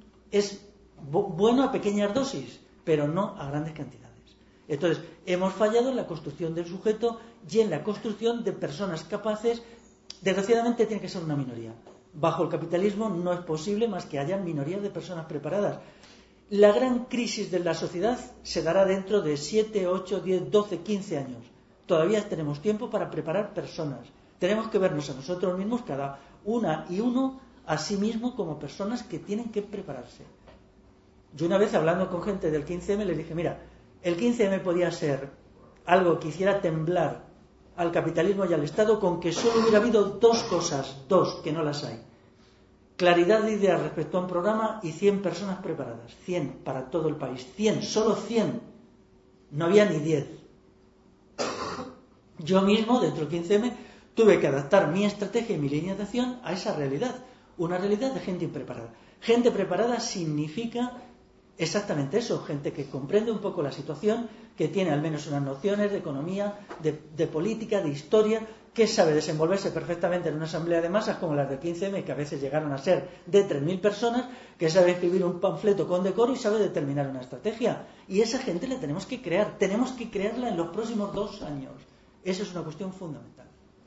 es bu- bueno a pequeñas dosis, pero no a grandes cantidades. Entonces, hemos fallado en la construcción del sujeto y en la construcción de personas capaces. Desgraciadamente tiene que ser una minoría. Bajo el capitalismo no es posible más que haya minorías de personas preparadas. La gran crisis de la sociedad se dará dentro de siete, ocho, diez, doce, quince años. Todavía tenemos tiempo para preparar personas. Tenemos que vernos a nosotros mismos, cada una y uno, a sí mismo como personas que tienen que prepararse. Yo una vez hablando con gente del quince eme les dije, mira, el quince eme podía ser algo que hiciera temblar al capitalismo y al Estado con que solo hubiera habido dos cosas, dos, que no las hay. Claridad de ideas respecto a un programa y cien personas preparadas. cien para todo el país. cien, solo cien. No había ni diez. Yo mismo, dentro del quince eme, tuve que adaptar mi estrategia y mi línea de acción a esa realidad. Una realidad de gente impreparada. Gente preparada significa exactamente eso, gente que comprende un poco la situación, que tiene al menos unas nociones de economía, de, de política, de historia, que sabe desenvolverse perfectamente en una asamblea de masas como las del quince eme, que a veces llegaron a ser de tres mil personas, que sabe escribir un panfleto con decoro y sabe determinar una estrategia. Y esa gente la tenemos que crear, tenemos que crearla en los próximos dos años. Esa es una cuestión fundamental.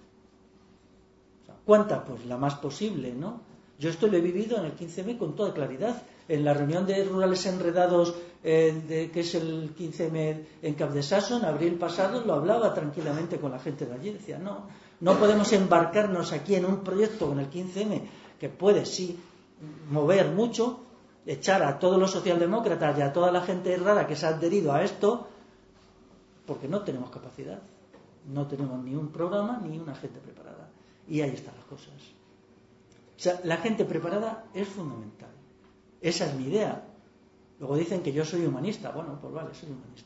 O sea, ¿cuánta? Pues la más posible, ¿no? Yo esto lo he vivido en el quince eme con toda claridad. En la reunión de Rurales Enredados, eh, de, que es el quince eme en Cap de Sasso, en abril pasado, lo hablaba tranquilamente con la gente de allí. Decía, no, no podemos embarcarnos aquí en un proyecto con el quince eme que puede, sí, mover mucho, echar a todos los socialdemócratas y a toda la gente rara que se ha adherido a esto, porque no tenemos capacidad. No tenemos ni un programa ni una gente preparada. Y ahí están las cosas. O sea, la gente preparada es fundamental. Esa es mi idea. Luego dicen que yo soy humanista. Bueno, pues vale, soy humanista.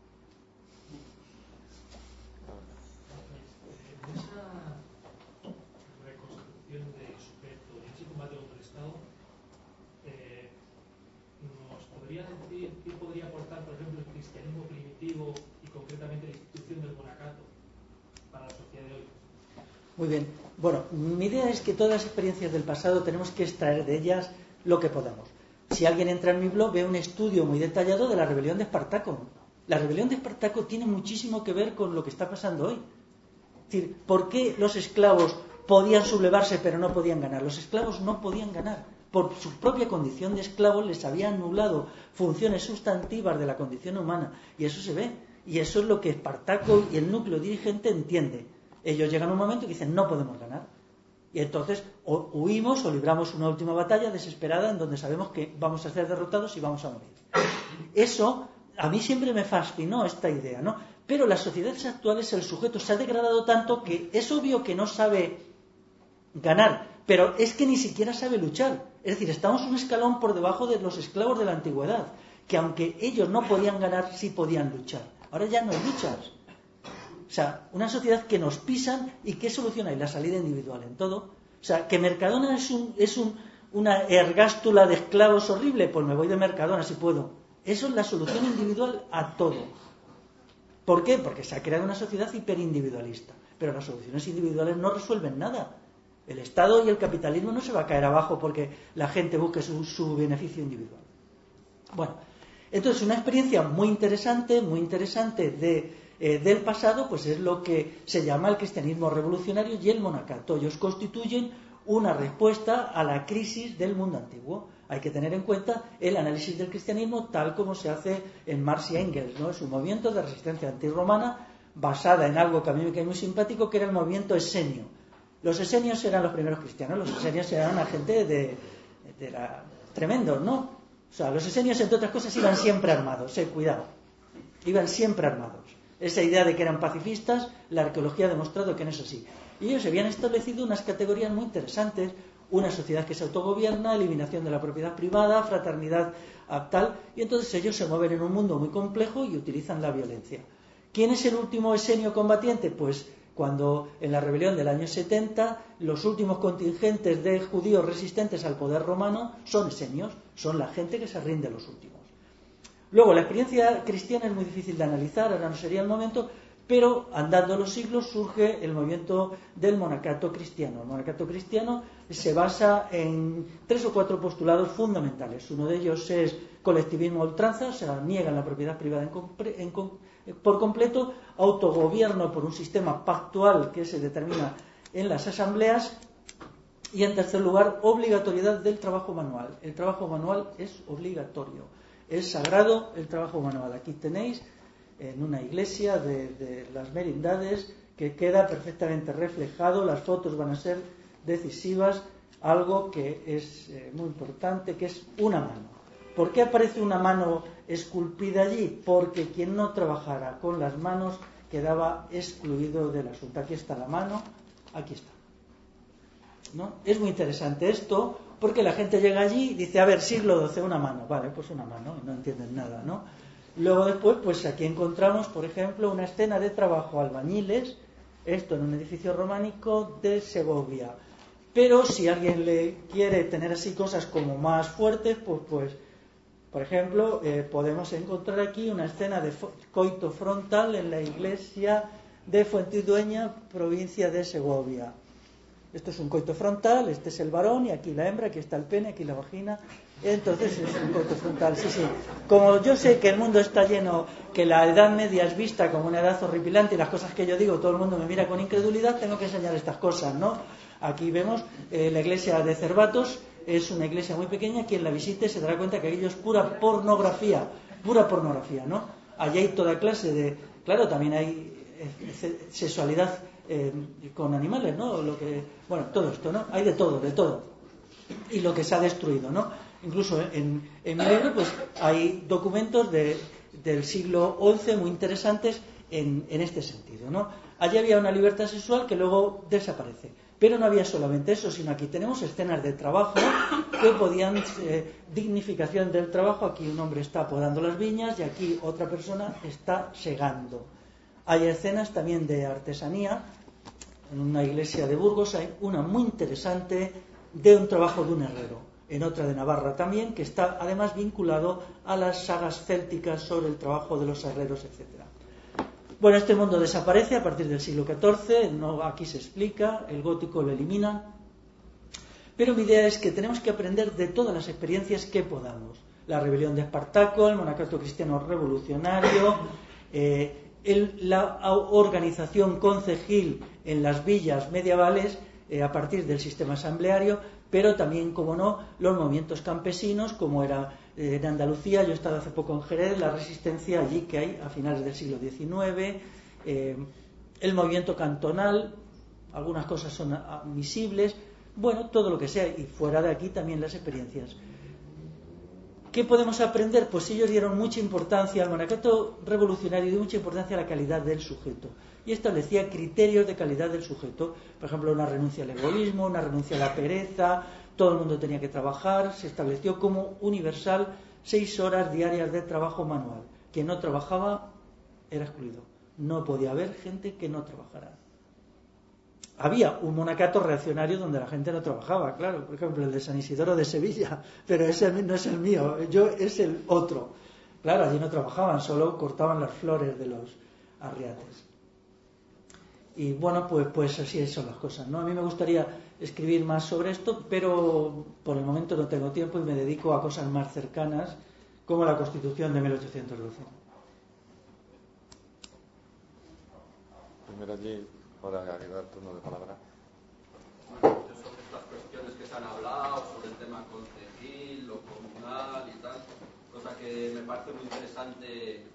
En esa reconstrucción de sujeto y ese combate contra el Estado, eh, ¿nos podría decir qué podría aportar, por ejemplo, el cristianismo primitivo y concretamente la institución del monacato para la sociedad de hoy? Muy bien. Bueno, mi idea es que todas las experiencias del pasado tenemos que extraer de ellas lo que podamos. Si alguien entra en mi blog, ve un estudio muy detallado de la rebelión de Espartaco. La rebelión de Espartaco tiene muchísimo que ver con lo que está pasando hoy. Es decir, ¿por qué los esclavos podían sublevarse pero no podían ganar? Los esclavos no podían ganar por su propia condición de esclavos les había anulado funciones sustantivas de la condición humana, y eso se ve, y eso es lo que Espartaco y el núcleo dirigente entiende. Ellos llegan a un momento y dicen no podemos ganar, y entonces o huimos o libramos una última batalla desesperada en donde sabemos que vamos a ser derrotados y vamos a morir. Eso a mí siempre me fascinó, esta idea, ¿no? Pero en las sociedades actuales el sujeto se ha degradado tanto que es obvio que no sabe ganar, pero es que ni siquiera sabe luchar. Es decir, estamos un escalón por debajo de los esclavos de la antigüedad, que aunque ellos no podían ganar, sí podían luchar. Ahora ya no hay luchas. O sea, una sociedad que nos pisan, ¿y qué solución hay? La salida individual en todo. O sea, que Mercadona es, un, es un, una ergástula de esclavos horrible, pues me voy de Mercadona si puedo. Eso es la solución individual a todo. ¿Por qué? Porque se ha creado una sociedad hiperindividualista. Pero las soluciones individuales no resuelven nada. El Estado y el capitalismo no se va a caer abajo porque la gente busque su, su beneficio individual. Bueno, entonces una experiencia muy interesante, muy interesante de, eh, del pasado, pues es lo que se llama el cristianismo revolucionario y el monacato. Ellos constituyen una respuesta a la crisis del mundo antiguo. Hay que tener en cuenta el análisis del cristianismo tal como se hace en Marx y Engels, ¿no? Es un movimiento de resistencia antirromana basada en algo que a mí me cae muy simpático, que era el movimiento esenio. Los esenios eran los primeros cristianos, los esenios eran una gente de, de la, tremendos, ¿no? O sea, los esenios, entre otras cosas, iban siempre armados, eh, cuidado, iban siempre armados. Esa idea de que eran pacifistas, la arqueología ha demostrado que no es así. Y ellos habían establecido unas categorías muy interesantes, una sociedad que se autogobierna, eliminación de la propiedad privada, fraternidad tal, y entonces ellos se mueven en un mundo muy complejo y utilizan la violencia. ¿Quién es el último esenio combatiente? Pues cuando en la rebelión del año setenta los últimos contingentes de judíos resistentes al poder romano son esenios, son la gente que se rinde los últimos. Luego, la experiencia cristiana es muy difícil de analizar, ahora no sería el momento, pero andando los siglos surge el movimiento del monacato cristiano. El monacato cristiano se basa en tres o cuatro postulados fundamentales. Uno de ellos es colectivismo a ultranza, o sea, niegan la propiedad privada en compre, en, por completo, autogobierno por un sistema pactual que se determina en las asambleas, y en tercer lugar, obligatoriedad del trabajo manual. El trabajo manual es obligatorio, es sagrado el trabajo manual. Aquí tenéis en una iglesia de, de las merindades que queda perfectamente reflejado, las fotos van a ser decisivas, algo que es eh, muy importante, que es una mano. ¿Por qué aparece una mano esculpida allí? Porque quien no trabajara con las manos quedaba excluido del asunto. Aquí está la mano, aquí está, ¿no? Es muy interesante esto, porque la gente llega allí y dice, a ver, siglo doce, una mano. Vale, pues una mano, no entienden nada, ¿no? Luego después, pues aquí encontramos, por ejemplo, una escena de trabajo albañiles, esto en un edificio románico de Segovia. Pero si alguien le quiere tener así cosas como más fuertes, pues, pues por ejemplo, eh, podemos encontrar aquí una escena de coito frontal en la iglesia de Fuentidueña, provincia de Segovia. Esto es un coito frontal, este es el varón y aquí la hembra, aquí está el pene, aquí la vagina. Entonces es un coito frontal, sí, sí. Como yo sé que el mundo está lleno, que la Edad Media es vista como una edad horripilante y las cosas que yo digo todo el mundo me mira con incredulidad, tengo que enseñar estas cosas, ¿no? Aquí vemos eh, la iglesia de Cervatos, es una iglesia muy pequeña, quien la visite se dará cuenta que aquello es pura pornografía, pura pornografía, ¿no? Allí hay toda clase de, claro, también hay eh, sexualidad eh, con animales, ¿no? Lo que, bueno, todo esto, ¿no? Hay de todo, de todo. Y lo que se ha destruido, ¿no? Incluso en, en mi libro pues hay documentos de, del siglo once muy interesantes en, en este sentido, ¿no? Allí había una libertad sexual que luego desaparece. Pero no había solamente eso, sino aquí tenemos escenas de trabajo que podían, eh, dignificación del trabajo. Aquí un hombre está podando las viñas y aquí otra persona está segando. Hay escenas también de artesanía. En una iglesia de Burgos hay una muy interesante de un trabajo de un herrero. En otra de Navarra también, que está además vinculado a las sagas célticas sobre el trabajo de los herreros, etcétera. Bueno, este mundo desaparece a partir del siglo catorce, no, aquí se explica, el gótico lo elimina, pero mi idea es que tenemos que aprender de todas las experiencias que podamos. La rebelión de Espartaco, el monacato cristiano revolucionario, eh, el, la organización concejil en las villas medievales, eh, a partir del sistema asambleario, pero también, como no, los movimientos campesinos, como era eh, en Andalucía. Yo he estado hace poco en Jerez, la resistencia allí que hay a finales del siglo diecinueve, eh, el movimiento cantonal, algunas cosas son admisibles, bueno, todo lo que sea, y fuera de aquí también las experiencias. ¿Qué podemos aprender? Pues ellos dieron mucha importancia al monacato revolucionario, dio mucha importancia a la calidad del sujeto y establecía criterios de calidad del sujeto. Por ejemplo, una renuncia al egoísmo, una renuncia a la pereza, todo el mundo tenía que trabajar. Se estableció como universal seis horas diarias de trabajo manual. Quien no trabajaba era excluido. No podía haber gente que no trabajara. Había un monacato reaccionario donde la gente no trabajaba, claro, por ejemplo el de San Isidoro de Sevilla, pero ese no es el mío, yo es el otro. Claro, allí no trabajaban, solo cortaban las flores de los arriates. Y bueno, pues, pues así son las cosas, ¿no? A mí me gustaría escribir más sobre esto, pero por el momento no tengo tiempo y me dedico a cosas más cercanas, como la Constitución de mil ochocientos doce. Primero allí. Ahora queda el turno de palabra. Bueno, sobre estas cuestiones que se han hablado, sobre el tema concejil, lo comunal y tal, cosa que me parece muy interesante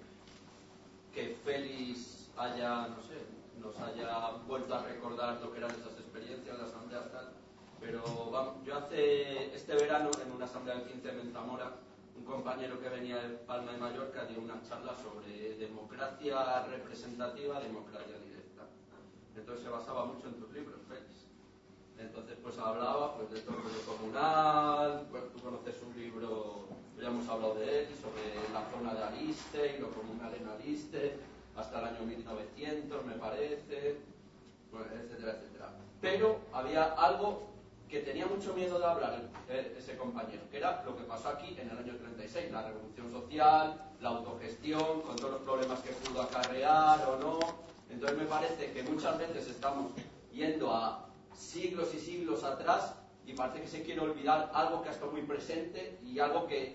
que Félix haya, no sé, nos haya vuelto a recordar lo que eran esas experiencias de asambleas tal, pero vamos, yo hace este verano en una asamblea del quince en Zamora, un compañero que venía de Palma de Mallorca dio una charla sobre democracia representativa, democracia directa. Entonces se basaba mucho en tus libros, Félix. Entonces pues hablaba pues de todo lo comunal, pues tú conoces un libro, ya hemos hablado de él, sobre la zona de Aliste y lo comunal en Aliste, hasta el año mil novecientos me parece, bueno, etcétera, etcétera. Pero había algo que tenía mucho miedo de hablar ese compañero, que era lo que pasó aquí en el año treinta y seis, la revolución social, la autogestión, con todos los problemas que pudo acarrear o no. Entonces me parece que muchas veces estamos yendo a siglos y siglos atrás y parece que se quiere olvidar algo que ha estado muy presente y algo que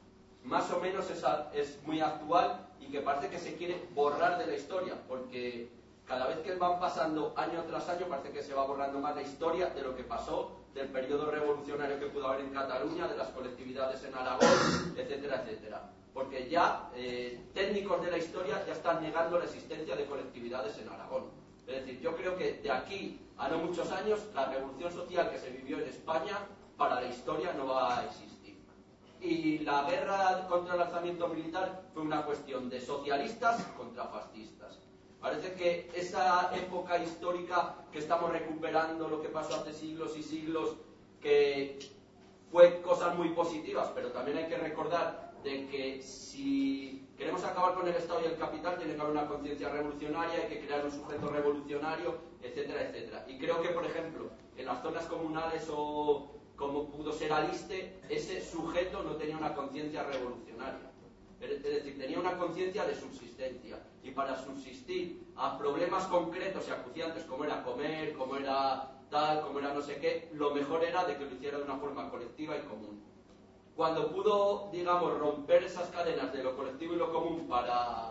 más o menos es, es muy actual y que parece que se quiere borrar de la historia, porque cada vez que van pasando año tras año parece que se va borrando más la historia de lo que pasó, del periodo revolucionario que pudo haber en Cataluña, de las colectividades en Aragón, etcétera, etcétera. Porque ya eh, técnicos de la historia ya están negando la existencia de colectividades en Aragón. Es decir, yo creo que de aquí a no muchos años la revolución social que se vivió en España para la historia no va a existir. Y la guerra contra el alzamiento militar fue una cuestión de socialistas contra fascistas. Parece que esa época histórica que estamos recuperando, lo que pasó hace siglos y siglos, que fue cosas muy positivas, pero también hay que recordar de que si queremos acabar con el Estado y el capital tiene que haber una conciencia revolucionaria, hay que crear un sujeto revolucionario, etcétera, etcétera. Y creo que, por ejemplo, en las zonas comunales o como pudo ser Aliste, ese sujeto no tenía una conciencia revolucionaria. Es decir, tenía una conciencia de subsistencia. Y para subsistir a problemas concretos y acuciantes como era comer, como era tal, como era no sé qué, lo mejor era de que lo hiciera de una forma colectiva y común. Cuando pudo, digamos, romper esas cadenas de lo colectivo y lo común para,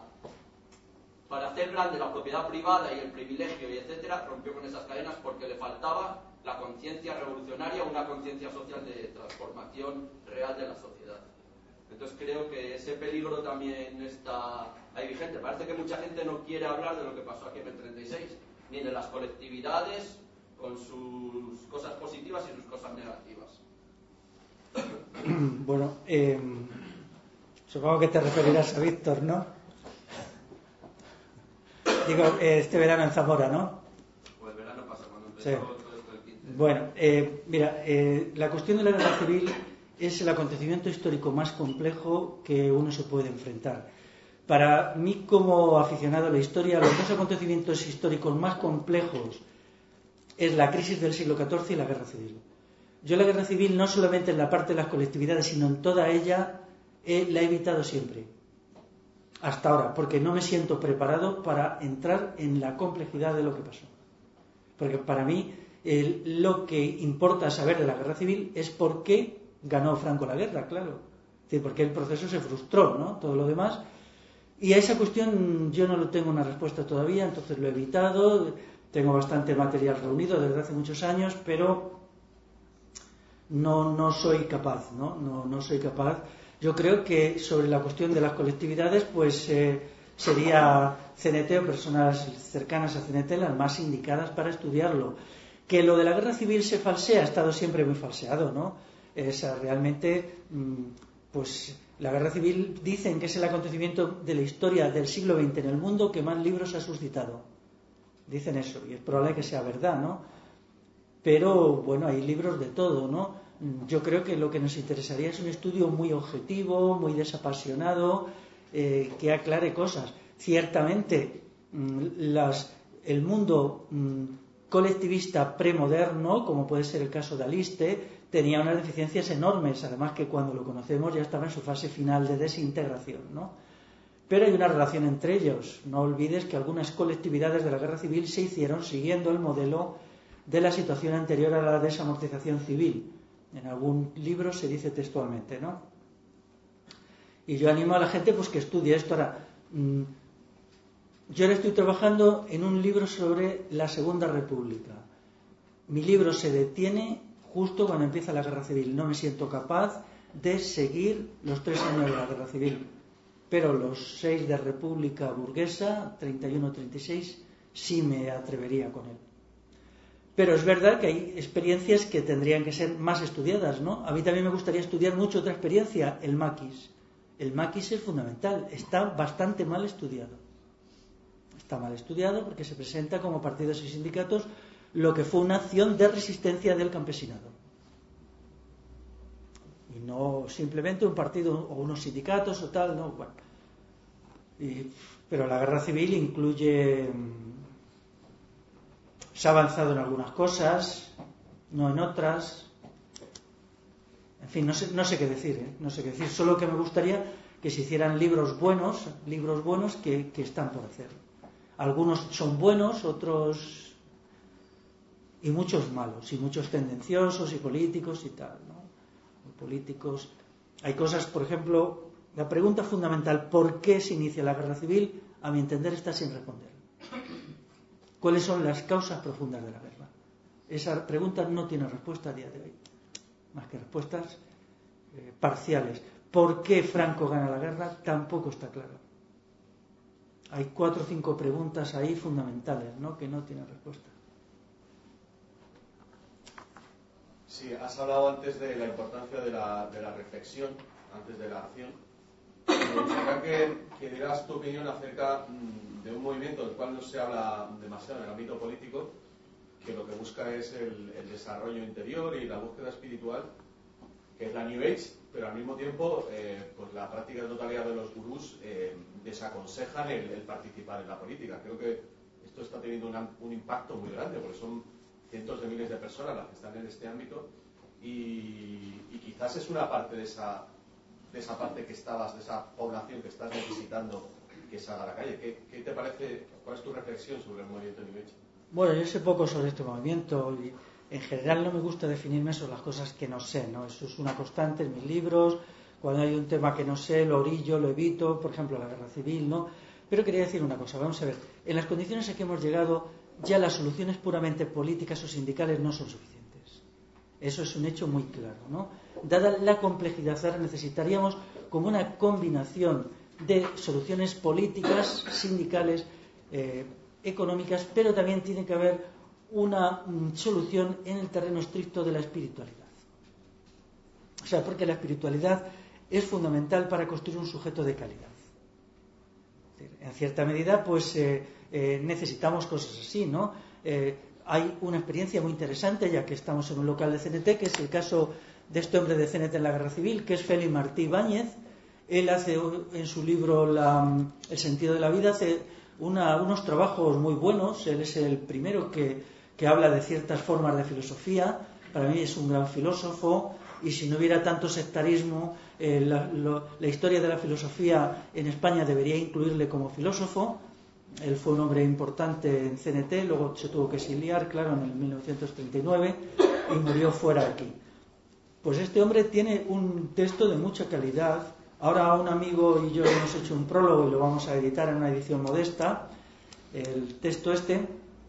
para hacer grande la propiedad privada y el privilegio y etcétera, rompió con esas cadenas porque le faltaba la conciencia revolucionaria, una conciencia social de transformación real de la sociedad. Entonces creo que ese peligro también está ahí vigente. Parece que mucha gente no quiere hablar de lo que pasó aquí en el treinta y seis, ni de las colectividades con sus cosas positivas y sus cosas negativas. Bueno, eh, supongo que te referirás a Víctor, ¿no? Digo, eh, este verano en Zamora, ¿no? Pues el verano pasa cuando empezó Sí. todo esto del quince. Bueno, eh, mira, eh, la cuestión de la guerra civil es el acontecimiento histórico más complejo que uno se puede enfrentar. Para mí, como aficionado a la historia, los dos acontecimientos históricos más complejos es la crisis del siglo catorce y la guerra civil. Yo la guerra civil, no solamente en la parte de las colectividades, sino en toda ella, eh, la he evitado siempre. Hasta ahora, porque no me siento preparado para entrar en la complejidad de lo que pasó. Porque para mí, eh, lo que importa saber de la guerra civil es por qué ganó Franco la guerra, claro. Es decir, porque el proceso se frustró, ¿no? Todo lo demás. Y a esa cuestión yo no lo tengo una respuesta todavía, entonces lo he evitado. tengo bastante material reunido desde hace muchos años, pero no, no soy capaz, ¿no? No, no soy capaz. Yo creo que sobre la cuestión de las colectividades, pues eh, sería C N T o personas cercanas a C N T las más indicadas para estudiarlo. Que lo de la guerra civil se falsea, ha estado siempre muy falseado, ¿no? Es realmente, pues la guerra civil dicen que es el acontecimiento de la historia del siglo veinte en el mundo que más libros ha suscitado. Dicen eso, y es probable que sea verdad, ¿no? Pero, bueno, hay libros de todo, ¿no? Yo creo que lo que nos interesaría es un estudio muy objetivo, muy desapasionado, eh, que aclare cosas. Ciertamente, las, el mundo colectivista premoderno, como puede ser el caso de Aliste, tenía unas deficiencias enormes, además que cuando lo conocemos ya estaba en su fase final de desintegración, ¿no? Pero hay una relación entre ellos. No olvides que algunas colectividades de la guerra civil se hicieron siguiendo el modelo de la situación anterior a la desamortización civil. En algún libro se dice textualmente, ¿no? Y yo animo a la gente pues que estudie esto. Ahora, mmm, yo ahora estoy trabajando en un libro sobre la Segunda República. Mi libro se detiene justo cuando empieza la guerra civil. No me siento capaz de seguir los tres años de la guerra civil. Pero los seis de República Burguesa, treinta y uno treinta y seis, sí me atrevería con él. Pero es verdad que hay experiencias que tendrían que ser más estudiadas, ¿no? A mí también me gustaría estudiar mucho otra experiencia, el maquis. El maquis es fundamental, está bastante mal estudiado. Está mal estudiado porque se presenta como partidos y sindicatos lo que fue una acción de resistencia del campesinado. Y no simplemente un partido o unos sindicatos o tal, no, bueno. Y, pero la guerra civil incluye... Se ha avanzado en algunas cosas, no en otras. En fin, no sé, no sé qué decir, ¿eh? No sé qué decir. Solo que me gustaría que se hicieran libros buenos, libros buenos que, que están por hacer. Algunos son buenos, otros y muchos malos, y muchos tendenciosos y políticos y tal, ¿no? Políticos. Hay cosas, por ejemplo, la pregunta fundamental, ¿por qué se inicia la guerra civil? A mi entender está sin responder. ¿Cuáles son las causas profundas de la guerra? Esa pregunta no tiene respuesta a día de hoy, más que respuestas eh, parciales. ¿Por qué Franco gana la guerra? Tampoco está claro. Hay cuatro o cinco preguntas ahí fundamentales, ¿no?, que no tienen respuesta. Sí, has hablado antes de la importancia de la, de la reflexión antes de la acción. Me gustaría que, que dieras tu opinión acerca mmm, de un movimiento del cual no se habla demasiado en el ámbito político, que lo que busca es el, el desarrollo interior y la búsqueda espiritual, que es la New Age, pero al mismo tiempo eh, pues la práctica totalidad de los gurús eh, desaconsejan el, el participar en la política. Creo que esto está teniendo una, un impacto muy grande, porque son cientos de miles de personas las que están en este ámbito y, y quizás es una parte de esa, de esa parte que estabas, de esa población que estás necesitando que salga a la calle. ¿Qué, qué te parece, cuál es tu reflexión sobre el movimiento New Age? Bueno, yo sé poco sobre este movimiento y en general no me gusta definirme sobre las cosas que no sé, ¿no? Eso es una constante en mis libros. Cuando hay un tema que no sé, lo orillo, lo evito, por ejemplo la guerra civil, ¿no? Pero quería decir una cosa, vamos a ver, en las condiciones en que hemos llegado ya las soluciones puramente políticas o sindicales no son suficientes. Eso es un hecho muy claro, ¿no? Dada la complejidad, ahora necesitaríamos como una combinación de soluciones políticas, sindicales, eh, económicas, pero también tiene que haber una mm, solución en el terreno estricto de la espiritualidad. O sea, porque la espiritualidad es fundamental para construir un sujeto de calidad. En cierta medida, pues eh, eh, necesitamos cosas así, ¿no? Eh, hay una experiencia muy interesante, ya que estamos en un local de C N T, que es el caso de este hombre de C N T en la Guerra Civil, que es Félix Martí Ibáñez. Él hace en su libro la, El sentido de la vida, hace una, unos trabajos muy buenos. Él es el primero que, que habla de ciertas formas de filosofía. Para mí es un gran filósofo. Y si no hubiera tanto sectarismo, eh, la, lo, la historia de la filosofía en España debería incluirle como filósofo. Él fue un hombre importante en C N T, luego se tuvo que exiliar, claro, en el mil novecientos treinta y nueve, y murió fuera de aquí. Pues este hombre tiene un texto de mucha calidad. Ahora un amigo y yo hemos hecho un prólogo y lo vamos a editar en una edición modesta, el texto este,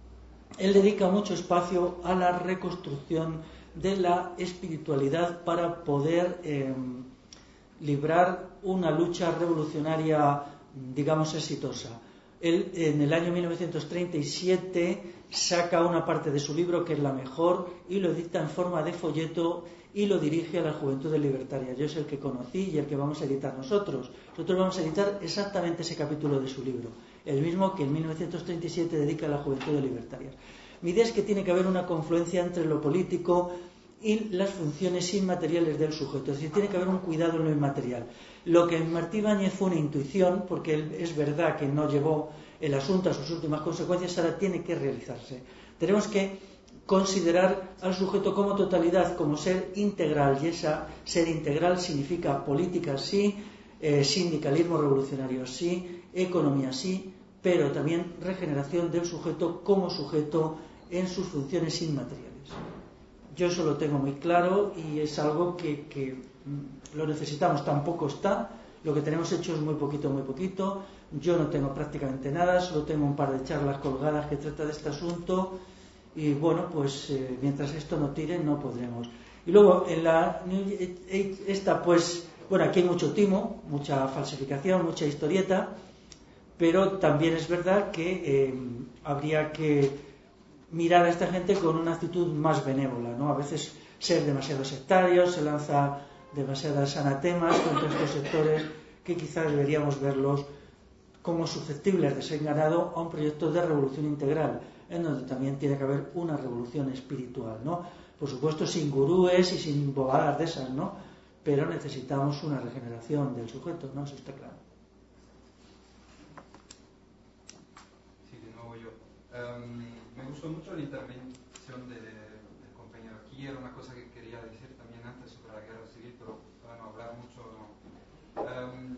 él dedica mucho espacio a la reconstrucción de la espiritualidad para poder eh, librar una lucha revolucionaria, digamos, exitosa. Él en el año mil novecientos treinta y siete saca una parte de su libro, que es la mejor, y lo edita en forma de folleto y lo dirige a la Juventudes Libertarias. Yo es el que conocí y el que vamos a editar nosotros. Nosotros vamos a editar exactamente ese capítulo de su libro, el mismo que en mil novecientos treinta y siete dedica a la Juventudes Libertarias. Mi idea es que tiene que haber una confluencia entre lo político y las funciones inmateriales del sujeto, es decir, tiene que haber un cuidado en lo inmaterial. Lo que en Martí Ibáñez fue una intuición, porque él, es verdad que no llevó el asunto a sus últimas consecuencias, ahora tiene que realizarse. Tenemos que considerar al sujeto como totalidad, como ser integral, y esa ser integral significa política sí, eh, sindicalismo revolucionario sí, economía sí, pero también regeneración del sujeto como sujeto en sus funciones inmateriales. Yo eso lo tengo muy claro y es algo que, que lo necesitamos, tampoco está. Lo que tenemos hecho es muy poquito, muy poquito. Yo no tengo prácticamente nada, solo tengo un par de charlas colgadas que trata de este asunto y bueno, pues eh, mientras esto no tire no podremos. Y luego en la esta pues, bueno, aquí hay mucho timo, mucha falsificación, mucha historieta, pero también es verdad que eh, habría que mirar a esta gente con una actitud más benévola, ¿no? A veces ser demasiado sectarios, se lanza demasiadas anatemas contra estos sectores que quizás deberíamos verlos como susceptibles de ser ganado a un proyecto de revolución integral, en donde también tiene que haber una revolución espiritual, ¿no? Por supuesto sin gurúes y sin bobadas de esas, ¿no? Pero necesitamos una regeneración del sujeto, ¿no? Eso está claro. Sí, de nuevo yo. Um... Me gustó mucho la intervención de, de, del compañero aquí. Era una cosa que quería decir también antes sobre la guerra civil, pero para no hablar mucho no. Um,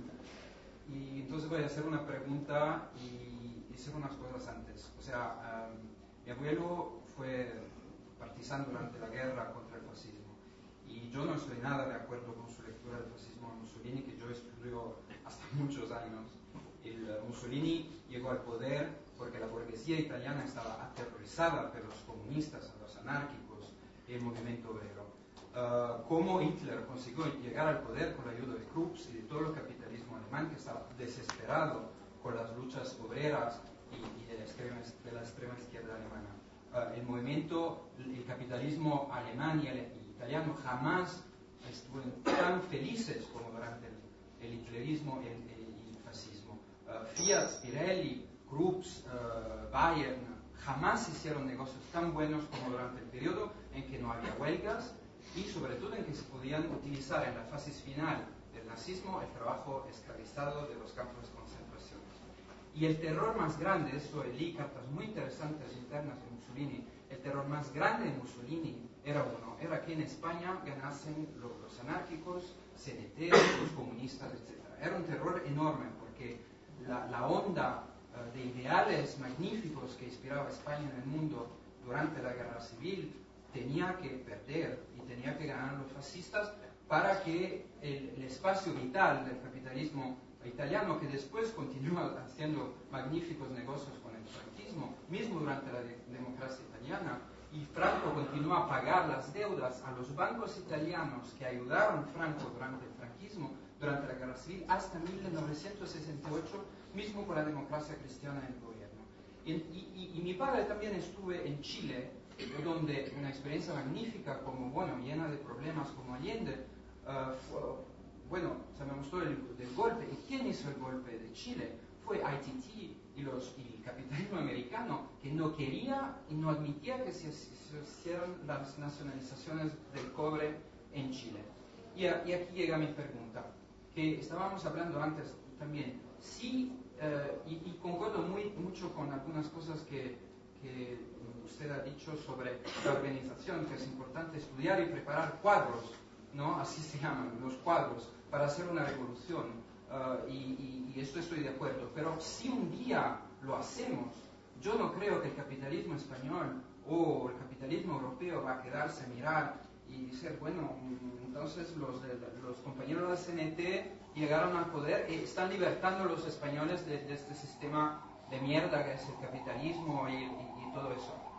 y entonces voy a hacer una pregunta y, y hacer unas cosas antes. O sea, um, mi abuelo fue partisano durante la guerra contra el fascismo y yo no estoy nada de acuerdo con su lectura del fascismo de Mussolini, que yo estudio hasta muchos años. El Mussolini llegó al poder porque la burguesía italiana estaba aterrorizada por los comunistas, los anárquicos y el movimiento obrero. Uh, cómo Hitler consiguió llegar al poder con la ayuda de Krups y de todo el capitalismo alemán, que estaba desesperado con las luchas obreras y, y de, la extrema, de la extrema izquierda alemana. Uh, el movimiento, el capitalismo alemán y, el, y italiano jamás estuvieron tan felices como durante el, el hitlerismo y el, el, el fascismo. Uh, Fiat, Pirelli, Krups, uh, Bayern, jamás hicieron negocios tan buenos como durante el periodo en que no había huelgas y sobre todo en que se podían utilizar en la fase final del nazismo el trabajo esclavizado de los campos de concentración. Y el terror más grande, eso leí cartas muy interesantes internas de Mussolini, el terror más grande de Mussolini era uno, era que en España ganasen los, los anárquicos, C N T, los comunistas, etcétera. Era un terror enorme porque la, la onda de ideales magníficos que inspiraba a España en el mundo durante la guerra civil tenía que perder y tenía que ganar los fascistas para que el, el espacio vital del capitalismo italiano, que después continúa haciendo magníficos negocios con el franquismo, mismo durante la de, democracia italiana, y Franco continúa a pagar las deudas a los bancos italianos que ayudaron a Franco durante el franquismo, durante la guerra civil, hasta mil novecientos sesenta y ocho, mismo con la democracia cristiana en el gobierno. Y, y, y mi padre también estuve en Chile, donde una experiencia magnífica, como, bueno, llena de problemas como Allende, uh, fue, bueno, sabemos todo el, del golpe. ¿Y quién hizo el golpe de Chile? Fue I T T y, los, y el capitalismo americano, que no quería y no admitía que se, se hicieran las nacionalizaciones del cobre en Chile. Y, a, y aquí llega mi pregunta, que estábamos hablando antes también. Sí, eh, y, y concuerdo muy, mucho con algunas cosas que, que usted ha dicho sobre la organización, que es importante estudiar y preparar cuadros, ¿no? Así se llaman, los cuadros, para hacer una revolución. Uh, y, y, y esto estoy de acuerdo. Pero si un día lo hacemos, yo no creo que el capitalismo español o el capitalismo europeo va a quedarse a mirar y decir, bueno, entonces los, de, los compañeros del C N T llegaron al poder y están libertando a los españoles de, de este sistema de mierda que es el capitalismo y, y, y todo eso.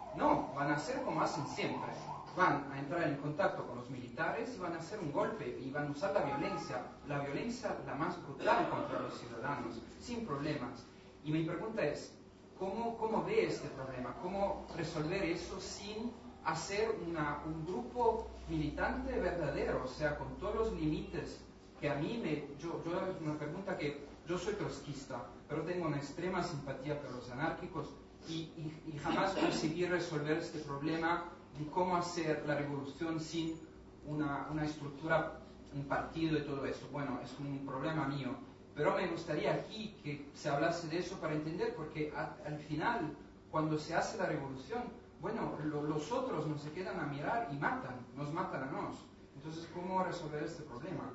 No, van a hacer como hacen siempre. Van a entrar en contacto con los militares y van a hacer un golpe y van a usar la violencia, la violencia la más brutal contra los ciudadanos, sin problemas. Y mi pregunta es, ¿cómo, cómo ve este problema? ¿Cómo resolver eso sin hacer una, un grupo militante verdadero? O sea, con todos los límites que a mí me... Yo, yo una pregunta que yo soy trotskista, pero tengo una extrema simpatía por los anárquicos y, y, y jamás conseguí resolver este problema de cómo hacer la revolución sin una, una estructura, un partido y todo eso. Bueno, es un problema mío, pero me gustaría aquí que se hablase de eso para entender, porque a, al final, cuando se hace la revolución, bueno, lo, los otros nos se quedan a mirar y matan, nos matan a nosotros. Entonces, ¿cómo resolver este problema?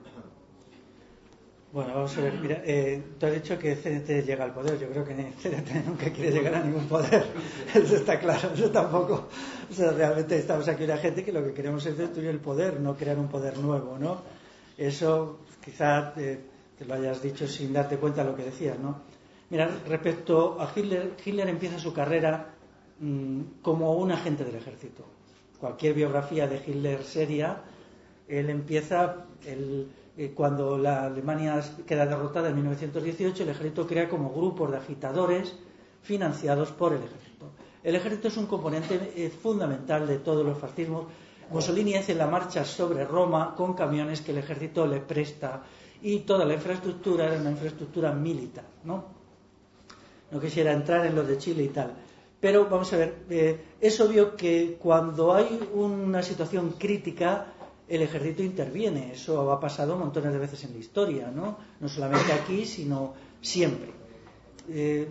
Bueno, vamos a ver, mira, eh, tú has dicho que C N T llega al poder. Yo creo que C N T nunca quiere llegar a ningún poder. Eso está claro, eso tampoco. O sea, realmente estamos aquí una gente que lo que queremos es destruir el poder, no crear un poder nuevo, ¿no? Eso quizá eh, te lo hayas dicho sin darte cuenta de lo que decías, ¿no? Mira, respecto a Hitler, Hitler empieza su carrera mmm, como un agente del ejército. Cualquier biografía de Hitler seria, él empieza... El, cuando la Alemania queda derrotada en mil novecientos dieciocho, el ejército crea como grupos de agitadores financiados por el ejército. El ejército es un componente eh, fundamental de todos los fascismos. Mussolini hace la marcha sobre Roma con camiones que el ejército le presta y toda la infraestructura era una infraestructura militar, ¿no? No quisiera entrar en lo de Chile y tal, pero vamos a ver, eh, es obvio que cuando hay una situación crítica el ejército interviene. Eso ha pasado montones de veces en la historia, ¿no? No solamente aquí, sino siempre. Eh,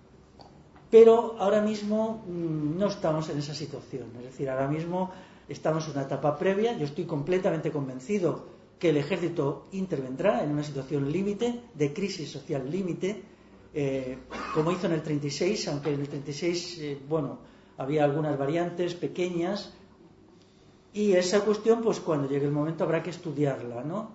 pero ahora mismo mmm, no estamos en esa situación. Es decir, ahora mismo estamos en una etapa previa. Yo estoy completamente convencido que el ejército intervendrá en una situación límite, de crisis social límite, eh, como hizo en el treinta y seis, aunque en el treinta y seis, eh, bueno, había algunas variantes pequeñas. Y esa cuestión, pues cuando llegue el momento habrá que estudiarla, ¿no?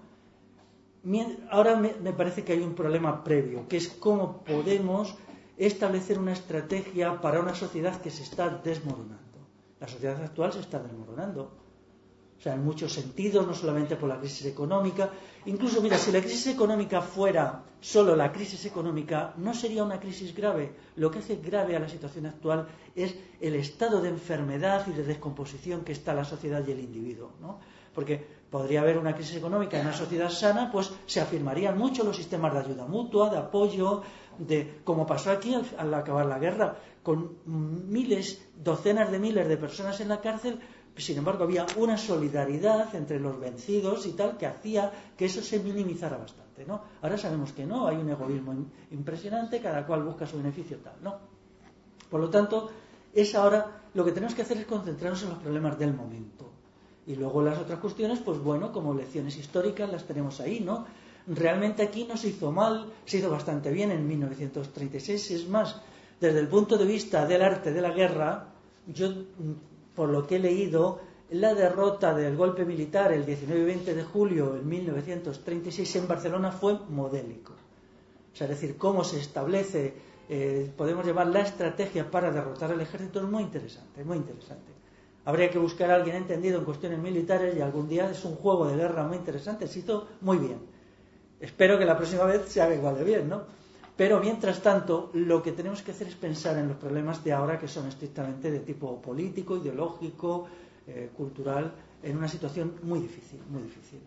Ahora me, me parece que hay un problema previo, que es cómo podemos establecer una estrategia para una sociedad que se está desmoronando. La sociedad actual se está desmoronando. O sea, en muchos sentidos, no solamente por la crisis económica. Incluso, mira, si la crisis económica fuera solo la crisis económica, no sería una crisis grave. Lo que hace grave a la situación actual es el estado de enfermedad y de descomposición que está la sociedad y el individuo, ¿no? Porque podría haber una crisis económica en una sociedad sana, pues se afirmarían mucho los sistemas de ayuda mutua, de apoyo, de como pasó aquí al, al acabar la guerra, con miles, docenas de miles de personas en la cárcel. Sin embargo, había una solidaridad entre los vencidos y tal que hacía que eso se minimizara bastante, ¿no? Ahora sabemos que no, hay un egoísmo impresionante, cada cual busca su beneficio tal, ¿no? Por lo tanto, es ahora lo que tenemos que hacer es concentrarnos en los problemas del momento. Y luego las otras cuestiones, pues bueno, como lecciones históricas las tenemos ahí, ¿no? Realmente aquí no se hizo mal, se hizo bastante bien en mil novecientos treinta y seis. Es más, desde el punto de vista del arte de la guerra, yo... por lo que he leído, la derrota del golpe militar el diecinueve y veinte de julio de mil novecientos treinta y seis en Barcelona fue modélico. O sea, es decir, cómo se establece, eh, podemos llamar la estrategia para derrotar al ejército, es muy interesante, muy interesante. Habría que buscar a alguien entendido en cuestiones militares y algún día es un juego de guerra muy interesante, se hizo muy bien. Espero que la próxima vez se haga igual de bien, ¿no? Pero mientras tanto, lo que tenemos que hacer es pensar en los problemas de ahora, que son estrictamente de tipo político, ideológico, eh, cultural, en una situación muy difícil, muy difícil.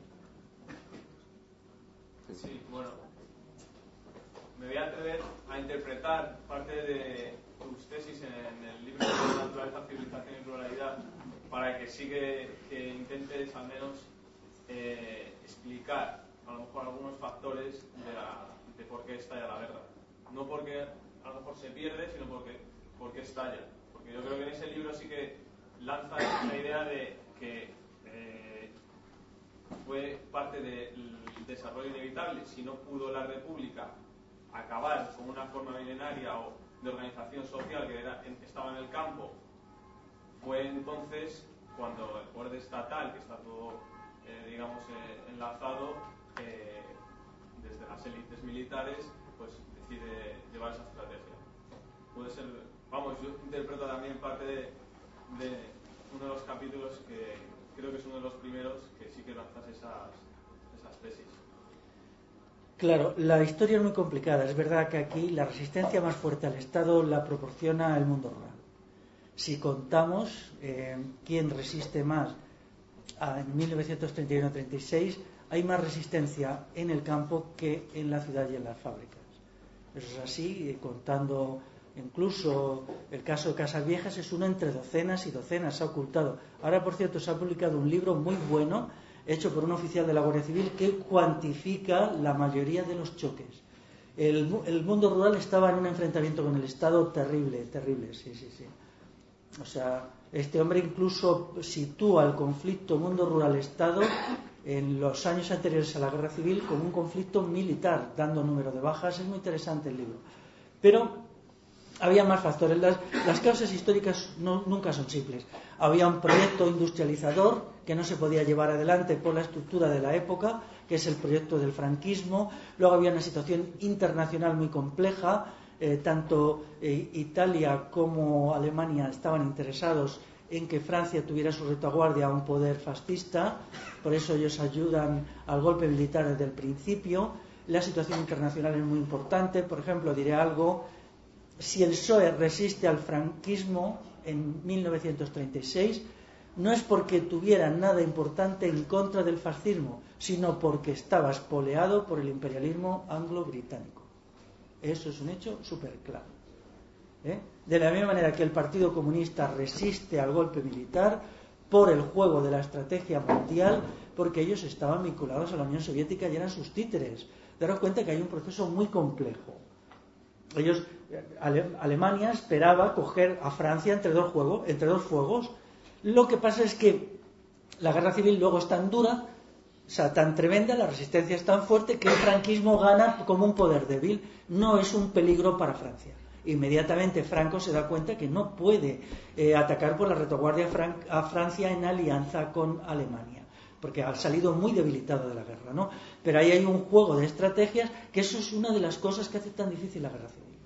Sí, bueno, me voy a atrever a interpretar parte de tus tesis en el libro de Naturaleza, Civilización y Pluralidad, para que sí que, que intentes al menos eh, explicar a lo mejor algunos factores de la de por qué estalla la guerra. No porque a lo mejor se pierde, sino porque, porque estalla. Porque yo creo que en ese libro sí que lanza la idea de que eh, fue parte del desarrollo inevitable. Si no pudo la República acabar con una forma milenaria o de organización social que era, estaba en el campo, fue entonces cuando el poder estatal, que está todo, eh, digamos, eh, enlazado, eh, desde las élites militares, pues decide llevar esa estrategia. Puede ser, vamos, yo interpreto también parte de, de uno de los capítulos que creo que es uno de los primeros que sí que lanzas esas, esas tesis. Claro, la historia es muy complicada. Es verdad que aquí la resistencia más fuerte al Estado la proporciona el mundo rural. Si contamos eh, quién resiste más en mil novecientos treinta y uno treinta y seis, hay más resistencia en el campo que en la ciudad y en las fábricas. Eso es así, contando incluso el caso de Casas Viejas, es uno entre docenas y docenas, se ha ocultado. Ahora, por cierto, se ha publicado un libro muy bueno, hecho por un oficial de la Guardia Civil, que cuantifica la mayoría de los choques. El, el mundo rural estaba en un enfrentamiento con el Estado terrible, terrible, sí, sí, sí. O sea, este hombre incluso sitúa el conflicto mundo rural-Estado en los años anteriores a la Guerra Civil como un conflicto militar, dando número de bajas. Es muy interesante el libro. Pero había más factores. Las, las causas históricas no, nunca son simples. Había un proyecto industrializador que no se podía llevar adelante por la estructura de la época, que es el proyecto del franquismo. Luego había una situación internacional muy compleja. Eh, tanto eh, Italia como Alemania estaban interesados en que Francia tuviera su retaguardia a un poder fascista, por eso ellos ayudan al golpe militar desde el principio. La situación internacional es muy importante. Por ejemplo, diré algo: si el P S O E resiste al franquismo en mil novecientos treinta y seis, no es porque tuviera nada importante en contra del fascismo, sino porque estaba espoleado por el imperialismo anglo-británico. Eso es un hecho súper claro. ¿Eh? De la misma manera que el Partido Comunista resiste al golpe militar por el juego de la estrategia mundial, porque ellos estaban vinculados a la Unión Soviética y eran sus títeres. Daros cuenta que hay un proceso muy complejo. Ellos, Ale, Alemania esperaba coger a Francia entre dos, juegos, entre dos fuegos. Lo que pasa es que la guerra civil luego es tan dura, o sea, tan tremenda, la resistencia es tan fuerte, que el franquismo gana como un poder débil. No es un peligro para Francia. Inmediatamente Franco se da cuenta que no puede eh, atacar por la retaguardia Fran- a Francia en alianza con Alemania, porque ha salido muy debilitado de la guerra, ¿no? Pero ahí hay un juego de estrategias, que eso es una de las cosas que hace tan difícil la guerra civil.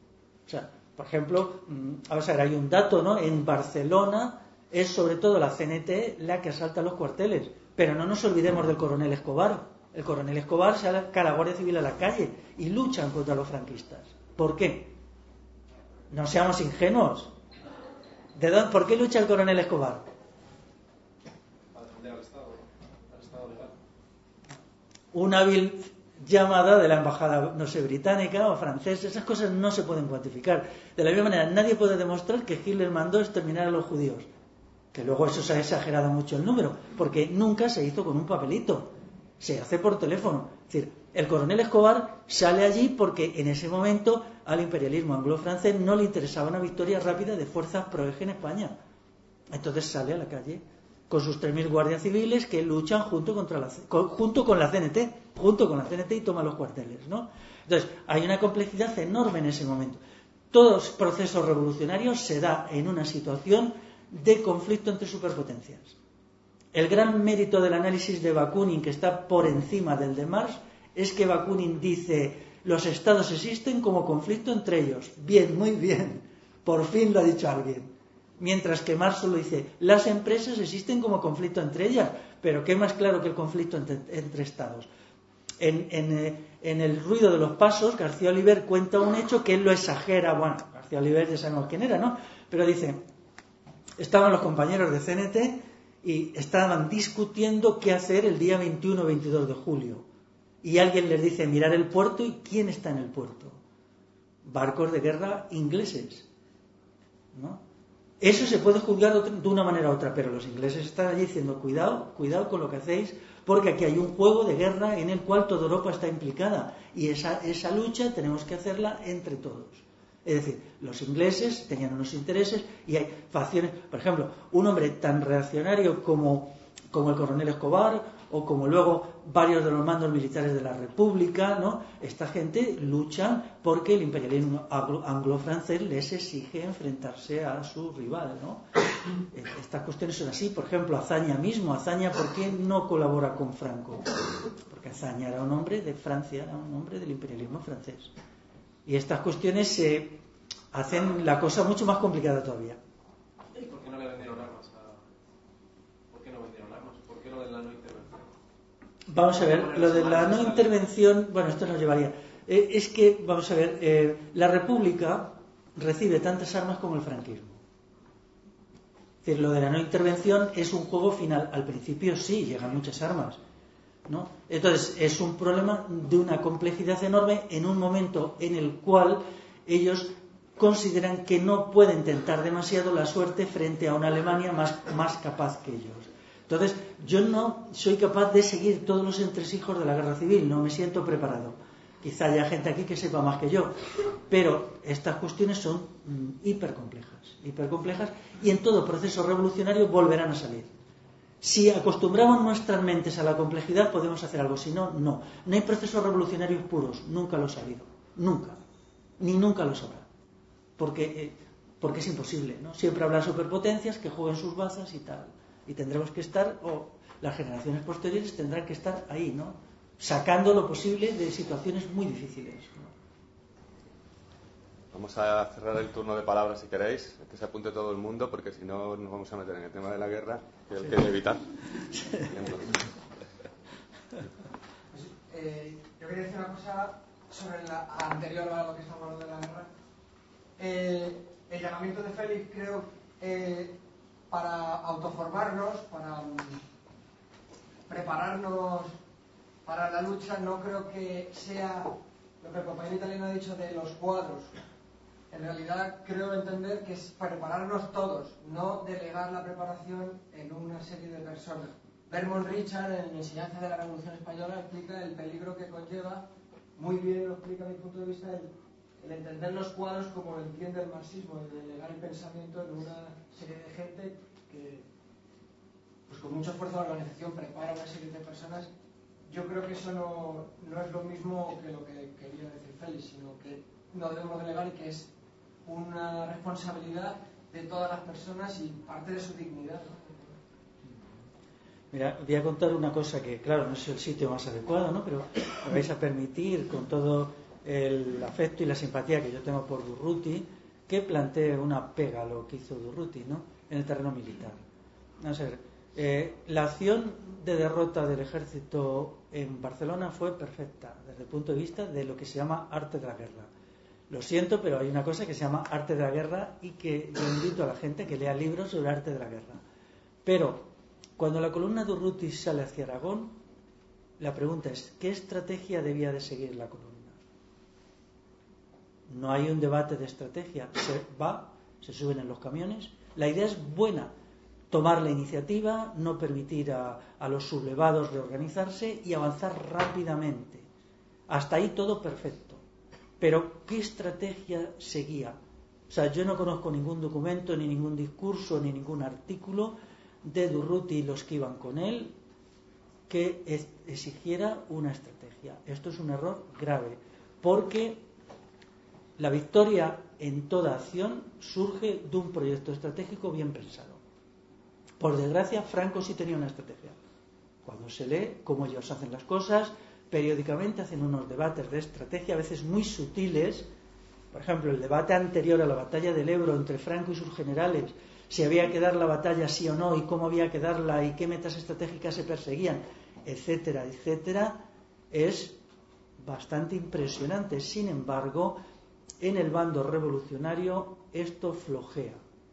O sea, por ejemplo, vamos a ver, hay un dato, ¿no? En Barcelona es sobre todo la C N T la que asalta los cuarteles. Pero no nos olvidemos del coronel Escobar. El coronel Escobar saca a la Guardia Civil a la calle y luchan contra los franquistas. ¿Por qué? No seamos ingenuos. ¿De dónde, ¿Por qué lucha el coronel Escobar? Para defender al Estado, al Estado legal. Una hábil llamada de la embajada, no sé, británica o francesa. Esas cosas no se pueden cuantificar. De la misma manera, nadie puede demostrar que Hitler mandó exterminar a los judíos. Que luego eso se ha exagerado mucho el número, porque nunca se hizo con un papelito, se hace por teléfono. Es decir, el coronel Escobar sale allí porque en ese momento al imperialismo anglo-francés no le interesaba una victoria rápida de fuerzas pro-eje en España. Entonces sale a la calle con sus tres mil guardias civiles que luchan junto, contra la, junto con la C N T, junto con la C N T y toman los cuarteles, ¿no? Entonces, hay una complejidad enorme en ese momento. Todo proceso revolucionario se da en una situación de conflicto entre superpotencias. El gran mérito del análisis de Bakunin, que está por encima del de Marx, es que Bakunin dice: los estados existen como conflicto entre ellos. Bien, muy bien, por fin lo ha dicho alguien. Mientras que Marx solo dice: las empresas existen como conflicto entre ellas. Pero ¿qué más claro que el conflicto entre, entre estados? En, en, en El ruido de los pasos, García Oliver cuenta un hecho que él lo exagera. Bueno, García Oliver ya sabemos quién era, ¿no? Pero dice: estaban los compañeros de C N T y estaban discutiendo qué hacer el día veintiuno o veintidós de julio. Y alguien les dice: mirar el puerto. ¿Y quién está en el puerto? Barcos de guerra ingleses, ¿no? Eso se puede juzgar de una manera u otra, pero los ingleses están allí diciendo: cuidado, cuidado con lo que hacéis, porque aquí hay un juego de guerra en el cual toda Europa está implicada, y esa, esa lucha tenemos que hacerla entre todos. Es decir, los ingleses tenían unos intereses y hay facciones. Por ejemplo, un hombre tan reaccionario como, como el coronel Escobar, o como luego varios de los mandos militares de la República, ¿no? Esta gente lucha porque el imperialismo anglo-francés les exige enfrentarse a su rival, ¿no? Estas cuestiones son así. Por ejemplo, Azaña mismo. Azaña, ¿por qué no colabora con Franco? Porque Azaña era un hombre de Francia, era un hombre del imperialismo francés. Y estas cuestiones eh, hacen la cosa mucho más complicada todavía. ¿Y por qué no le Vamos a ver, lo de la no intervención, bueno, esto nos llevaría. Eh, es que, vamos a ver, eh, la República recibe tantas armas como el franquismo. Es decir, lo de la no intervención es un juego final. Al principio sí, llegan muchas armas, ¿no? Entonces, es un problema de una complejidad enorme en un momento en el cual ellos consideran que no pueden tentar demasiado la suerte frente a una Alemania más, más capaz que ellos. Entonces, yo no soy capaz de seguir todos los entresijos de la guerra civil, no me siento preparado. Quizá haya gente aquí que sepa más que yo, pero estas cuestiones son mm, hipercomplejas, hipercomplejas, y en todo proceso revolucionario volverán a salir. Si acostumbramos nuestras mentes a la complejidad, podemos hacer algo. Si no, no. No hay procesos revolucionarios puros, nunca los ha habido, nunca, ni nunca los habrá, porque, eh, porque es imposible, ¿no? Siempre habrá superpotencias que jueguen sus bazas y tal, y tendremos que estar, o las generaciones posteriores tendrán que estar ahí, ¿no? Sacando lo posible de situaciones muy difíciles, ¿no? Vamos a cerrar el turno de palabras si queréis, que se apunte todo el mundo, porque si no nos vamos a meter en el tema de la guerra, que es el que hay que evitar. Eh, yo quería decir una cosa sobre la anterior a lo que estamos hablando de la guerra. Eh, el llamamiento de Félix, creo, eh, para autoformarnos, para um, prepararnos para la lucha, no creo que sea lo que el compañero italiano ha dicho de los cuadros. En realidad creo entender que es prepararnos todos, no delegar la preparación en una serie de personas. Bermond Richard, en Enseñanza de la Revolución Española, explica el peligro que conlleva, muy bien lo explica a mi punto de vista, el, el entender los cuadros como lo entiende el marxismo, el delegar el pensamiento en una serie de gente que, pues con mucho esfuerzo la organización prepara una serie de personas. Yo creo que eso no, no es lo mismo que lo que quería decir Félix, sino que no debemos delegar y que es una responsabilidad de todas las personas y parte de su dignidad, ¿no? Mira, voy a contar una cosa que, claro, no es el sitio más adecuado, ¿no? Pero me vais a permitir, con todo el afecto y la simpatía que yo tengo por Durruti, que plantee una pega a lo que hizo Durruti, ¿no? En el terreno militar. Vamos a ver, eh, la acción de derrota del ejército en Barcelona fue perfecta desde el punto de vista de lo que se llama arte de la guerra. Lo siento, pero hay una cosa que se llama arte de la guerra y que yo invito a la gente que lea libros sobre arte de la guerra. Pero cuando la columna de Urruti sale hacia Aragón, la pregunta es, ¿qué estrategia debía de seguir la columna? No hay un debate de estrategia. Se va, se suben en los camiones. La idea es buena, tomar la iniciativa, no permitir a, a los sublevados reorganizarse y avanzar rápidamente. Hasta ahí todo perfecto. Pero, ¿qué estrategia seguía? O sea, yo no conozco ningún documento, ni ningún discurso, ni ningún artículo de Durruti y los que iban con él que exigiera una estrategia. Esto es un error grave, porque la victoria en toda acción surge de un proyecto estratégico bien pensado. Por desgracia, Franco sí tenía una estrategia. Cuando se lee cómo ellos hacen las cosas, periódicamente hacen unos debates de estrategia, a veces muy sutiles. Por ejemplo, el debate anterior a la batalla del Ebro entre Franco y sus generales, si había que dar la batalla sí o no, y cómo había que darla, y qué metas estratégicas se perseguían, etcétera, etcétera, es bastante impresionante. Sin embargo, en el bando revolucionario esto flojea.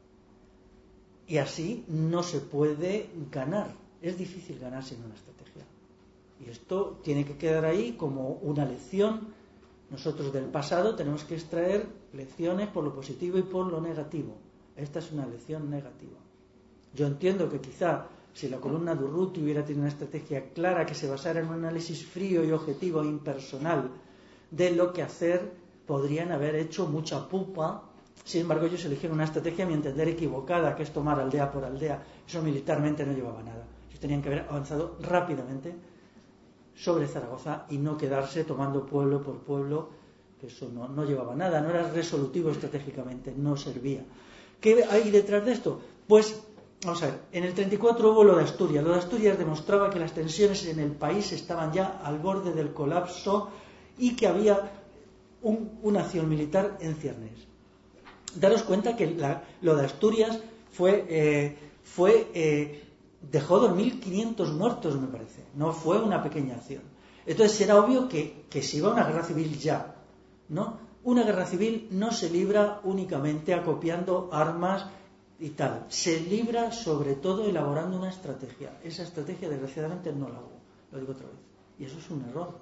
Y así no se puede ganar. Es difícil ganar sin una estrategia. Y esto tiene que quedar ahí como una lección. Nosotros del pasado tenemos que extraer lecciones por lo positivo y por lo negativo. Esta es una lección negativa. Yo entiendo que quizá si la columna de Urruti hubiera tenido una estrategia clara que se basara en un análisis frío y objetivo e impersonal de lo que hacer, podrían haber hecho mucha pupa. Sin embargo, ellos eligieron una estrategia, a mi entender, equivocada, que es tomar aldea por aldea. Eso militarmente no llevaba nada. Ellos tenían que haber avanzado rápidamente sobre Zaragoza y no quedarse tomando pueblo por pueblo, que eso no, no llevaba nada, no era resolutivo estratégicamente, no servía. ¿Qué hay detrás de esto? Pues, vamos a ver, en el treinta y cuatro hubo lo de Asturias. Lo de Asturias demostraba que las tensiones en el país estaban ya al borde del colapso y que había un, una acción militar en ciernes. Daros cuenta que la, lo de Asturias fue, eh, fue eh, dejó dos mil quinientos muertos, me parece. No fue una pequeña acción. Entonces era obvio que, que se iba a una guerra civil ya, ¿no? Una guerra civil no se libra únicamente acopiando armas y tal. Se libra sobre todo elaborando una estrategia. Esa estrategia, desgraciadamente, no la hubo. Lo digo otra vez. Y eso es un error.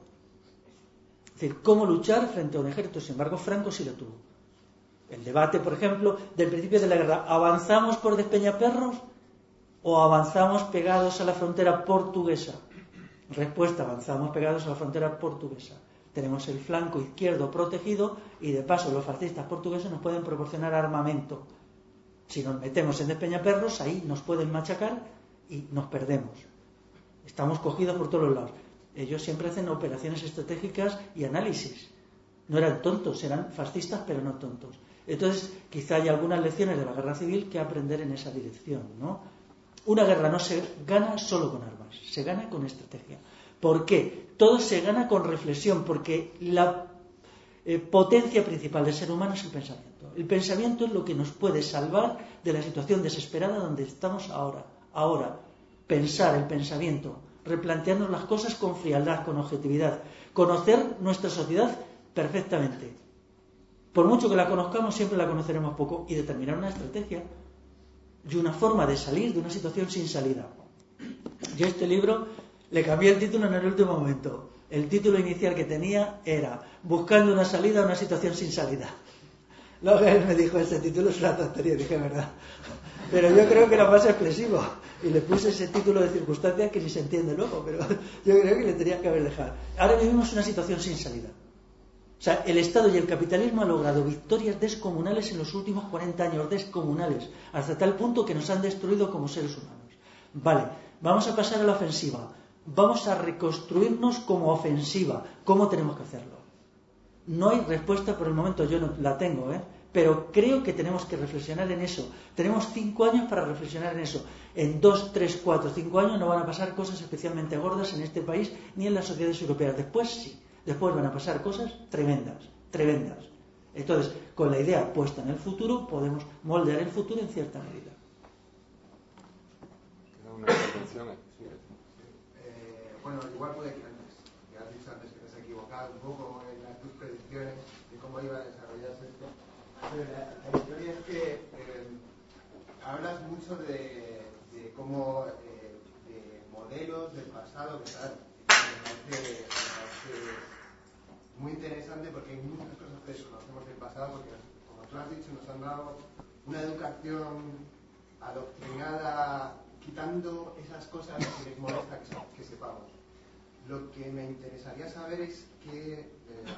Es decir, ¿cómo luchar frente a un ejército? Sin embargo, Franco sí lo tuvo. El debate, por ejemplo, del principio de la guerra. ¿Avanzamos por Despeñaperros o avanzamos pegados a la frontera portuguesa? Respuesta, avanzamos pegados a la frontera portuguesa. Tenemos el flanco izquierdo protegido y de paso los fascistas portugueses nos pueden proporcionar armamento. Si nos metemos en Despeñaperros, ahí nos pueden machacar y nos perdemos. Estamos cogidos por todos los lados. Ellos siempre hacen operaciones estratégicas y análisis. No eran tontos, eran fascistas, pero no tontos. Entonces, quizá haya algunas lecciones de la guerra civil que aprender en esa dirección, ¿no? Una guerra no se gana solo con armas, se gana con estrategia. ¿Por qué? Todo se gana con reflexión, porque la eh, potencia principal del ser humano es el pensamiento. El pensamiento es lo que nos puede salvar de la situación desesperada donde estamos ahora. Ahora, pensar el pensamiento, replantearnos las cosas con frialdad, con objetividad, conocer nuestra sociedad perfectamente. Por mucho que la conozcamos, siempre la conoceremos poco, y determinar una estrategia y una forma de salir de una situación sin salida. Yo este libro le cambié el título en el último momento. El título inicial que tenía era Buscando una salida a una situación sin salida. Luego él me dijo, ese título es una tontería, dije, verdad. Pero yo creo que era más expresivo. Y le puse ese título de circunstancias que ni se entiende luego, pero yo creo que le tenía que haber dejado. Ahora vivimos una situación sin salida. O sea, el Estado y el capitalismo han logrado victorias descomunales en los últimos cuarenta años, descomunales, hasta tal punto que nos han destruido como seres humanos. Vale, vamos a pasar a la ofensiva. Vamos a reconstruirnos como ofensiva. ¿Cómo tenemos que hacerlo? No hay respuesta por el momento, yo no la tengo, ¿eh? Pero creo que tenemos que reflexionar en eso. Tenemos cinco años para reflexionar en eso. En dos, tres, cuatro, cinco años no van a pasar cosas especialmente gordas en este país ni en las sociedades europeas. Después sí. Después van a pasar cosas tremendas, tremendas. Entonces, con la idea puesta en el futuro, podemos moldear el futuro en cierta medida. Una intervención aquí. Eh, bueno, igual puede que antes, que has dicho antes que te has equivocado un poco en las tus predicciones de cómo iba a desarrollarse esto. Pero la, la historia es que eh, hablas mucho de, de cómo, eh, de modelos del pasado que tal. Me parece, me parece muy interesante porque hay muchas cosas que desconocemos del pasado porque, como tú has dicho, nos han dado una educación adoctrinada quitando esas cosas que les molesta que, que sepamos. Lo que me interesaría saber es qué, eh,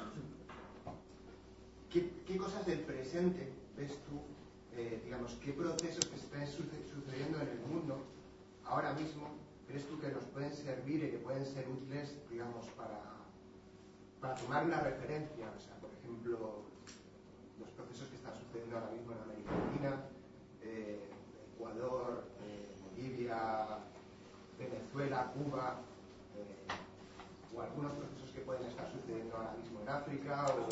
qué, qué cosas del presente ves tú, eh, digamos, qué procesos que están sucediendo en el mundo ahora mismo crees tú que nos pueden servir y que pueden ser útiles, digamos, para, para tomar una referencia. O sea, por ejemplo, los procesos que están sucediendo ahora mismo en América Latina, eh, Ecuador, eh, Bolivia, Venezuela, Cuba, eh, o algunos procesos que pueden estar sucediendo ahora mismo en África, o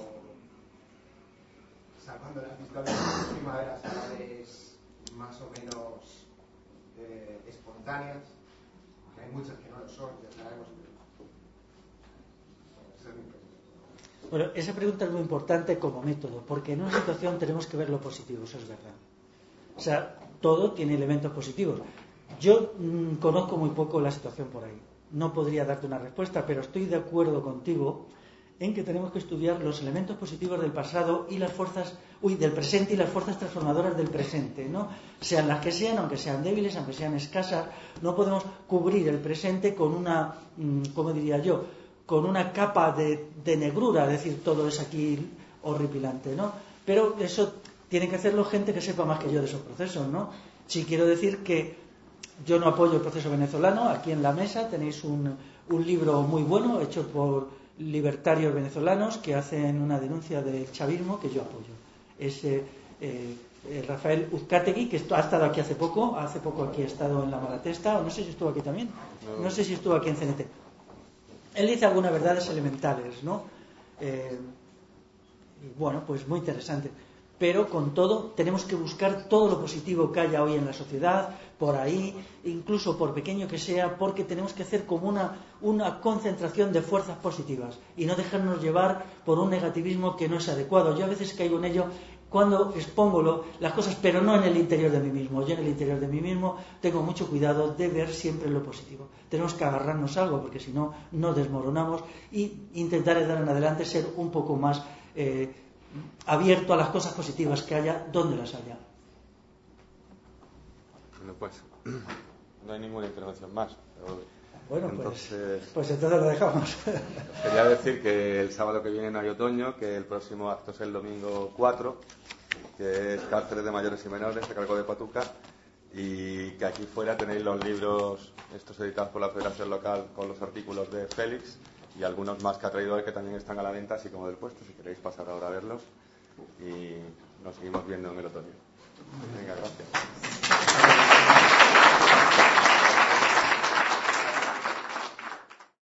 salvando las distancias de primaveras árabes más o menos eh, espontáneas. Hay muchas que no lo son, ya sabemos. Bueno, esa pregunta es muy importante como método, porque en una situación tenemos que ver lo positivo, eso es verdad. O sea, todo tiene elementos positivos. Yo mmm, conozco muy poco la situación por ahí. No podría darte una respuesta, pero estoy de acuerdo contigo en que tenemos que estudiar los elementos positivos del pasado y las fuerzas, uy, del presente y las fuerzas transformadoras del presente, ¿no? Sean las que sean, aunque sean débiles, aunque sean escasas, no podemos cubrir el presente con una, ¿cómo diría yo?, con una capa de, de negrura, es decir, todo es aquí horripilante, ¿no? Pero eso tiene que hacerlo gente que sepa más que yo de esos procesos, ¿no? Sí quiero decir que yo no apoyo el proceso venezolano. Aquí en la mesa tenéis un, un libro muy bueno hecho por libertarios venezolanos que hacen una denuncia del chavismo que yo apoyo. Es eh, eh, Rafael Uzcategui, que ha estado aquí hace poco, hace poco aquí ha estado en La Malatesta, o no sé si estuvo aquí también, no sé si estuvo aquí en C N T. Él dice algunas verdades elementales, ¿no? Eh, y bueno, pues muy interesante. pero con todo tenemos que buscar todo lo positivo que haya hoy en la sociedad, por ahí, incluso por pequeño que sea, porque tenemos que hacer como una, una concentración de fuerzas positivas y no dejarnos llevar por un negativismo que no es adecuado. Yo a veces caigo en ello cuando expongo lo, las cosas, pero no en el interior de mí mismo. Yo en el interior de mí mismo tengo mucho cuidado de ver siempre lo positivo. Tenemos que agarrarnos a algo, porque si no, no desmoronamos, y intentar de dar en adelante ser un poco más eh, abierto a las cosas positivas que haya, donde las haya. Bueno, pues no hay ninguna intervención más. Pero... Bueno, entonces, pues, pues entonces lo dejamos. Quería decir que el sábado que viene no hay otoño, que el próximo acto es el domingo cuatro, que es Cárceles de Mayores y Menores, a cargo de Patuca, y que aquí fuera tenéis los libros, estos editados por la Federación Local, con los artículos de Félix, y algunos más que ha traído él que también están a la venta, así como del puesto, si queréis pasar ahora a verlos, y nos seguimos viendo en el otoño. Venga, gracias.